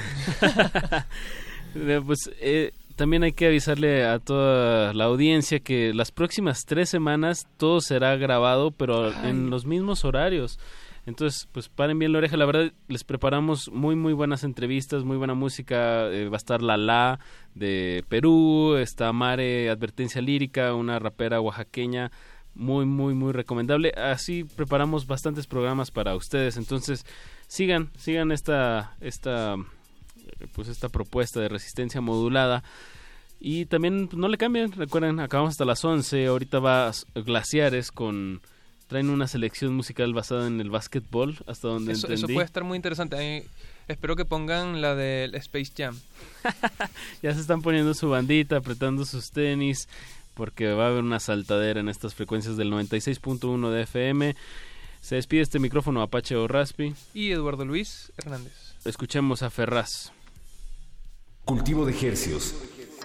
Pues eh, también hay que avisarle a toda la audiencia que las próximas tres semanas todo será grabado, pero Ay. en los mismos horarios. Entonces, pues paren bien la oreja. La verdad, les preparamos muy, muy buenas entrevistas, muy buena música. Eh, va a estar Lala de Perú, está Mare, Advertencia Lírica, una rapera oaxaqueña. Muy, muy, muy recomendable. Así preparamos bastantes programas para ustedes. Entonces, sigan, sigan esta, esta, pues esta propuesta de resistencia modulada. Y también no le cambien. Recuerden, acabamos hasta las once. Ahorita va Glaciares con... Traen una selección musical basada en el básquetbol, hasta donde eso, entendí. Eso puede estar muy interesante. Ahí, espero que pongan la del Space Jam. Ya se están poniendo su bandita, apretando sus tenis, porque va a haber una saltadera en estas frecuencias del noventa y seis punto uno de F M. Se despide este micrófono Apache o Raspi. Y Eduardo Luis Hernández. Escuchemos a Ferraz. Cultivo de hercios.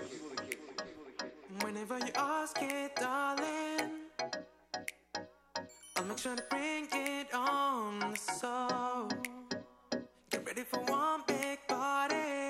I'll make sure to bring it on the soul. Get ready for one big party.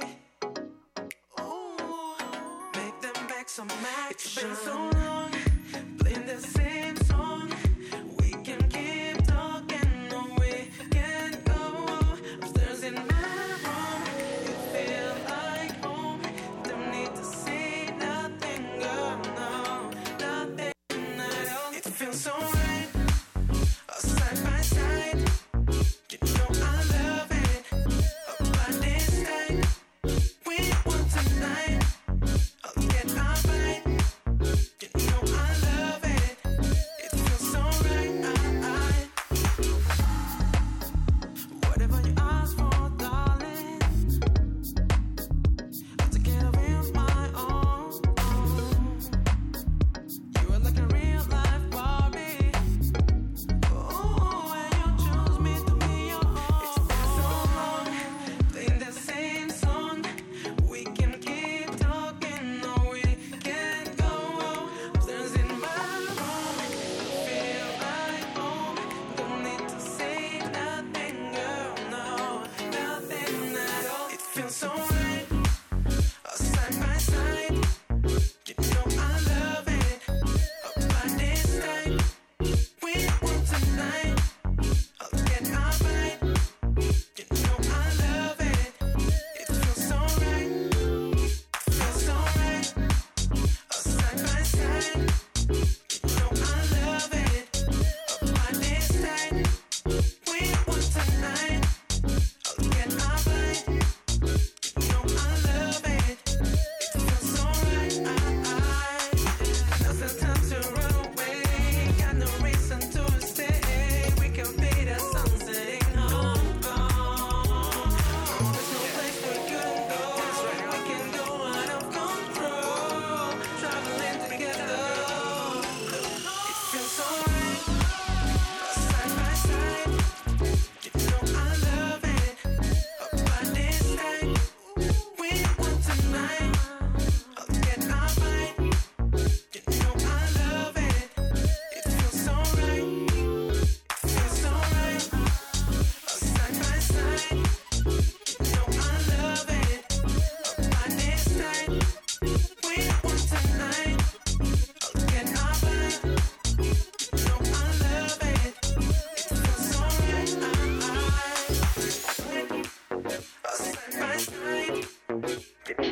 Ooh, make them back some action. It's been so long, playing the same song. We can keep talking, no we can't go upstairs in my room. You feel like home, don't need to say nothing, girl, no, nothing at all. It feels so right. Side by side, you know I love it. Up by this side, we want tonight. I'll get our fight. You know I love it.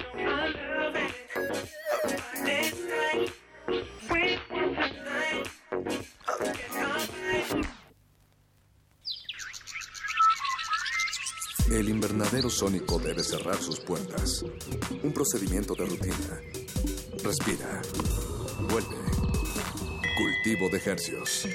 El invernadero sónico debe cerrar sus puertas. Un procedimiento de rutina. Respira. Vuelve. Cultivo de hercios.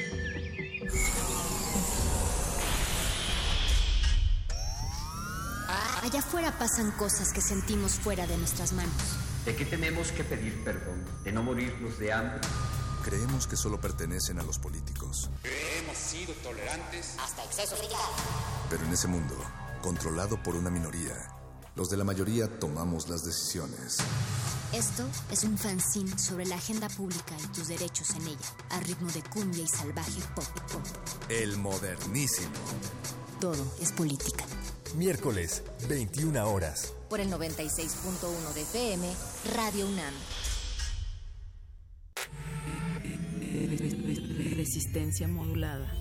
Allá afuera pasan cosas que sentimos fuera de nuestras manos. ¿De qué tenemos que pedir perdón? ¿De no morirnos de hambre? Creemos que solo pertenecen a los políticos. Hemos sido tolerantes hasta exceso de ya. Pero en ese mundo, controlado por una minoría, los de la mayoría tomamos las decisiones. Esto es un fanzine sobre la agenda pública y tus derechos en ella, a ritmo de cumbia y salvaje pop y pop. El modernísimo. Todo es política. Miércoles, veintiuna horas. Por el noventa y seis punto uno de F M, Radio UNAM. Resistencia modulada.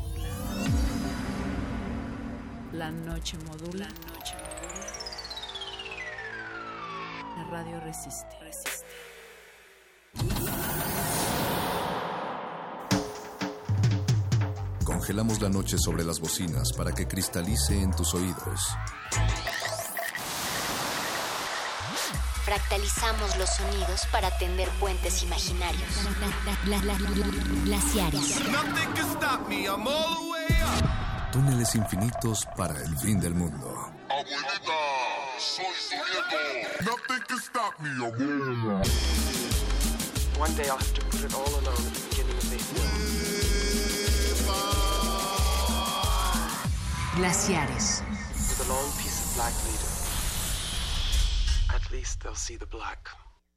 La noche modula. La noche modula. La radio resiste. Resiste. Congelamos la noche sobre las bocinas para que cristalice en tus oídos. Fractalizamos los sonidos para tender puentes imaginarios. Glaciares. Túneles infinitos para el fin del mundo. Abuelita, soy su nieto. Nothing can stop me, abuela. One day I'll have to put it all alone at the beginning of the film. Glaciares. With a long piece of black leader. At least they'll see the black.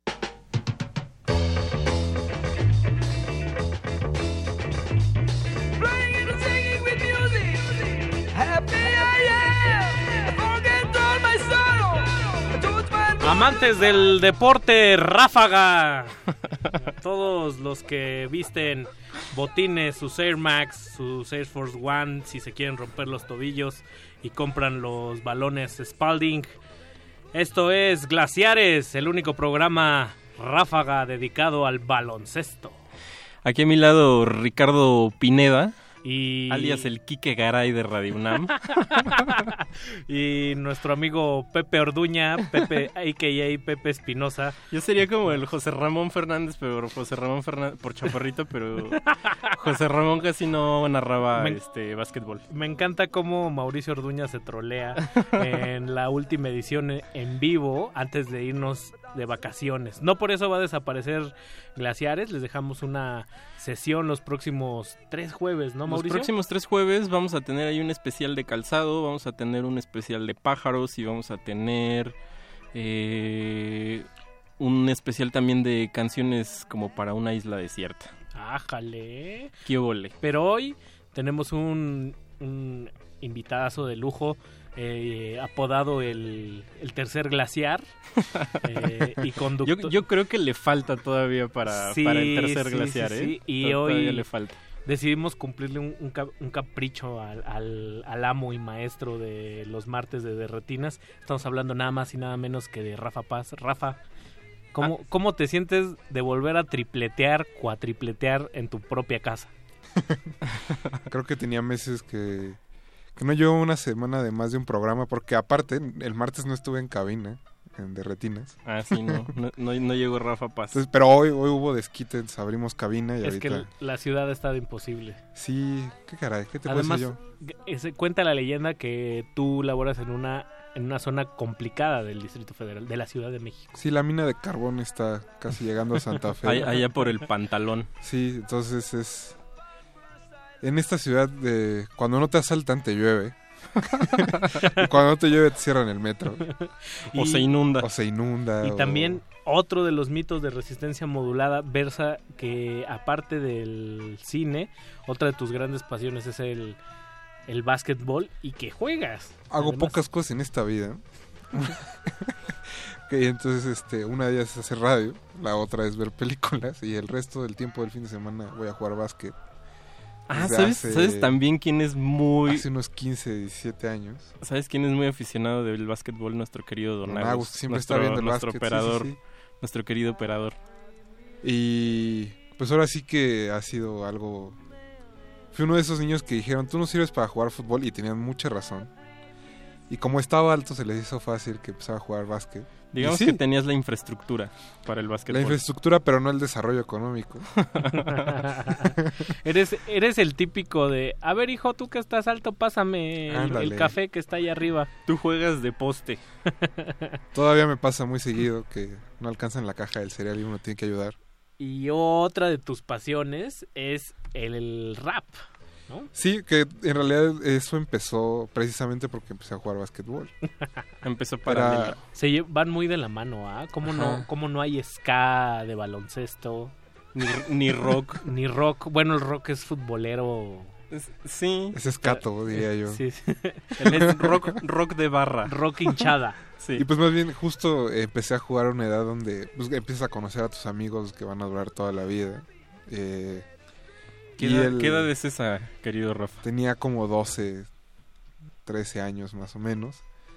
Playing and singing with music. Happy I am. Forget all my sorrow. Told my Amantes del deporte ráfaga. Todos los que visten botines, sus Air Max, sus Air Force One, si se quieren romper los tobillos y compran los balones Spalding. Esto es Glaciares, el único programa ráfaga dedicado al baloncesto. Aquí a mi lado Ricardo Pineda, y... alias el Quique Garay de Radio UNAM. Y nuestro amigo Pepe Orduña, Pepe, a k a. Pepe Espinosa. Yo sería como el José Ramón Fernández, pero José Ramón Fernández por chaparrito, pero José Ramón casi no narraba me, este básquetbol. Me encanta cómo Mauricio Orduña se trolea en la última edición en vivo antes de irnos de vacaciones. No por eso va a desaparecer Glaciares, les dejamos una sesión los próximos tres jueves, ¿no, Mauricio? Los próximos tres jueves vamos a tener ahí un especial de calzado, vamos a tener un especial de pájaros y vamos a tener eh, un especial también de canciones como para una isla desierta. ¡Ájale! ¡Qué ole! Pero hoy tenemos un, un invitadazo de lujo, eh, apodado el, el tercer glaciar, eh, y conductor. Yo, yo creo que le falta todavía para, sí, para el tercer sí, glaciar, sí, ¿eh? Sí. Y todavía hoy le falta. Decidimos cumplirle un, un, cap, un capricho al, al, al amo y maestro de los martes de Derretinas. Estamos hablando nada más y nada menos que de Rafa Paz. Rafa, ¿cómo, ah. ¿cómo te sientes de volver a tripletear, cuatripletear en tu propia casa? Creo que tenía meses que... que no llevo una semana de más de un programa, porque aparte, el martes no estuve en cabina, en Derretinas. Ah, sí, no, no, no, no llegó Rafa Paz. Entonces, pero hoy hoy hubo desquite, entonces abrimos cabina y es ahorita... que la ciudad ha estado imposible. Sí, qué caray, ¿qué te Además, puedo decir yo? Cuenta la leyenda que tú laboras en una en una zona complicada del Distrito Federal, de la Ciudad de México. Sí, la mina de carbón está casi llegando a Santa Fe. Allá, allá por el Pantalón. Sí, entonces es... En esta ciudad, de cuando no te asaltan, te llueve. Cuando no te llueve, te cierran el metro. O y, se inunda. O se inunda. Y o... también otro de los mitos de resistencia modulada versa que, aparte del cine, otra de tus grandes pasiones es el, el básquetbol y que juegas. Hago Además, pocas cosas en esta vida. Okay, entonces este, una de ellas es hacer radio, la otra es ver películas y el resto del tiempo del fin de semana voy a jugar básquet. Ah, ¿sabes, hace, ¿sabes también quién es muy... Hace unos quince, diecisiete años. ¿Sabes quién es muy aficionado del básquetbol? Nuestro querido Don, Don Agus. Agus, siempre nuestro, está viendo el nuestro básquet, operador, sí, sí, sí. nuestro querido operador. Y pues ahora sí que ha sido algo... Fui uno de esos niños que dijeron, tú no sirves para jugar fútbol, y tenían mucha razón. Y como estaba alto, se les hizo fácil que empezara a jugar básquet. Digamos sí, que tenías la infraestructura para el básquetbol. La infraestructura, pero no el desarrollo económico. eres eres el típico de, a ver, hijo, tú que estás alto, pásame el, el café que está ahí arriba. Tú juegas de poste. Todavía me pasa muy seguido que no alcanzan la caja del cereal y uno tiene que ayudar. Y otra de tus pasiones es el, el rap, ¿no? Sí, que en realidad eso empezó precisamente porque empecé a jugar básquetbol. Empezó para... Era... Se lle- van muy de la mano, ¿ah? ¿eh? ¿Cómo no, cómo no hay ska de baloncesto? Ni, ni rock. Ni rock. Bueno, el rock es futbolero. Es, sí. Es escato, diría yo. Sí, sí. Es rock, rock de barra. Rock hinchada. Sí. Y pues más bien justo empecé a jugar a una edad donde pues, empiezas a conocer a tus amigos que van a durar toda la vida. Eh, ¿Qué, edad, el, ¿Qué edad es esa, querido Rafa? Tenía como doce, trece años más o menos.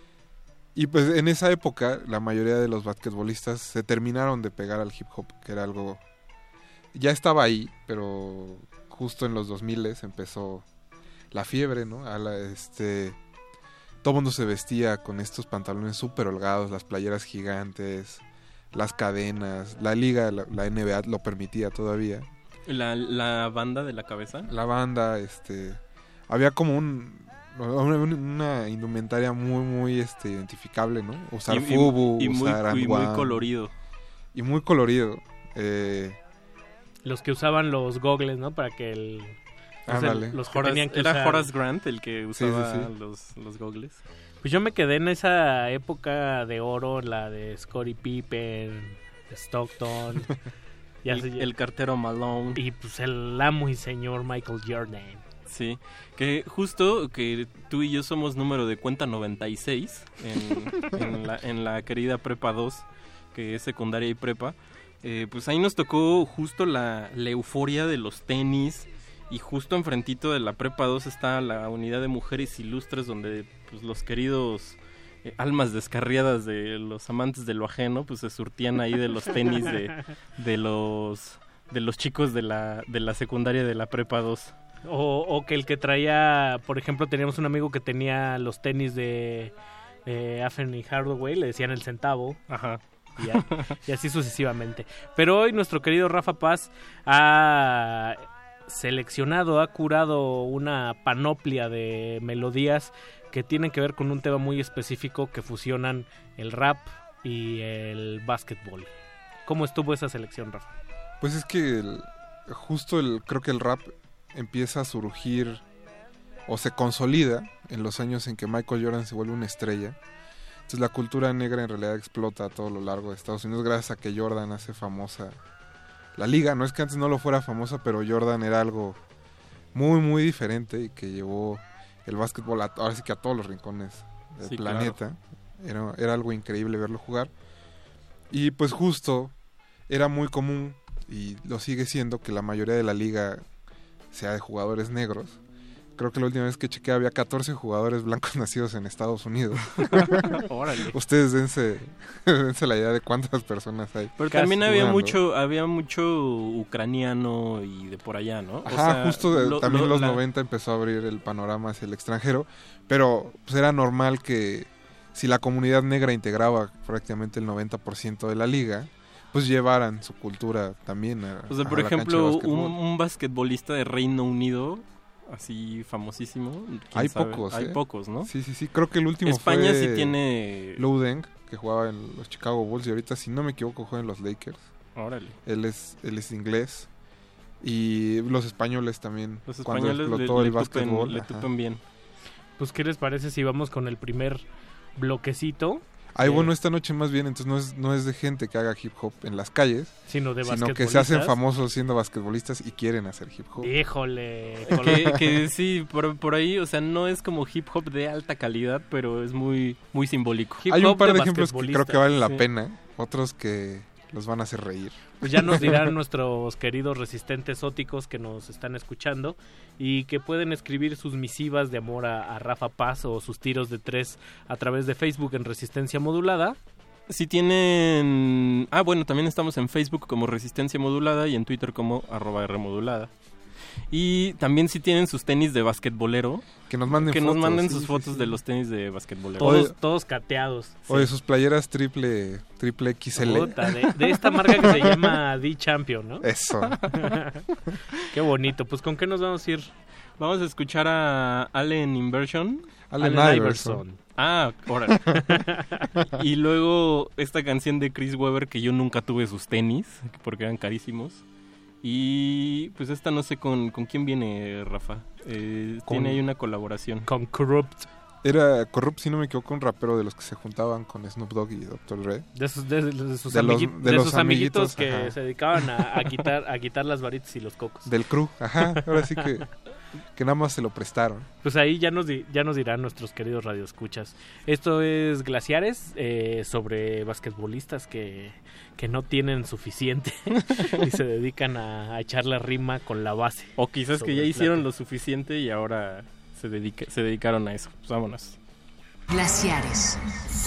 Y pues en esa época la mayoría de los basquetbolistas se terminaron de pegar al hip hop, que era algo... Ya estaba ahí, pero justo en los dos mil empezó la fiebre, ¿no? A la, este... Todo el mundo se vestía con estos pantalones súper holgados, las playeras gigantes, las cadenas. La liga, la, la N B A lo permitía todavía. ¿La, la banda de la cabeza? La banda, este... Había como un... Una, una indumentaria muy, muy este, identificable, ¿no? Usar y, fubu, y, y usar muy, y muy colorido. Y muy colorido. Eh... Los que usaban los gogles, ¿no? Para que el... Ah, vale. Los que Horace, tenían que era usar... Horace Grant el que usaba sí, sí, sí. Los, los gogles. Pues yo me quedé en esa época de oro, la de Scottie Pippen, Stockton... ya el, se... el cartero Malone. Y pues el amo y señor Michael Jordan. Sí, que justo que tú y yo somos número de cuenta noventa y seis en, en, la, en la querida Prepa dos, que es secundaria y prepa. Eh, pues ahí nos tocó justo la, la euforia de los tenis, y justo enfrentito de la Prepa dos está la unidad de mujeres ilustres, donde pues los queridos eh, almas descarriadas de los amantes de lo ajeno pues se surtían ahí de los tenis de, de los de los chicos de la de la secundaria de la Prepa dos. O, o que el que traía, por ejemplo, teníamos un amigo que tenía los tenis de, de Affen y Hardaway, le decían el centavo. Ajá. Y, a, y así sucesivamente. Pero hoy nuestro querido Rafa Paz ha seleccionado, ha curado una panoplia de melodías que tienen que ver con un tema muy específico que fusionan el rap y el básquetbol. ¿Cómo estuvo esa selección, Rafa? Pues es que el, justo el creo que el rap empieza a surgir o se consolida en los años en que Michael Jordan se vuelve una estrella. Entonces la cultura negra en realidad explota a todo lo largo de Estados Unidos gracias a que Jordan hace famosa la liga. No es que antes no lo fuera famosa, pero Jordan era algo muy muy diferente y que llevó el básquetbol a, ahora sí que a todos los rincones del sí, planeta. Claro. Era, era algo increíble verlo jugar. Y pues justo era muy común, y lo sigue siendo, que la mayoría de la liga sea de jugadores negros. Creo que la última vez que chequeé había catorce jugadores blancos nacidos en Estados Unidos. Órale. Ustedes dense, dense la idea de cuántas personas hay. Pero también había jugando. mucho había mucho ucraniano y de por allá, ¿no? Ajá, o sea, justo de, lo, también lo, los la... noventa empezó a abrir el panorama hacia el extranjero, pero pues era normal que si la comunidad negra integraba prácticamente el noventa por ciento de la liga, pues llevaran su cultura también a, o sea, a por la ejemplo, cancha de un, un basquetbolista de Reino Unido así famosísimo. Hay sabe? pocos, Hay ¿eh? pocos, ¿no? Sí, sí, sí. Creo que el último España fue sí tiene Lou Deng, que jugaba en los Chicago Bulls y ahorita, si no me equivoco, juega en los Lakers. Órale. Él es, él es inglés. Y los españoles también. Los cuando españoles explotó le, el le básquetbol. Tupen, le tupen bien. Pues, ¿qué les parece si vamos con el primer bloquecito? Ay, eh, bueno, esta noche más bien, entonces no es, no es de gente que haga hip hop en las calles, sino de sino que se hacen famosos siendo basquetbolistas y quieren hacer hip hop. Híjole. que, que sí, por, por ahí, o sea, no es como hip hop de alta calidad, pero es muy muy simbólico. Hay un par de, de ejemplos que creo que valen la sí. pena, otros que los van a hacer reír. Pues ya nos dirán nuestros queridos resistentes óticos que nos están escuchando y que pueden escribir sus misivas de amor a, a Rafa Paz o sus tiros de tres a través de Facebook en Resistencia Modulada. Si tienen... Ah, bueno, también estamos en Facebook como Resistencia Modulada y en Twitter como arroba Rmodulada. Y también si tienen sus tenis de basquetbolero, que nos manden que fotos, nos manden sí, sus sí, fotos sí. de los tenis de basquetbolero. Todos, todos cateados. O de sí. sus playeras triple, triple X L. Puta, de, de esta marca que se llama The Champion, ¿no? Eso. Qué bonito. Pues ¿con qué nos vamos a ir? Vamos a escuchar a Allen Inversion. Allen, Allen Iverson. Iverson. Ah, órale. Y luego esta canción de Chris Webber que yo nunca tuve sus tenis porque eran carísimos. Y pues esta no sé con, con quién viene, Rafa. Eh, Con- tiene ahí una colaboración. Con Corrupt. Era Corrupt, si no me equivoco, un rapero de los que se juntaban con Snoop Dogg y doctor Dre. De sus, de, de sus, De los- amigui- de de los sus amiguitos, amiguitos, que ajá. se dedicaban a, a quitar a quitar las varitas y los cocos. Del crew, ajá. Ahora sí que, que nada más se lo prestaron. Pues ahí ya nos di- ya nos dirán nuestros queridos radioescuchas. Esto es Glaciares eh, sobre basquetbolistas que, que no tienen suficiente y se dedican a, a echar la rima con la base. O quizás sobre que ya el hicieron plato. lo suficiente y ahora se, dedica, se dedicaron a eso. Pues vámonos. Glaciares.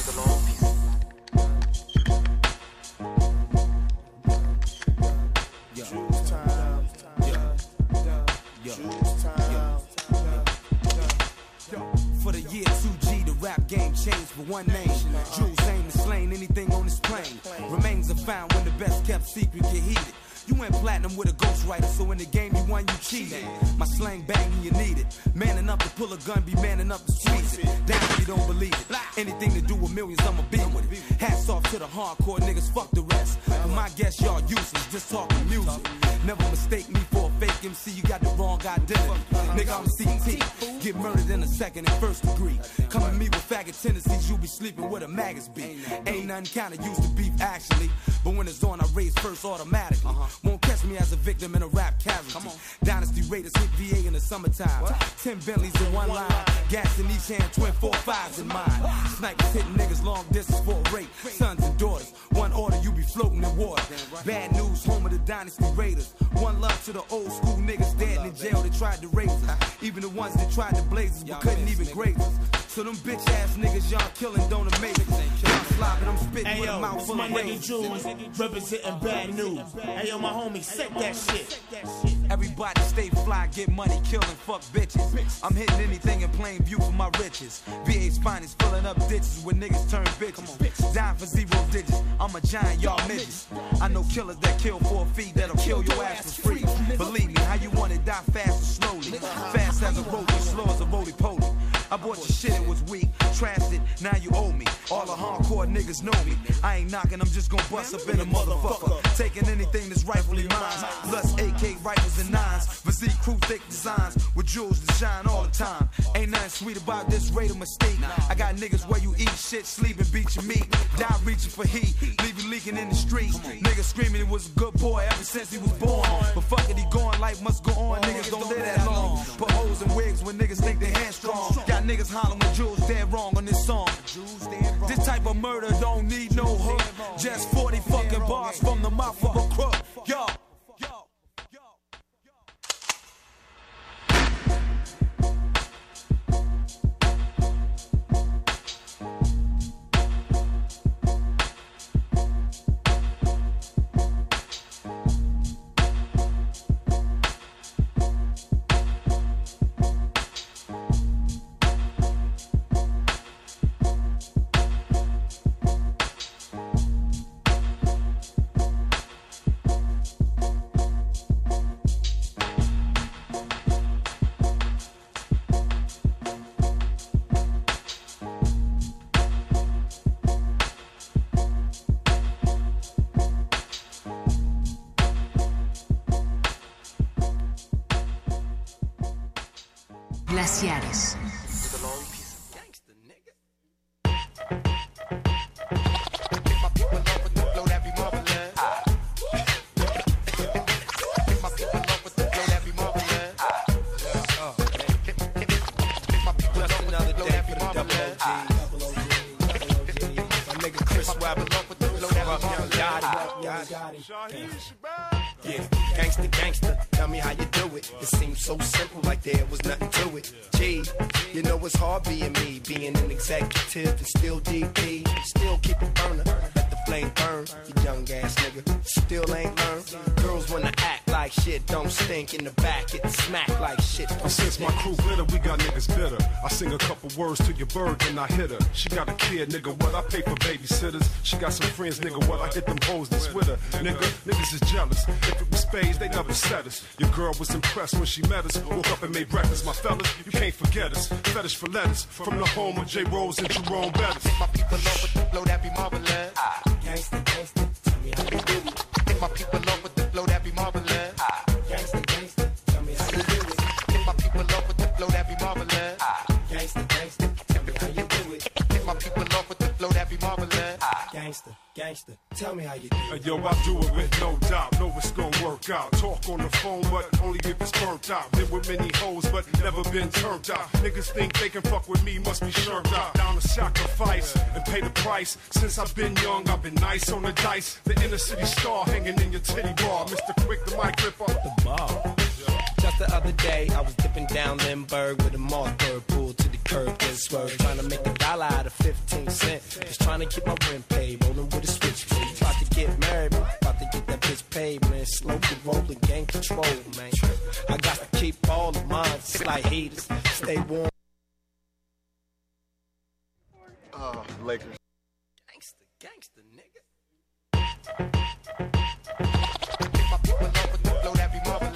For the year two G, the rap game changed for one name. Jules aim to slain anything on this plane. Remains are found when the best kept secret get heated. You went platinum with a ghostwriter, so in the game you won, you cheated. My slang banging, you need it. Man enough to pull a gun, be man enough to squeeze it. Damn if you don't believe it. Anything to do with millions, I'ma be with it. Hats off to the hardcore niggas, fuck the rest. For my guess, y'all useless, just talking music. Never mistake me for a fake M C, you got the wrong identity. Nigga, I'm C T. Get murdered in a second in first degree. Come at me with faggot tendencies, you be sleeping with a maggots be. Ain't nothing kinda used to beef actually. But when it's on, I raise first automatically. Won't catch me as a victim in a rap casualty. Dynasty Raiders hit V A in the summertime. Ten Bentleys in one line. Gas in each hand, twin four fives in mine. Snipers hitting niggas long distance for a rape. Sons and daughters, one order, you be floating in water. Bad news, home of the Dynasty Raiders. One love to the old school niggas dead in jail that tried to raise us. Even the ones that tried to blaze us but couldn't even graze us. So them bitch ass niggas y'all killing don't amaze us. Y'all slopping, I'm spitting Hey with a yo, mouth it's full my of nigga rage. Jules, representing bad news. Hey yo, my homie, set that shit. Everybody stay fly, get money, killing, fuck bitches. I'm hitting anything in plain view for my riches. V A's finest, filling up ditches when niggas turn bitches. Dying for zero digits, I'm a giant, y'all midgets. I know killers that kill for a fee that'll kill your ass for free. Believe me, how you wanna die fast or slowly? Fast as a road, slow as a roly-poly. I bought your shit, it was weak. Trashed it, now you owe me. All the hardcore niggas know me. I ain't knocking, I'm just gonna bust up in a motherfucker. Taking anything that's rightfully mine. Plus A K rifles and nines. Physique crew thick designs with jewels that shine all the time. Ain't nothing sweet about this rate of mistake. I got niggas where you eat shit, sleep and beat your meat. Die reaching for heat, leave you leaking in the street. Niggas screaming he was a good boy ever since he was born. But fuck it, he going, life must go on. Niggas don't live that long. Put holes in wigs when niggas think they hand strong. Got niggas hollering when Jules dead wrong on this song. This type of murder don't need no hook. Just forty fucking bars from the mouth of a crook. Yo. Glaciares. Gotti, Young Gotti. Yeah, gangsta, gangsta, tell me how you do it. It seems so simple, like there was nothing to it. Gee, you know it's hard being me, being an executive and still D P. Still keep it burner, let the flame burn. You young ass nigga, still ain't learned. Girls wanna act like shit, don't stink in the back, get smacked like shit. Since my crew glitter, we got niggas bitter. I sing a couple words to your bird, then I hit her. She got a kid, nigga, what I pay for babysitters. She got some friends, nigga, what I hit them hoes that's with her. Nigga, niggas is jealous. If it was spades, they never said us. Your girl was impressed when she met us. Woke up and made breakfast, my fellas, you can't forget us. Fetish for letters, from the home of J. Rose and Jerome Bettis. My people love with the flow that be marvelous. Gangsta, gangsta, tell me how you do it. If my people love with the flow that be marvelous. Gangsta, gangsta, tell me how you do it. If my people love with the flow that be marvelous. Gangsta, gangsta, tell me how you do it. If my people love with the flow that be marvelous. Gangsta, gangsta, tell me how you do it. Hey, yo, I do it with no doubt, know it's gonna work out. Talk on the phone, but only if it's burnt out. Been with many hoes, but never been turned out. Niggas think they can fuck with me, must be shirked out. Down to sacrifice and pay the price. Since I've been young, I've been nice on the dice. The inner city star hanging in your titty bar. Mister Quick, the mic rip off the bar. Just the other day, I was dipping down Lindbergh with a Mossberg pulled to the curb, then swerve. Trying to make a dollar out of fifteen cents. Just trying to keep my rent paid, rolling with a switch. About to get married, man. About to get that bitch paid, man. Slowly rolling, gain control, man. I got to keep all the minds like heaters. Stay warm. Oh, Lakers. Gangsta, gangsta, nigga. If my people love with the flow that be marvelous.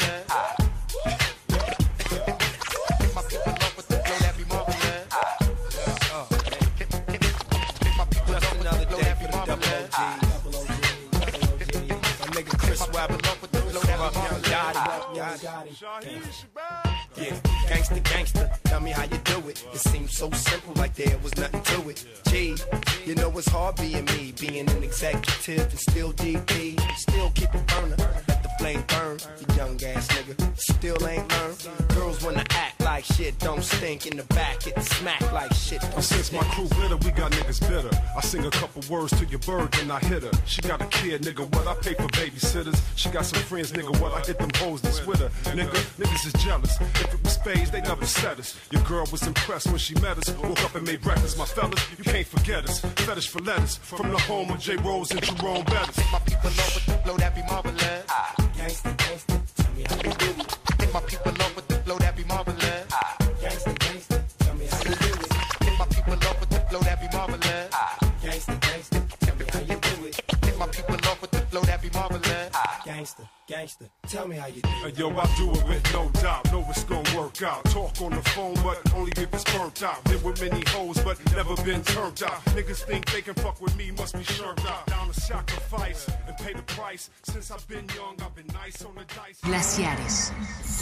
Yeah, gangsta, gangsta, tell me how you do it. It seems so simple, like there was nothing to it. Gee, you know it's hard being me, being an executive and still D P. Still keep it burner, let the flame burn. You young ass nigga, still ain't learned. Girls wanna act like shit, don't stink in the back, get smacked like shit. Since my crew glitter, we got niggas bitter. I sing a couple words to your bird, then I hit her. She got a kid, nigga, what I pay for babysitters. She got some friends, nigga, what I hit them hoes that's with her. Nigga, niggas is jealous. If it was spades, they never said us. Your girl was impressed when she met us. Woke up and made breakfast, my fellas, you can't forget us. Fetish for letters, from the home of J. Rose and Jerome Bettis. If my people love with the flow that be marvelous. Gangsta, gangsta, tell me how you do it. If my people love with the flow that be marvelous. Gangsta, gangsta, tell me how you do it. If my people love with the flow that be marvelous. Gangsta, gangsta, tell me how you do it. If my people love with the flow that be marvelous. Gangsta, gangsta, tell me how you do it. Hey, yo, I do it with no doubt, know it's gonna work out. Talk on the phone, but only if it's burnt out. Been with many hoes, but never been turned out. Niggas think they can fuck with me, must be shirked out. Down to sacrifice and pay the price. Since I've been young, I've been nice on the dice. Glaciares.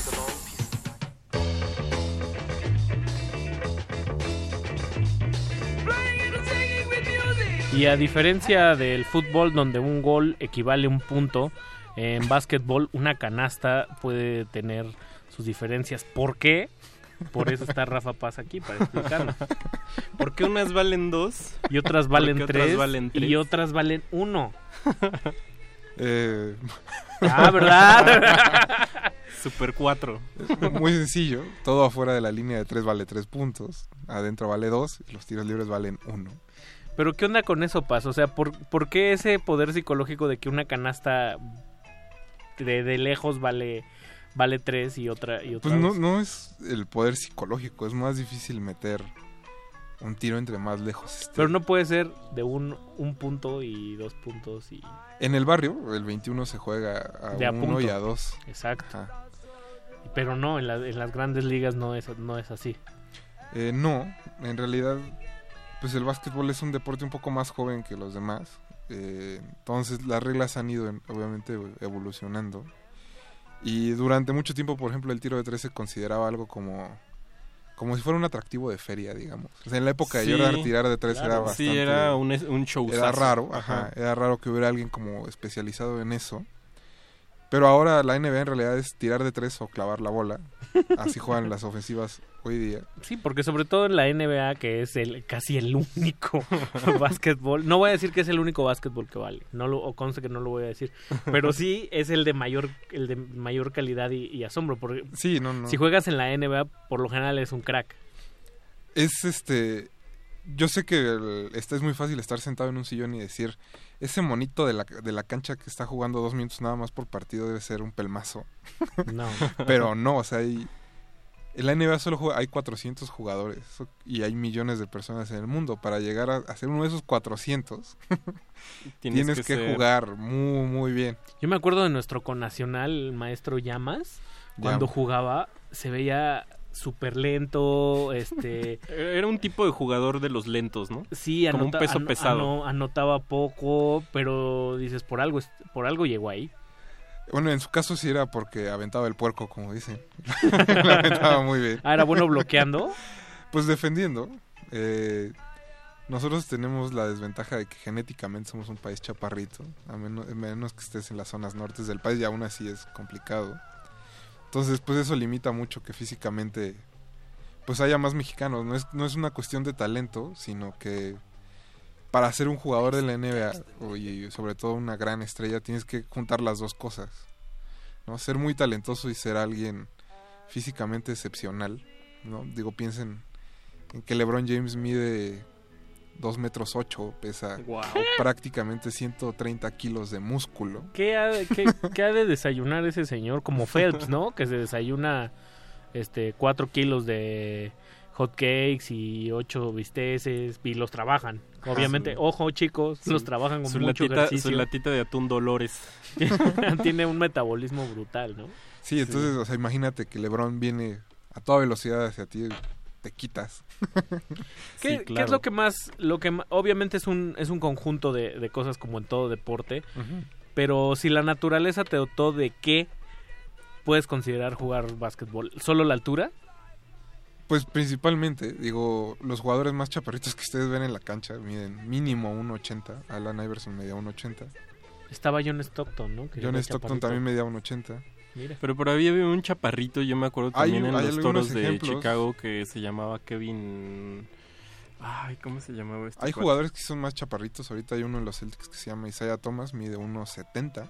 Y a diferencia del fútbol, donde un gol equivale a un punto, en básquetbol una canasta puede tener sus diferencias. ¿Por qué? Por eso está Rafa Paz aquí, para explicarlo. Porque unas valen dos y otras valen tres, otras valen tres y otras valen uno. Eh... Ah, ¿verdad? Super cuatro. Muy sencillo. Todo afuera de la línea de tres vale tres puntos. Adentro vale dos y los tiros libres valen uno. Pero ¿qué onda con eso, Paz? O sea, ¿por, ¿por qué ese poder psicológico de que una canasta de, de lejos vale vale tres y otra y otra Pues no, dos? no es el poder psicológico, es más difícil meter un tiro entre más lejos esté. Pero no puede ser de un, un punto y dos puntos y... En el barrio, el veintiuno se juega a de a uno punto. y a dos. Exacto. Ajá. Pero no, en, la, en las grandes ligas no es, no es así. Eh, no, en realidad, pues el básquetbol es un deporte un poco más joven que los demás. Eh, entonces las reglas han ido, obviamente, evolucionando. Y durante mucho tiempo, por ejemplo, el tiro de tres se consideraba algo como... como si fuera un atractivo de feria, digamos. O sea, en la época de Sí, Jordan tirar de tres claro, era bastante... Sí, era un, un showzazo. Era raro, ajá, ajá. Era raro que hubiera alguien como especializado en eso. Pero ahora la N B A en realidad es tirar de tres o clavar la bola. Así juegan las ofensivas hoy día. Sí, porque sobre todo en la N B A, que es el casi el único básquetbol, no voy a decir que es el único básquetbol que vale, no lo, o conste que no lo voy a decir, pero sí es el de mayor el de mayor calidad y, y asombro, porque sí, no, no. si juegas en la N B A, por lo general es un crack. Es este... Yo sé que el, este es muy fácil estar sentado en un sillón y decir, ese monito de la, de la cancha que está jugando dos minutos nada más por partido debe ser un pelmazo. No. Pero no, o sea, hay, en la N B A solo juega, hay cuatrocientos jugadores y hay millones de personas en el mundo. Para llegar a, a ser uno de esos cuatrocientos, tienes, tienes que, que ser... jugar muy, muy bien. Yo me acuerdo de nuestro connacional, el maestro Llamas, cuando Llamas. jugaba, se veía... súper lento, este... Era un tipo de jugador de los lentos, ¿no? Sí, como anota, un peso an, pesado. An, anotaba poco, pero dices, por algo por algo llegó ahí. Bueno, en su caso sí era porque aventaba el puerco, como dicen. Lo aventaba muy bien. Ah, ¿era bueno bloqueando? Pues defendiendo. Eh, nosotros tenemos la desventaja de que genéticamente somos un país chaparrito, a menos, a menos que estés en las zonas nortes del país, y aún así es complicado. Entonces, pues eso limita mucho que físicamente pues haya más mexicanos. No es, no es una cuestión de talento, sino que para ser un jugador de la N B A, y sobre todo una gran estrella, tienes que juntar las dos cosas, ¿no? Ser muy talentoso y ser alguien físicamente excepcional, ¿no? Digo, piensen en que LeBron James mide dos metros ocho, pesa wow. prácticamente ciento treinta kilos de músculo. ¿Qué ha, qué, ¿Qué ha de desayunar ese señor? Como Phelps, ¿no? Que se desayuna este cuatro kilos de hot cakes y ocho bisteces y los trabajan. Obviamente, ah, ojo chicos, sí. los trabajan con su mucho latita, ejercicio. Su latita de atún Dolores. Tiene un metabolismo brutal, ¿no? Sí, entonces, sí. o sea, imagínate que LeBron viene a toda velocidad hacia ti, te quitas. ¿Qué, sí, claro. ¿Qué es lo que más, lo que más, obviamente es un es un conjunto de, de cosas como en todo deporte, uh-huh. pero si la naturaleza te dotó de qué puedes considerar jugar básquetbol, ¿solo la altura? Pues principalmente, digo, los jugadores más chaparritos que ustedes ven en la cancha miden mínimo uno ochenta, Allen Iverson medía uno ochenta. Estaba John Stockton, ¿no? Que John Stockton chaparrito. También medía uno ochenta. Mira. Pero por ahí había un chaparrito, yo me acuerdo también hay, en hay los Toros de ejemplos. Chicago, que se llamaba Kevin... Ay, ¿cómo se llamaba este? Hay cual? jugadores que son más chaparritos. Ahorita hay uno en los Celtics que se llama Isaiah Thomas, mide uno setenta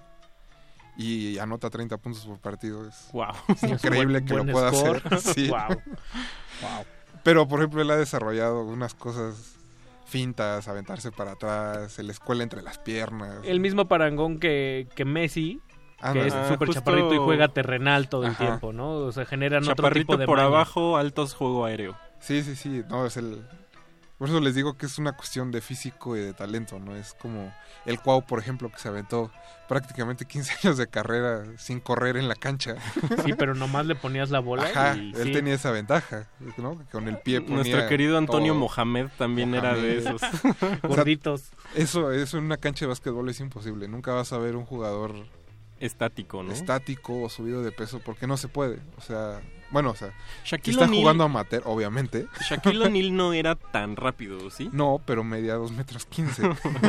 y anota treinta puntos por partido. Es wow. increíble buen, que buen lo pueda score. hacer. Sí. Wow. Wow. Pero, por ejemplo, él ha desarrollado unas cosas... fintas, aventarse para atrás, se le escuela entre las piernas. El mismo parangón que, que Messi, ah, que no. es ah, súper justo... chaparrito y juega terrenal todo el Ajá. tiempo, ¿no? O sea, generan chaparrito otro tipo de por maña. abajo, altos juego aéreo. Sí, sí, sí, no, es el... Por eso les digo que es una cuestión de físico y de talento, ¿no? Es como el Cuau, por ejemplo, que se aventó prácticamente quince años de carrera sin correr en la cancha. Sí, pero nomás le ponías la bola. Ajá, y, él sí. tenía esa ventaja, ¿no? Con el pie ponía... Nuestro querido Antonio todo. Mohamed también Mohamed. Era de esos. Gorditos. O sea, eso, eso en una cancha de básquetbol es imposible. Nunca vas a ver un jugador... estático, ¿no? Estático o subido de peso, porque no se puede. O sea... Bueno, o sea, Shaquille si está O'Neal, jugando amateur, obviamente. Shaquille O'Neal no era tan rápido, ¿sí? No, pero medía dos metros quince.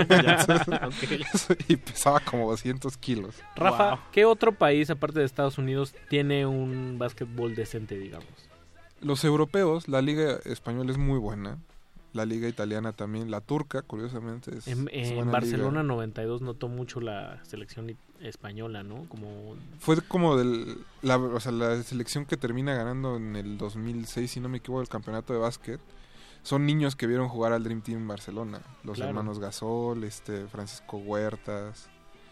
Okay. Y pesaba como doscientos kilos. Rafa, wow. ¿qué otro país, aparte de Estados Unidos, tiene un básquetbol decente, digamos? Los europeos, la liga española es muy buena. La liga italiana también. La turca, curiosamente, es En, es en Barcelona liga. noventa y dos notó mucho la selección española, ¿no? Como Fue como del, la, o sea, la selección que termina ganando en el dos mil seis, si no me equivoco, el campeonato de básquet. Son niños que vieron jugar al Dream Team en Barcelona. Los claro. hermanos Gasol, este Francisco Huertas.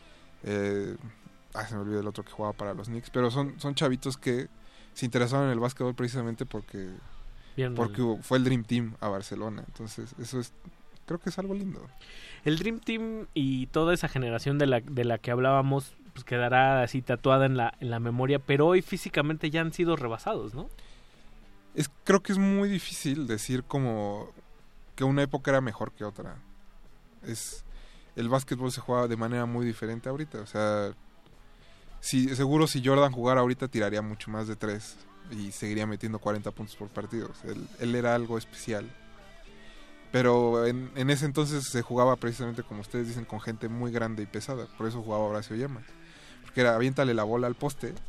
Eh, ah, se me olvidó el otro que jugaba para los Knicks. Pero son, son chavitos que se interesaron en el básquetbol precisamente porque... Bien, porque el... fue el Dream Team a Barcelona. Entonces, eso es, creo que es algo lindo. El Dream Team y toda esa generación de la, de la que hablábamos, pues quedará así tatuada en la, en la memoria, pero hoy físicamente ya han sido rebasados, ¿no? Es, creo que es muy difícil decir como que una época era mejor que otra. Es, el básquetbol se juega de manera muy diferente ahorita. O sea, si, seguro si Jordan jugara ahorita tiraría mucho más de tres y seguiría metiendo cuarenta puntos por partido. O sea, él, él era algo especial. Pero en, en ese entonces se jugaba precisamente, como ustedes dicen, con gente muy grande y pesada. Por eso jugaba Horacio Llamas. Porque era, aviéntale la bola al poste,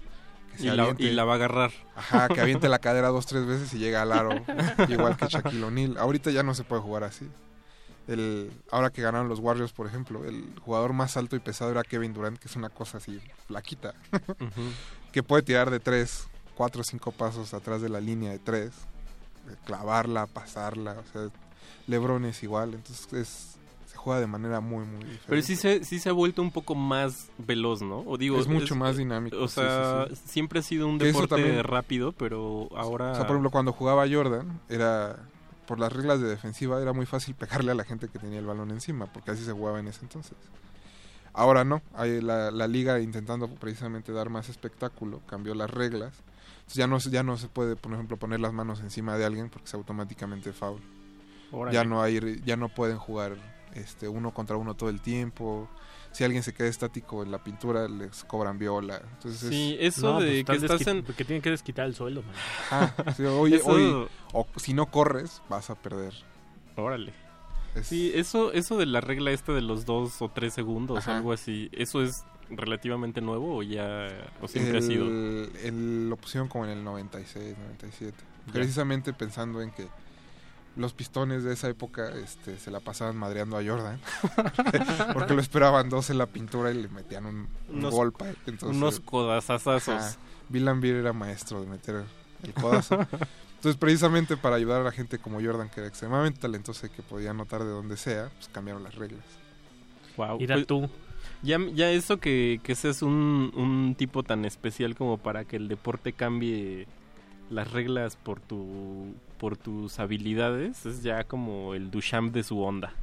que se y, la, aviente, y la va a agarrar. Ajá, que aviente la cadera dos, tres veces y llega al aro, igual que Shaquille O'Neal. Ahorita ya no se puede jugar así. El, ahora que ganaron los Warriors, por ejemplo, el jugador más alto y pesado era Kevin Durant, que es una cosa así flaquita, uh-huh. que puede tirar de tres, cuatro o cinco pasos atrás de la línea de tres, clavarla, pasarla, o sea, LeBron es igual, entonces es, se juega de manera muy, muy diferente. Pero sí se, sí se ha vuelto un poco más veloz, ¿no? O digo, es mucho es, más dinámico. O sea, sí, sí, sí. siempre ha sido un deporte también, rápido, pero ahora... O sea, por ejemplo, cuando jugaba Jordan, era... por las reglas de defensiva era muy fácil pegarle a la gente que tenía el balón encima, porque así se jugaba en ese entonces. Ahora no, hay la, la liga intentando precisamente dar más espectáculo, cambió las reglas. Entonces ya no, ya no se puede, por ejemplo, poner las manos encima de alguien porque es automáticamente foul. Órale. Ya no hay, ya no pueden jugar este uno contra uno todo el tiempo. Si alguien se queda estático en la pintura, les cobran viola. Entonces sí, es... eso no, de pues que estás desquit- en... Porque tienen que desquitar el sueldo, man. Ah, sí, oye, eso... oye, o si no corres, vas a perder. Órale. Es... Sí, eso, eso de la regla esta de los dos o tres segundos, Ajá. algo así, ¿eso es relativamente nuevo o ya o siempre el, ha sido? El, lo pusieron como en el noventa y seis, noventa y siete. Ya. Precisamente pensando en que los Pistones de esa época este, se la pasaban madreando a Jordan porque lo esperaban dos en la pintura y le metían un, un unos, golpe. Entonces, unos codazazazos. Bill Laimbeer era maestro de meter el codazo. Entonces, precisamente para ayudar a la gente como Jordan, que era extremadamente talentosa y que podía anotar de donde sea, pues cambiaron las reglas. Wow. Mira pues, tú. Ya, ya eso que, que seas un, un tipo tan especial como para que el deporte cambie las reglas por tu por tus habilidades, es ya como el Duchamp de su onda.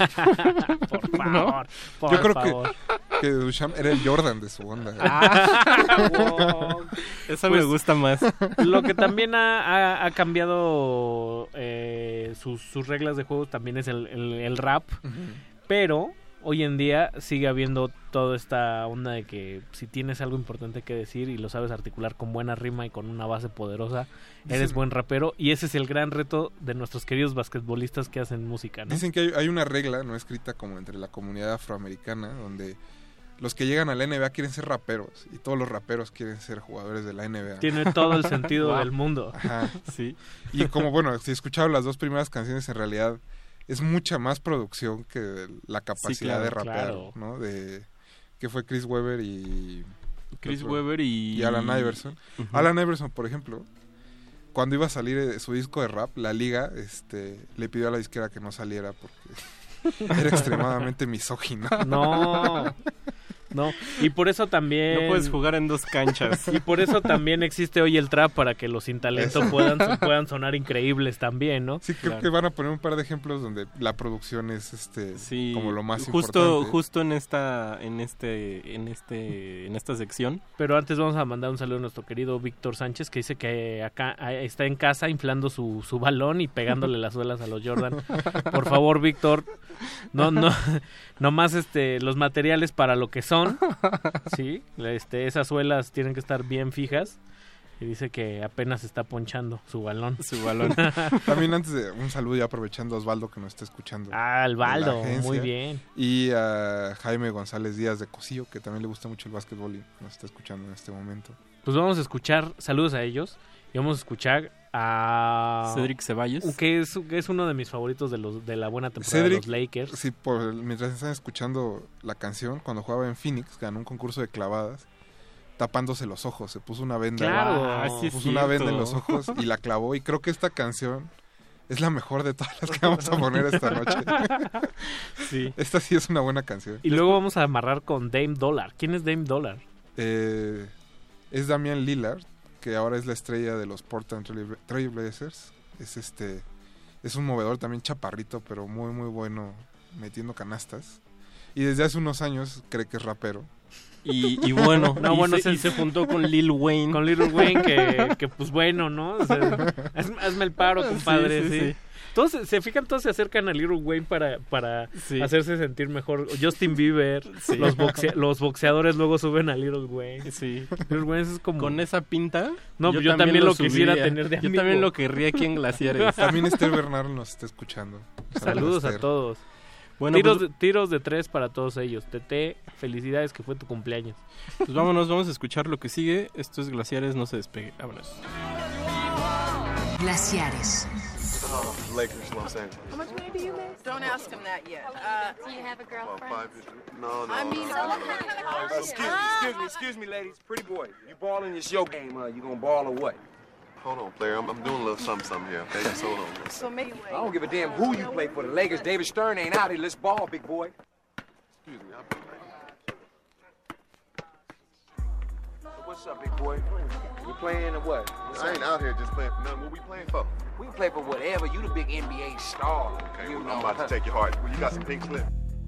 Por favor, ¿no? Por Yo creo favor. Que, que Duchamp era el Jordan de su onda. Ah, wow. Eso pues, me gusta más. Lo que también ha, ha, ha cambiado eh, sus, sus reglas de juego también es el, el, el rap, uh-huh. pero hoy en día sigue habiendo toda esta onda de que si tienes algo importante que decir y lo sabes articular con buena rima y con una base poderosa, eres sí. buen rapero, y ese es el gran reto de nuestros queridos basquetbolistas que hacen música, ¿no? Dicen que hay, hay una regla no escrita como entre la comunidad afroamericana donde los que llegan a la N B A quieren ser raperos y todos los raperos quieren ser jugadores de la N B A. Tiene todo el sentido wow. del mundo. Ajá. Sí. Y como bueno, si escucharon las dos primeras canciones, en realidad es mucha más producción que la capacidad sí, claro, de rapear, claro. ¿no? De que fue Chris Webber y Chris Webber y, y Alan Iverson. Uh-huh. Alan Iverson, por ejemplo, cuando iba a salir su disco de rap, la liga este le pidió a la disquera que no saliera porque era extremadamente misógino. No. No, y por eso también... No puedes jugar en dos canchas. Y por eso también existe hoy el trap, para que los sin talento puedan, puedan sonar increíbles también, ¿no? Sí, creo claro. que van a poner un par de ejemplos donde la producción es este sí, como lo más justo, importante. Justo en esta, en este, en este, en esta sección. Pero antes vamos a mandar un saludo a nuestro querido Víctor Sánchez, que dice que acá está en casa inflando su, su balón y pegándole las suelas a los Jordan. Por favor, Víctor, no, no, no más este, los materiales para lo que son. Sí, este, esas suelas tienen que estar bien fijas. Y dice que apenas está ponchando su balón. Su balón. También antes de un saludo, ya aprovechando a Osvaldo que nos está escuchando. Ah, Osvaldo, muy bien. Y a Jaime González Díaz de Cosío, que también le gusta mucho el básquetbol y nos está escuchando en este momento. Pues vamos a escuchar, saludos a ellos. Y vamos a escuchar a Cedric Ceballos, que es, que es uno de mis favoritos de los de la buena temporada Cedric, de los Lakers. Sí, por, mientras están escuchando la canción, cuando jugaba en Phoenix, ganó un concurso de clavadas tapándose los ojos, se puso una venda, claro, ah, sí puso una venda en los ojos y la clavó, y creo que esta canción es la mejor de todas las que vamos a poner esta noche. Sí. Esta sí es una buena canción. Y luego vamos a amarrar con Dame Dollar. ¿Quién es Dame Dollar? Eh, es Damian Lillard, que ahora es la estrella de los Portland Trail Blazers. Es este es un movedor también chaparrito, pero muy muy bueno metiendo canastas. Y desde hace unos años cree que es rapero. Y, y bueno, no, y, bueno se, se, y se juntó con Lil Wayne. Con Lil Wayne, que, que pues bueno, ¿no? O sea, hazme, hazme el paro, compadre, sí. sí, sí. sí. Todos se fijan, todos se acercan a Lil Wayne para, para sí. hacerse sentir mejor. Justin Bieber, sí. los, boxea, los boxeadores luego suben a Lil Wayne. Sí. Lil Wayne es como... Con esa pinta, no, yo, yo también, también lo, lo quisiera tener de amigo. Yo también lo querría aquí en Glaciares. También Esther Bernal nos está escuchando. Saludos, Saludos a, a todos. Bueno, tiros, pues, de, tiros de tres para todos ellos. Tete, felicidades que fue tu cumpleaños. Pues vámonos, vamos a escuchar lo que sigue. Esto es Glaciares, no se despegue. Vámonos. Glaciares. Lakers, Los Angeles. How much money do you make? Don't ask him that yet. Uh, do you have a girlfriend? About five, no, no. I mean, no. so no. what Excuse kind me, of- excuse me, excuse me, ladies. Pretty boy, you balling, it's your game, huh? You gonna ball or what? Hold on, player. I'm, I'm doing a little something, something here, okay? Just hold on. So maybe I don't give a damn who you play for. The Lakers, David Stern ain't out here. Let's ball, big boy. Excuse me, I'll be back. What's up, big boy? You playing or what? What's I up? ain't out here just playing for nothing. What we playing for? We play for whatever. You the big N B A star. Okay, you well, know. I'm about to take your heart. You got some pink slip?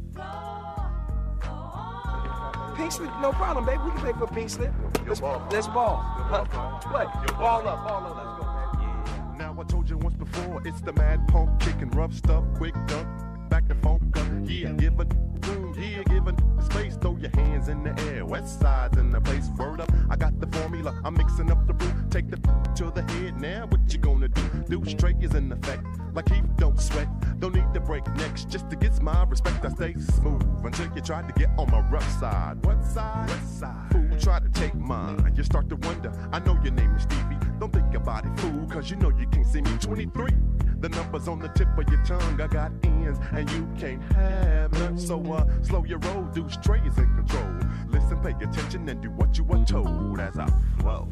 Pink slip? No problem, baby. We can play for pink slip. Let's ball. Let's ball. Huh? What? Ball up, ball up. Let's go, baby. Now I told you once before, it's the mad punk kicking rough stuff, quick dunk, back to funk up. Yeah, give it room, yeah, give it space, throw your hands in the air. West side's in the place, word up. I got the formula, I'm mixing up the brew. Take the to the head now, what you gonna do? Do straight is in effect, like he don't sweat. Don't need to break necks just to get my respect. I stay smooth until you try to get on my rough side. What side? West side. Fool, try to take mine. You start to wonder, I know your name is Stevie. Don't think about it, fool, cause you know you can't see me. twenty-three, the number's on the tip of your tongue. I got ends and you can't have none. So uh, slow your roll, do straight is in control. Listen, pay attention and do what you are told as I flow.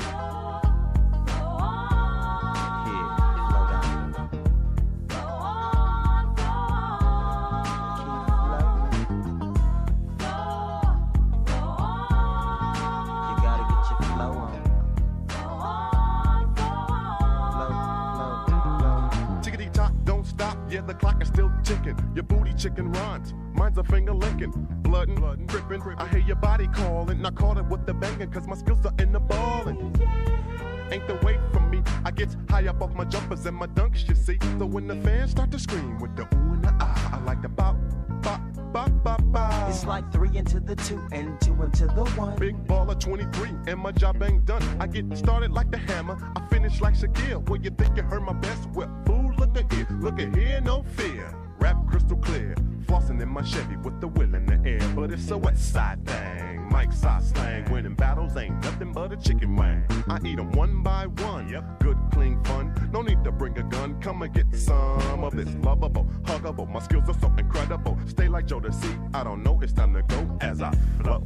Yeah, the clock is still ticking. Your booty chicken runs. Mine's a finger licking. Blood and blood and dripping. I hear your body calling. I caught it with the banging, cause my skills are in the ballin'. Ain't the weight from me. I get high up off my jumpers and my dunks, you see. So when the fans start to scream with the ooh and the ah, I like the bop, bop, bop, bop, bop. It's like three into the two and two into the one. Big baller twenty-three and my job ain't done. I get started like the hammer. I finish like Shaquille. Well, you think you heard my best? Well, fool, look at here. Look at here, no fear. Rap crystal clear. Flossing in my Chevy with the wheel in the air. But it's a west side thing. Mike's side slang. Winning battles ain't nothing but a chicken wing. I eat them one by one. Yep. Good, clean fun. No need to bring a gun. Come and get some of this lovable, huggable. My skills are so incredible. Stay like Joe to see. I don't know. It's time to go as I flow.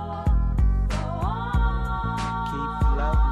Keep flowing.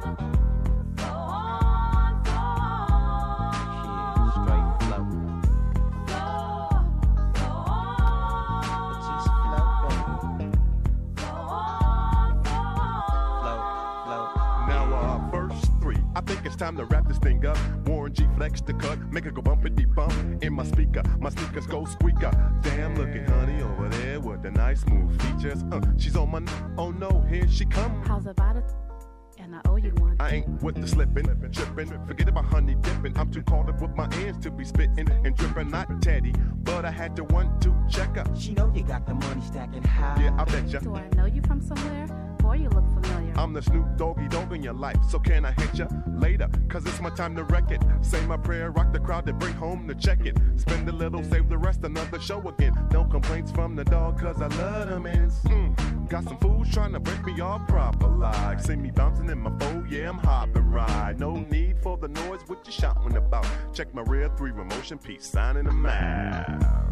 I think it's time to wrap this thing up. Warren G flex the cut, make it go bumpity bump in my speaker. My sneakers go squeaker. Damn, look at honey over there with the nice smooth features. Uh, she's on my n- oh no, here she come. How's about it? And I owe you one. I ain't with the slipping, tripping. Forget about honey dipping. I'm too caught up with my hands to be spitting and dripping. Not Teddy, but I had to one two check her. She know you got the money stacking high. Yeah, I bet ya. Do I know you from somewhere? Boy, you look familiar. I'm the Snoop Doggy Dogg in your life, so can I hit ya later? Cause it's my time to wreck it. Say my prayer, rock the crowd, then bring home to check it. Spend a little, save the rest, another show again. No complaints from the dog, cause I love them ends. Mm. Got some fools trying to break me off proper like. See me bouncing in my foe, yeah, I'm hopping right. No need for the noise, what you shouting about? Check my rear three remotion piece, signing them out.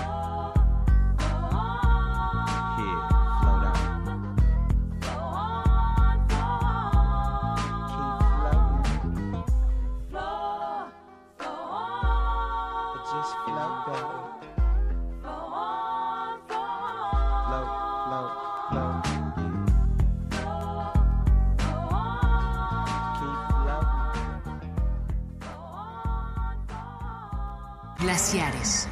Glaciares.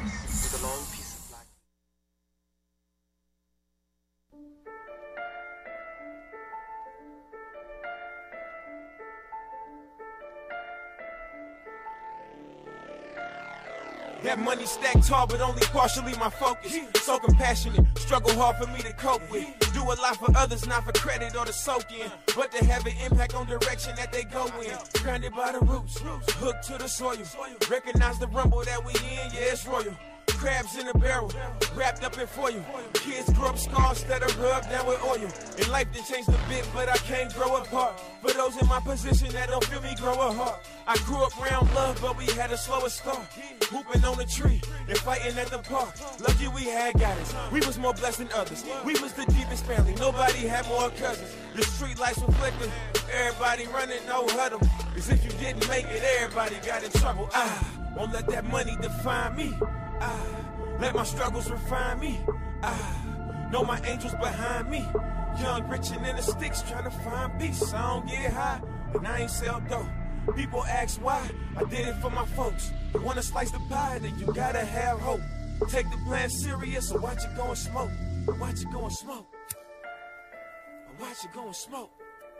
That money stacked tall, but only partially my focus. So compassionate, struggle hard for me to cope with. Do a lot for others, not for credit or to soak in, but to have an impact on direction that they go in. Grounded by the roots, hooked to the soil. Recognize the rumble that we in, yeah, it's royal. crabs in a barrel, wrapped up in foil. Kids grow up scars that are rubbed down with oil. And life done changed a bit, but I can't grow apart. For those in my position that don't feel me grow a heart. I grew up around love, but we had a slower start. Hooping on a tree and fighting at the park. Lucky we had guidance. We was more blessed than others. We was the deepest family. Nobody had more cousins. The street lights were flickering. Everybody running, no huddle. As if you didn't make it, everybody got in trouble. I won't let that money define me. I let my struggles refine me. I know my angels behind me. Young, rich, and in the sticks trying to find peace. I don't get high, and I ain't sell dope. People ask why, I did it for my folks. You wanna slice the pie, then you gotta have hope. Take the plan serious, or watch it go and smoke. Or watch it go and smoke. Or watch it go and smoke.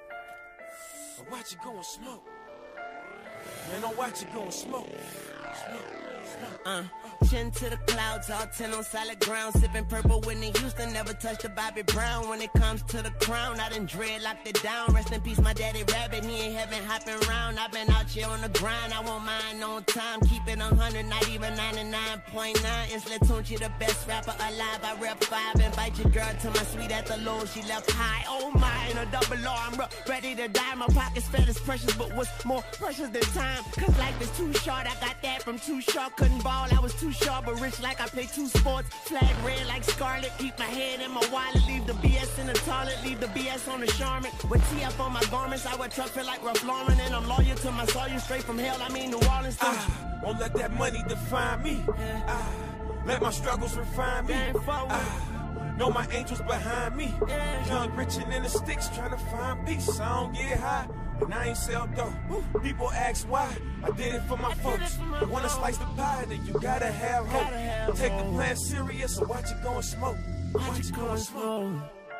Or watch it go and smoke. Man, don't watch it go and smoke. Smoke. Uh, chin to the clouds, all ten on solid ground. Sipping purple Whitney Houston, never touched a Bobby Brown. When it comes to the crown, I done dread locked it down. Rest in peace, my daddy Rabbit, he ain't heaven hopping round. I been out here on the grind, I won't mind on time. Keep it one hundred, not even ninety-nine point nine. It's Latunchi, the best rapper alive. I rep five, invite your girl to my suite at the low. She left high, oh my, in a double R, I'm ready to die. My pockets fed is precious, but what's more precious than time? Cause life is too short, I got that from Too Short. Couldn't ball, I was too sharp, but rich like I play two sports. Flag red like Scarlet, keep my head in my wallet. Leave the B S in the toilet, leave the B S on the Charmin. With T F on my garments, I wear truck feel like Ralph Lauren. And I'm loyal to my soul, you straight from hell, I mean New Orleans. I won't let that money define me. I let my struggles refine me. I know my angels behind me. Young, rich, and in the sticks trying to find peace. I don't get high, and I ain't sell dope. People ask why, I did it for my folks. You wanna slice the pie, then you gotta have hope. Take the plan serious, or watch it go and smoke. Watch it go and smoke.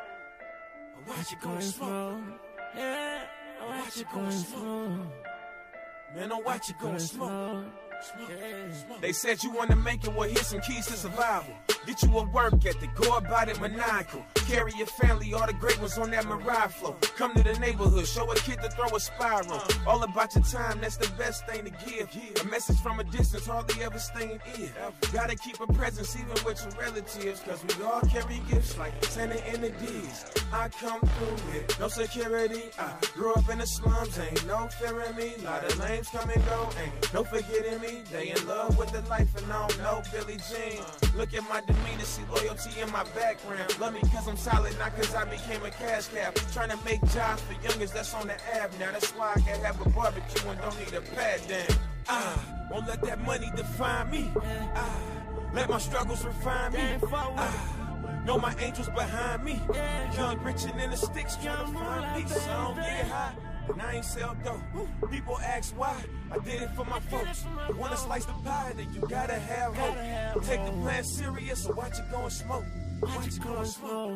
Watch it go and smoke. Yeah, watch it go and smoke. Man, don't watch it go and smoke. They said you wanna make it, well here's some keys to survival. Get you a work ethic, go about it maniacal. Carry your family, all the great ones on that Mariah flow. Come to the neighborhood, show a kid to throw a spiral. All about your time, that's the best thing to give. A message from a distance, hardly ever staying in. Gotta keep a presence even with your relatives, cause we all carry gifts like Santa and the D's. I come through with no security, I grew up in the slums, ain't no fear in me. Lot of lames come and go, ain't no forgetting me. They in love with the life and I don't know Billie Jean. Look at my demeanor, see loyalty in my background. Love me cause I'm solid, not cause I became a cash cow. Trying to make jobs for youngers that's on the app now. That's why I can have a barbecue and don't need a pad down. I won't let that money define me. I let my struggles refine me. I know my angels behind me. Young, rich, and in the sticks trying to find peace. I don't get high, and I ain't sell dope. People ask why, I did it for my folks. You wanna slice the pie, then you gotta have hope. Take the plan serious, or watch it go and smoke. Watch it go and smoke.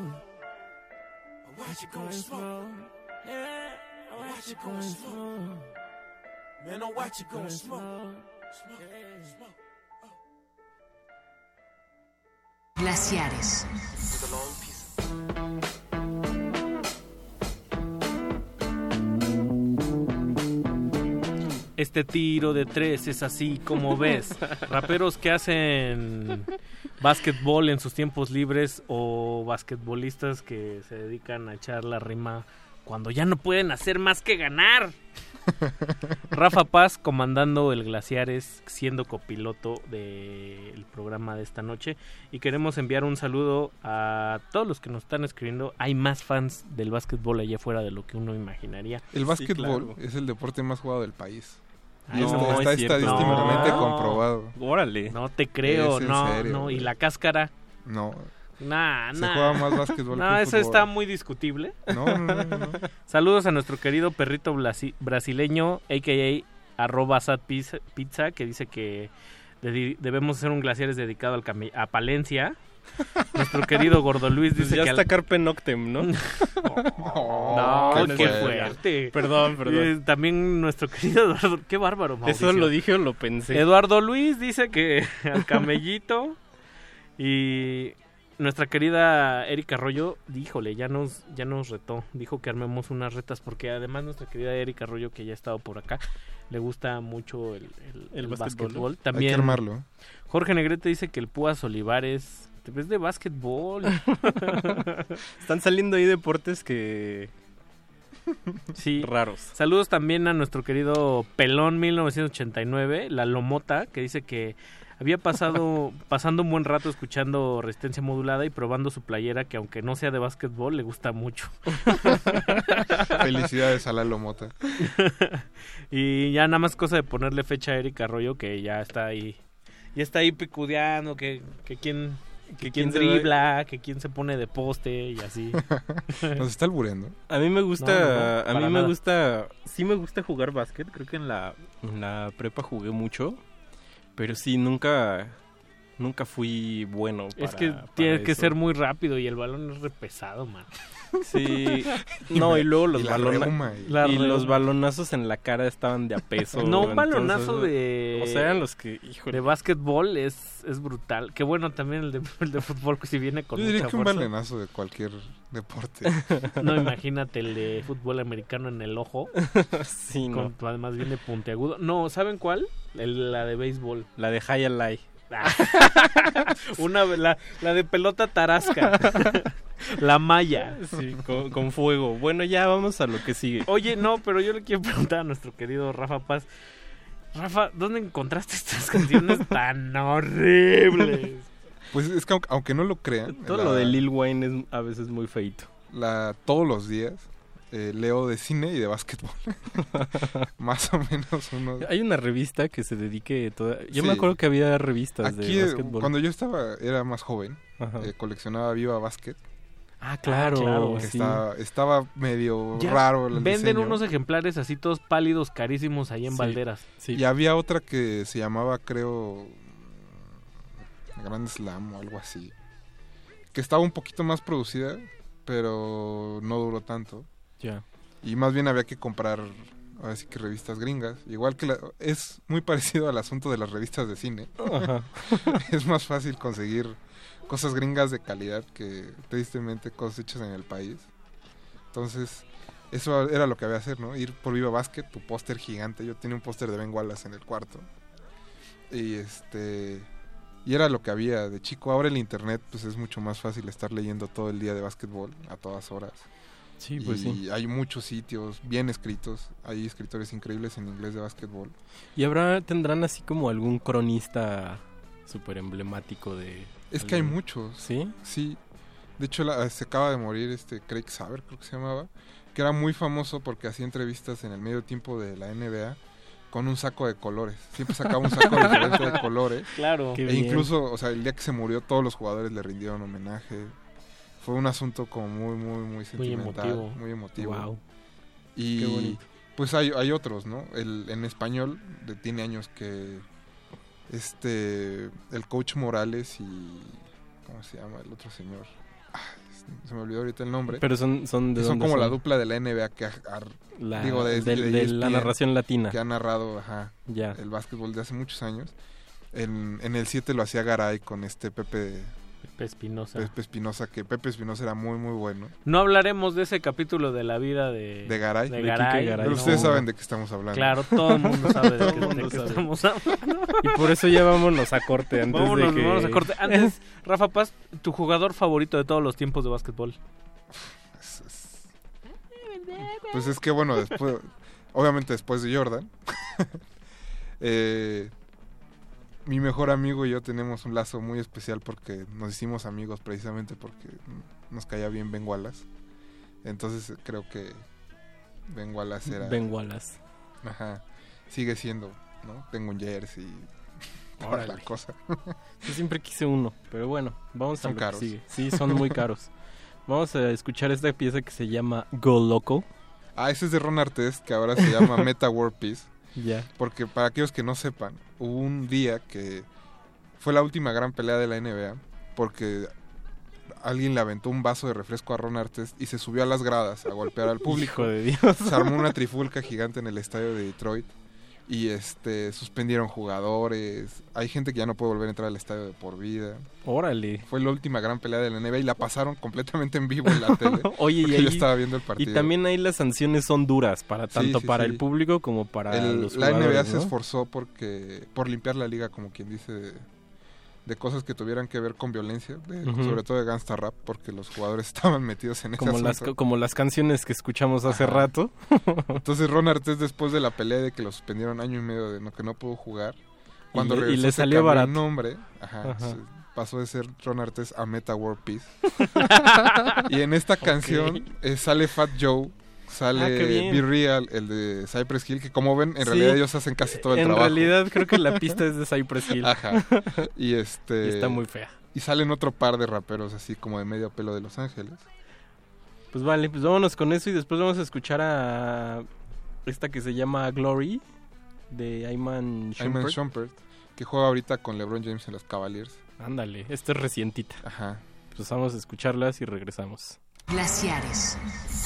Watch it go and smoke. Yeah, watch it go and smoke. Man, don't watch it go and smoke. Smoke, smoke. Glaciares. Este tiro de tres es así como ves. Raperos que hacen básquetbol en sus tiempos libres o basquetbolistas que se dedican a echar la rima cuando ya no pueden hacer más que ganar. Rafa Paz comandando el Glaciares, siendo copiloto del programa de esta noche, y queremos enviar un saludo a todos los que nos están escribiendo. Hay más fans del básquetbol allá afuera de lo que uno imaginaría. El básquetbol sí, claro. es el deporte más jugado del país. Ah, no, no, está es estadísticamente no. comprobado. Órale. No te creo, no, serio, no. ¿Y la cáscara? No. Nah, Se nah. juega más básquetbol No, que eso fútbol. Está muy discutible. No, no, no, no. Saludos a nuestro querido perrito blasi- brasileño, a k a arroba sat pizza, que dice que de- debemos hacer un Glaciares dedicado al cami- a Palencia. Nuestro querido Gordo Luis dice pues ya que... está al... Carpe Noctem, ¿no? no, no, qué qué fuerte. Perdón, perdón. Eh, también nuestro querido Eduardo... Qué bárbaro, Mauricio. ¿Eso lo dije o lo pensé? Eduardo Luis dice que al camellito y... nuestra querida Erika Arroyo, díjole, ya nos, ya nos retó. Dijo que armemos unas retas porque además nuestra querida Erika Arroyo, que ya ha estado por acá, le gusta mucho el, el, el, el básquetbol. También, hay que armarlo. Jorge Negrete dice que el Púas Olivares, te ves de básquetbol. Están saliendo ahí deportes que... Sí. Raros. Saludos también a nuestro querido Pelón mil novecientos ochenta y nueve, la Lomota, que dice que había pasado pasando un buen rato escuchando Resistencia Modulada y probando su playera, que aunque no sea de básquetbol, le gusta mucho. Felicidades a la Lomota. Y ya nada más cosa de ponerle fecha a Erika Arroyo, que ya está ahí, ya está ahí picudeando, que, que quién... Que quién dribla, que quién se pone de poste y así. Nos está albureando. A mí me gusta, no, no, a mí nada. me gusta, sí me gusta jugar básquet. Creo que en la, en la prepa jugué mucho, pero sí nunca, nunca fui bueno. Para, es que para tiene que eso. ser muy rápido y el balón es re pesado, man. Sí, no, y luego los y balonazos y, y los balonazos en la cara estaban de a peso. No, un entonces, balonazo de... O sea, eran los que, híjole. De básquetbol es, es brutal. Que bueno, también el de, el de fútbol, que si viene con Yo diría mucha que un fuerza. balonazo de cualquier deporte. No, imagínate el de fútbol americano en el ojo. Sí, no. Con, además viene puntiagudo. No, ¿saben cuál? El, la de béisbol. La de High Alive. Una, la, la de pelota tarasca. La malla. Sí, con, con fuego. Bueno, ya vamos a lo que sigue. Oye, no, pero yo le quiero preguntar a nuestro querido Rafa Paz. Rafa, ¿dónde encontraste estas canciones tan horribles? Pues es que aunque no lo crean, todo la, lo de Lil Wayne es a veces muy feito. La, todos los días eh, leo de cine y de básquetbol. Más o menos uno. Hay una revista que se dedique toda... Yo sí. me acuerdo que había revistas Aquí, de básquetbol. Cuando yo estaba, era más joven, eh, coleccionaba Viva Básquet. Ah, claro. Ah, claro que sí. estaba, estaba medio ya raro el venden diseño. unos ejemplares así todos pálidos, carísimos ahí en sí, Valderas. Sí. Y había otra que se llamaba, creo, Grand Slam o algo así. Que estaba un poquito más producida, pero no duró tanto. Ya. Y más bien había que comprar, ahora sí que revistas gringas. Igual que la, es muy parecido al asunto de las revistas de cine. Ajá. Es más fácil conseguir cosas gringas de calidad que tristemente cosas hechas en el país. Entonces, eso era lo que había que hacer, ¿no? Ir por Viva Básquet, tu póster gigante. Yo tenía un póster de Ben Wallace en el cuarto. Y este... Y era lo que había de chico. Ahora el internet, pues es mucho más fácil estar leyendo todo el día de básquetbol a todas horas. Sí, pues y sí. hay muchos sitios bien escritos. Hay escritores increíbles en inglés de básquetbol. ¿Y habrá, tendrán así como algún cronista súper emblemático de...? Es que hay muchos. ¿Sí? Sí. De hecho, la, se acaba de morir este Craig Saber, creo que se llamaba, que era muy famoso porque hacía entrevistas en el medio tiempo de la N B A con un saco de colores. Siempre sacaba un saco diferente de colores. Claro. Qué e bien. Incluso, o sea, el día que se murió, todos los jugadores le rindieron homenaje. Fue un asunto como muy, muy, muy sentimental. Muy emotivo. Muy emotivo. Wow. Y qué bonito. Pues hay, hay otros, ¿no? El, en español de, tiene años que este el coach Morales y ¿cómo se llama el otro señor? Ah, se me olvidó ahorita el nombre. Pero son son de son dónde como son? la dupla de la N B A que ha, ha, la, digo de, de, de, de la narración latina que ha narrado ajá, ya. el básquetbol de hace muchos años. En, en el siete lo hacía Garay con este Pepe Pepe Espinosa. Pepe Espinosa, que Pepe Espinosa era muy muy bueno. No hablaremos de ese capítulo de la vida de de Garay. De Garay, de Garay. Pero no. ustedes saben de qué estamos hablando. Claro, todo el mundo sabe de, qué, de qué sabe. estamos hablando. Y por eso ya vámonos a corte antes vámonos, de que... vámonos a corte. Antes, Rafa Paz, tu jugador favorito de todos los tiempos de básquetbol. Es, es... Pues es que bueno, después, obviamente después de Jordan, eh, mi mejor amigo y yo tenemos un lazo muy especial porque nos hicimos amigos precisamente porque nos caía bien Ben Wallace. Entonces creo que Ben Wallace era... Ben Wallace. Ajá, sigue siendo, ¿no? Tengo un jersey, toda la cosa. Yo siempre quise uno, pero bueno, vamos son a lo caros. que sigue. Sí, son muy caros. Vamos a escuchar esta pieza que se llama Go Loco. Ah, ese es de Ron Artest, que ahora se llama Meta World Peace. Ya. Porque para aquellos que no sepan, hubo un día que fue la última gran pelea de la N B A, porque alguien le aventó un vaso de refresco a Ron Artest y se subió a las gradas a golpear al público. Hijo de Dios. Se armó una trifulca gigante en el estadio de Detroit. y este suspendieron jugadores. Hay gente que ya no puede volver a entrar al estadio de por vida. Órale. Fue la última gran pelea de la N B A y la pasaron completamente en vivo en la tele. Oye, y ahí, yo estaba viendo el partido. Y también ahí las sanciones son duras para tanto sí, sí, para sí. el público como para el, los la jugadores. La N B A ¿no? se esforzó porque por limpiar la liga, como quien dice, de, de cosas que tuvieran que ver con violencia, de, uh-huh. sobre todo de gangsta rap, porque los jugadores estaban metidos en ese como las como las canciones que escuchamos hace Ajá. rato. Entonces Ron Artest, después de la pelea de que lo suspendieron año y medio de no, que no pudo jugar, cuando y, regresó, y le salió barato el nombre, ajá, ajá. Se, pasó de ser Ron Artest a Meta World Peace. Y en esta canción okay. eh, sale Fat Joe, sale ah, Be Real, el de Cypress Hill, que como ven, en sí, realidad ellos hacen casi todo el en trabajo. En realidad creo que la pista es de Cypress Hill. Ajá. Y este... Y está muy fea. Y salen otro par de raperos así como de medio pelo de Los Ángeles. Pues vale, pues vámonos con eso y después vamos a escuchar a esta que se llama Glory, de Iman Shumpert. Iman Shumpert, que juega ahorita con LeBron James en los Cavaliers. Ándale, esta es recientita. Ajá. Pues vamos a escucharlas y regresamos. Glaciares.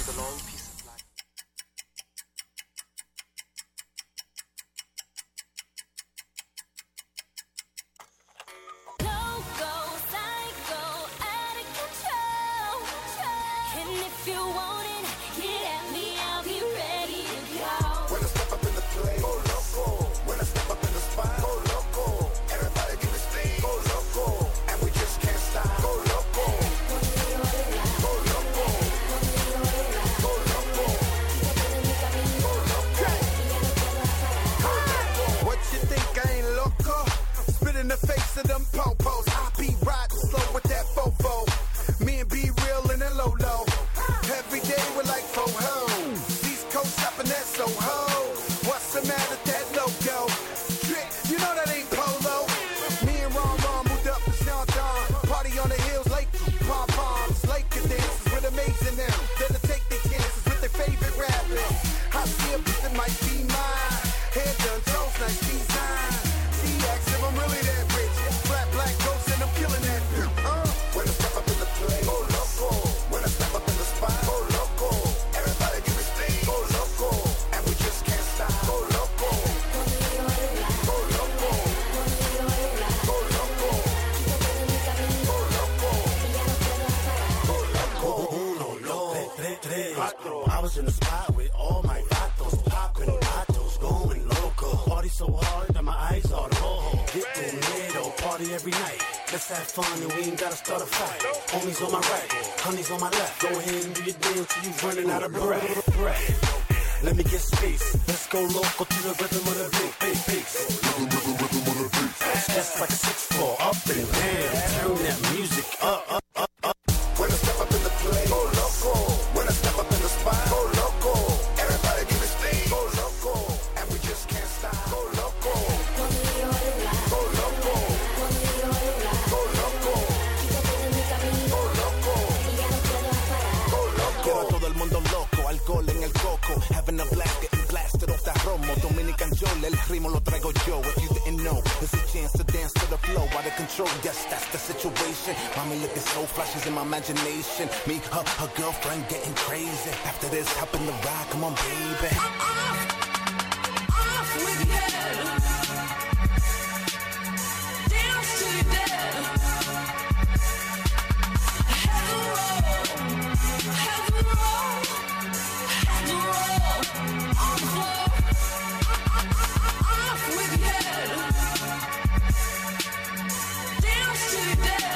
Imagination, me, her, her girlfriend getting crazy. After this, hop in the ride, come on, baby. Off, off with you. Dance to the dead. Head and roll, head and roll, head and roll on the floor. Off with you. Dance to the dead.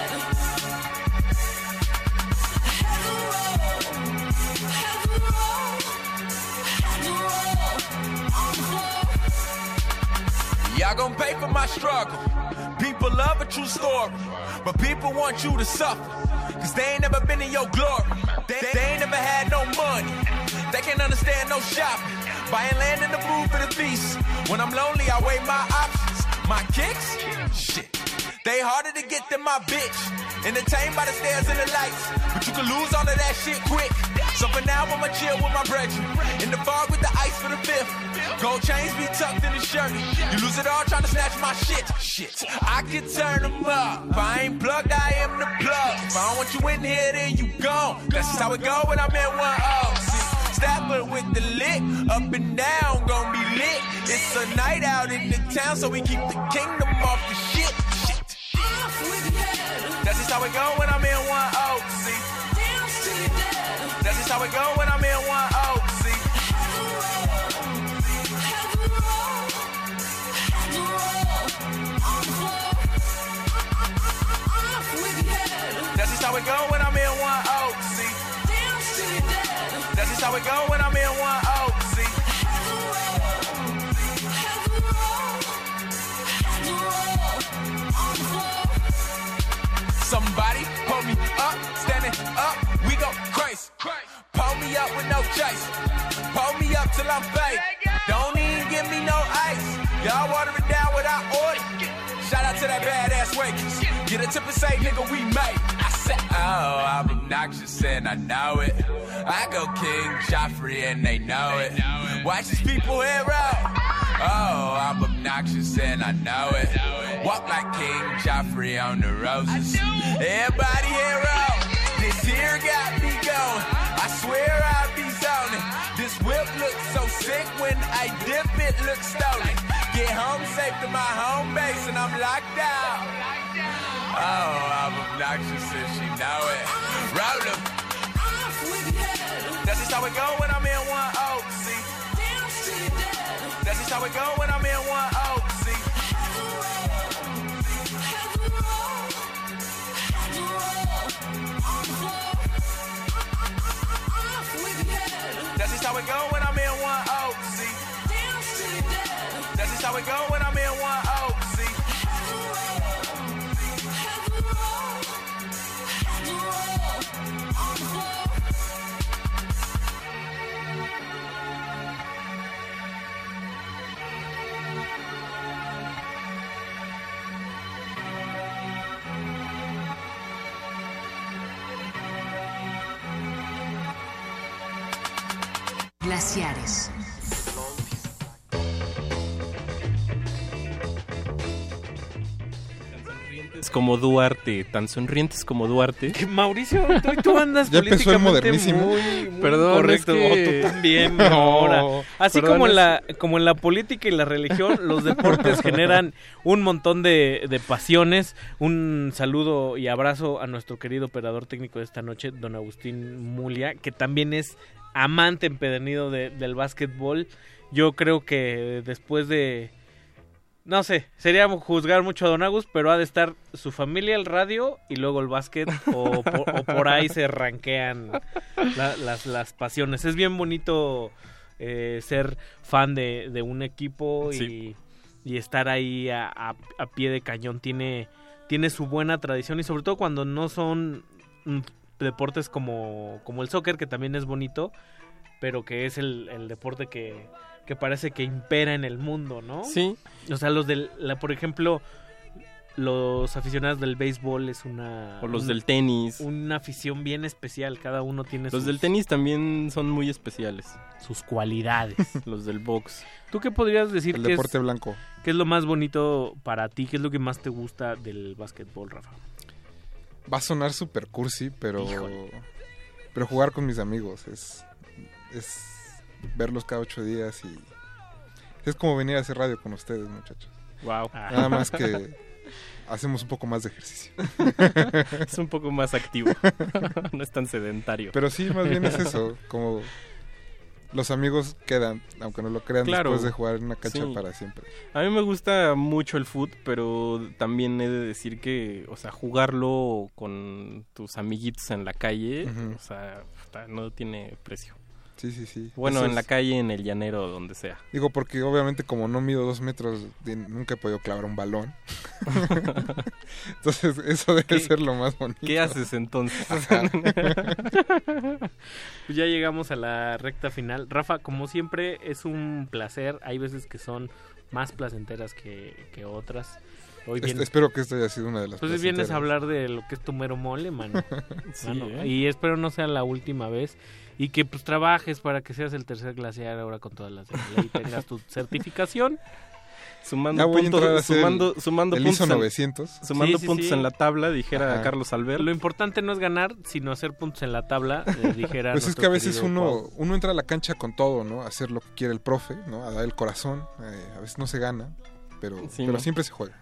Y'all gon' pay for my struggle. People love a true story, but people want you to suffer, cause they ain't never been in your glory. They, they ain't never had no money, they can't understand no shopping. Buying land in the mood for the feast. When I'm lonely, I weigh my options. My kicks? Shit. They harder to get than my bitch. Entertained by the stairs and the lights, but you can lose all of that shit quick. So for now, I'ma chill with my brethren. In the fog with the ice for the fifth. Gold chains be tucked in the shirt. You lose it all trying to snatch my shit. Shit. I can turn them up. If I ain't plugged, I am the plug. If I don't want you in here, then you gone. That's just how it go when I'm in one oh. Stapler with the lick. Up and down, gon' be lit. It's a night out in the town, so we keep the kingdom off the shit. Shit. That's just how it go when I'm in one O. See. That's just how it go when I'm in one O. See. That's just how it go when I'm in one O. See. That's just how it go when I'm in one O. See. Somebody pull me up, standing up, we go crazy. Pull me up with no chase. Pull me up till I'm fake. Don't even give me no ice. Y'all water it down without oil. Shout out to that badass waitress. Get a tip and say, nigga, we made it. I said, oh, I'm obnoxious and I know it. I go King Joffrey and they know it. Watch these people here out. Oh, I'm obnoxious and I know it. Walk like King Joffrey on the roses. Everybody here out. This here got me going. I swear I'll be zoning. This whip looks so sick when I dip it looks stolen. Get home safe to my home base and I'm locked out. Oh, I'm obnoxious and she know it. Roll up. That's just how it go when I'm in one O. See. That's just how it go when I'm in one O. See. That's just how it go when I'm in one O. See. That's just how it go when I'm in one O. See. Glaciares. Como Duarte, tan sonrientes como Duarte. Mauricio, tú, tú andas ya empezó el modernísimo. Muy, muy Perdón, correcto. Es que... Tú también, ahora. Así Perdón, como en es... la como en la política y la religión, los deportes generan un montón de, de pasiones. Un saludo y abrazo a nuestro querido operador técnico de esta noche, don Agustín Mulia, que también es amante empedernido de, del básquetbol. Yo creo que después de... No sé, sería juzgar mucho a Don Agus, pero ha de estar su familia, el radio y luego el básquet, o por, o por ahí se ranquean la, las, las pasiones. Es bien bonito eh, ser fan de, de un equipo y, sí. y estar ahí a, a, a pie de cañón. Tiene, tiene su buena tradición y sobre todo cuando no son mm, deportes como, como el soccer, que también es bonito, pero que es el, el deporte que... que parece que impera en el mundo, ¿no? Sí. O sea, los del, la, por ejemplo, los aficionados del béisbol es una... O los una, del tenis. Una afición bien especial, cada uno tiene Los sus... del tenis también son muy especiales. Sus cualidades. Los del box. ¿Tú qué podrías decir el que deporte es, blanco? ¿Qué es lo más bonito para ti? ¿Qué es lo que más te gusta del básquetbol, Rafa? Va a sonar super cursi, pero... Híjole. Pero jugar con mis amigos es... es verlos cada ocho días y es como venir a hacer radio con ustedes, muchachos. Wow. Nada más que hacemos un poco más de ejercicio. Es un poco más activo. No es tan sedentario. Pero sí, más bien es eso, como los amigos quedan, aunque no lo crean, claro, después de jugar en una cancha sí. para siempre. A mí me gusta mucho el fútbol, pero también he de decir que, o sea, jugarlo con tus amiguitos en la calle, uh-huh. o sea, no tiene precio. Sí, sí, sí. Bueno, eso en es... la calle, en el llanero, donde sea. Digo, porque obviamente como no mido dos metros, nunca he podido clavar un balón. Entonces, eso debe ser lo más bonito. ¿Qué haces entonces? Pues ya llegamos a la recta final. Rafa, como siempre, es un placer. Hay veces que son más placenteras que, que otras. Hoy es, vienes, espero que esta haya sido una de las pues vienes a hablar de lo que es tu mero mole, mano. Sí, mano. ¿eh? Y espero no sea la última vez. Y que pues trabajes para que seas el tercer glaciar ahora con todas las de ley y tengas tu certificación. Sumando puntos, sumando, sumando el puntos, I S O novecientos. En, sumando sí, sí, puntos sí. en la tabla, dijera Ajá. Carlos Albert. Lo importante no es ganar, sino hacer puntos en la tabla, eh, dijera. Pues es que a veces querido uno, Cuau. uno entra a la cancha con todo, ¿no? A hacer lo que quiere el profe, ¿no? A dar el corazón. Eh, a veces no se gana, pero, Sí, pero ¿no? siempre se juega.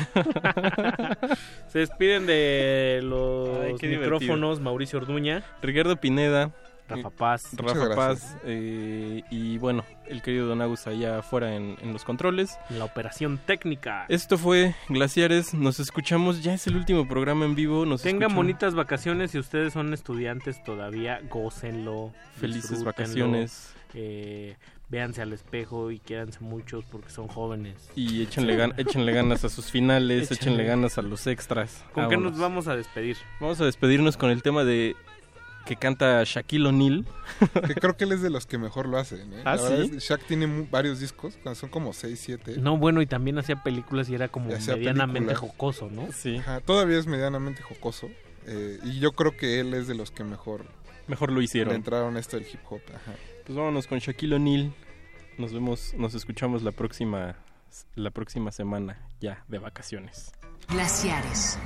Se despiden de los Ay, qué micrófonos divertido. Mauricio Orduña, Ricardo Pineda, Rafa Paz, Rafa gracias. Paz eh, y bueno, el querido Don Agus allá afuera en, en los controles. la operación técnica. Esto fue Glaciares, nos escuchamos, ya es el último programa en vivo. Nos Tengan escuchan- bonitas vacaciones, si ustedes son estudiantes todavía, gócenlo. Felices disfrútenlo, vacaciones. eh, véanse al espejo y quédanse muchos porque son jóvenes. Y échenle, gan- échenle ganas a sus finales, Échenle. échenle ganas a los extras. ¿Con qué Vámonos. nos vamos a despedir? Vamos a despedirnos con el tema de que canta Shaquille O'Neal. Que creo que él es de los que mejor lo hacen, ¿eh? ¿Ah, La verdad sí? es- Shaq tiene mu- varios discos, son como seis, siete. No, bueno, y también hacía películas y era como Y hacía medianamente películas. jocoso, ¿no? Sí. Ajá, todavía es medianamente jocoso. eh, y yo creo que él es de los que mejor Mejor lo le hicieron. entraron a esto del hip hop. Ajá. Pues vámonos con Shaquille O'Neal. Nos vemos, nos escuchamos la próxima la próxima semana ya de vacaciones. Glaciares.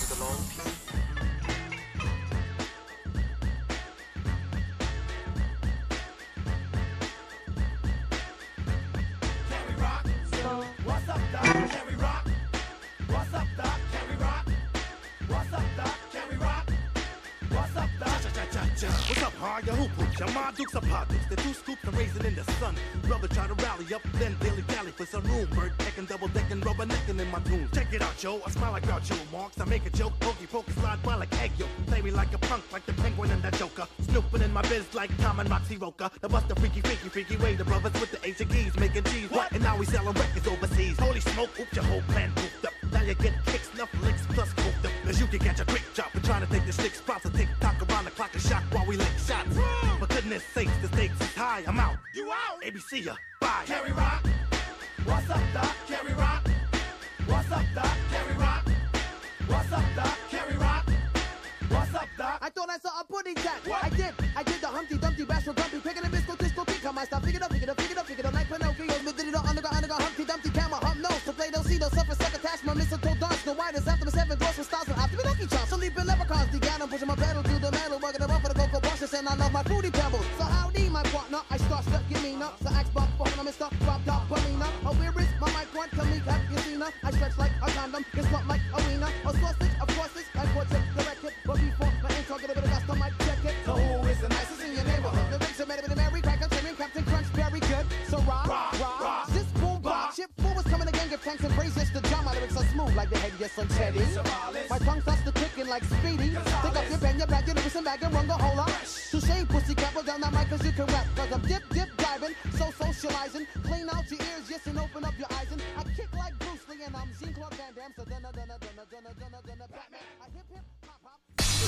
What's up, Doc? Can we rock? What's up, Doc? Can we rock? What's up, Doc? Can we rock? What's up, Doc? What's up, hard? Your hoop hoops, your ma dukes are pockets. The two scoops are raising in the sun. Brother try to rally up, then daily dally for some room. Bird pecking, double decking, rubber necking in my tune. Check it out, yo. I smile like Groucho Marx. I make a joke, pokey pokey slide by like egg yolk. Play me like a punk, like the penguin and that joker. Snooping in my biz like Tom and Roxy Roca. The bust the freaky, freaky, freaky way. The brothers with the Asian keys making cheese. What? And now we selling records overseas. Holy smoke, oops, your whole plan pooped up. Now you get kicks, snuff licks, plus cooped up. Cause you can catch a quick job for trying to take the six spots and tick tock around the clock and shock while we lick shots. For goodness sakes, the stakes is high. I'm out. You out? A B C ya. Bye. Can we rock? What's up, Doc? Can we rock? What's up, Doc? Can we rock? What's up, Doc? Can we rock? What's up, Doc? I thought I saw a pudding jack. What? I did. I did the Humpty Dumpty Bashful Grumpy, picking a bisco, disco, kick on my stuff. Figured out, figured out, figured out, figured out, like Pinocchio. Did it all under, under, Humpty Dumpty, camera, hump nose. To play those see those suffer, suck attachment, mistletoe dance. No white is after the seven doors with stars and after me lucky charms. So leaping leprechauns, the pushing my pedal to the metal, working them up for the cocoa brushes, and I love my fruity pebbles. So howdy, my partner, I start stuck, give me up. So axe bump, phone, I'm Mister Drop Top, Balina. Oh, where is my mic one? Tell me, have you seen her? I stretch like a condom, get slumped like a wiener. A sausage, of course, it's like portrait, direct hit. But before my intro, get a bit of dust, I might check it. So who is the nicest in your neighborhood? The rings are made of the Mary Cracker, Jimmy, Captain Crunch, very good. So rock, rock, rock. This boom, box, ship, fool was coming again, give thanks and praise. Yes, the drum, my lyrics are smooth like the head, yes, on Teddy. My tongue starts to ticking like Speedy. Take up your pen, your bag, your lyrics and bag, and run the whole lot. To shame, pussy cat, well down that mic, cause you can rap. Cause I'm dip, dip, diving, so socializing. Clean out your ears, yes, and open up your eyes. And I kick like Bruce Lee, and I'm Jean-Claude Van Damme. So dunna, dunna, dunna, dunna, dunna, dunna, Batman. I hip, hip, hop, hop.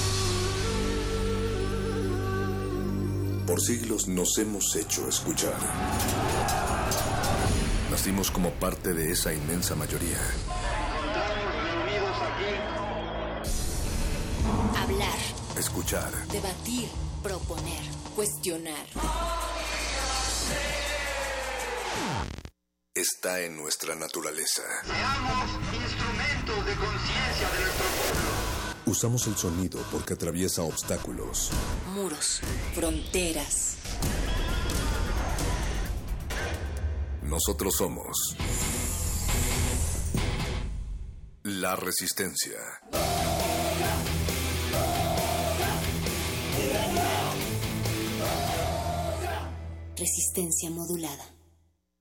Por siglos nos hemos hecho escuchar. Nacimos como parte de esa inmensa mayoría. Hablar, Escuchar, debatir, proponer, cuestionar. está en nuestra naturaleza. Seamos instrumentos de conciencia de nuestro pueblo. Usamos el sonido porque atraviesa obstáculos. Muros, fronteras. Nosotros somos la Resistencia. Resistencia modulada.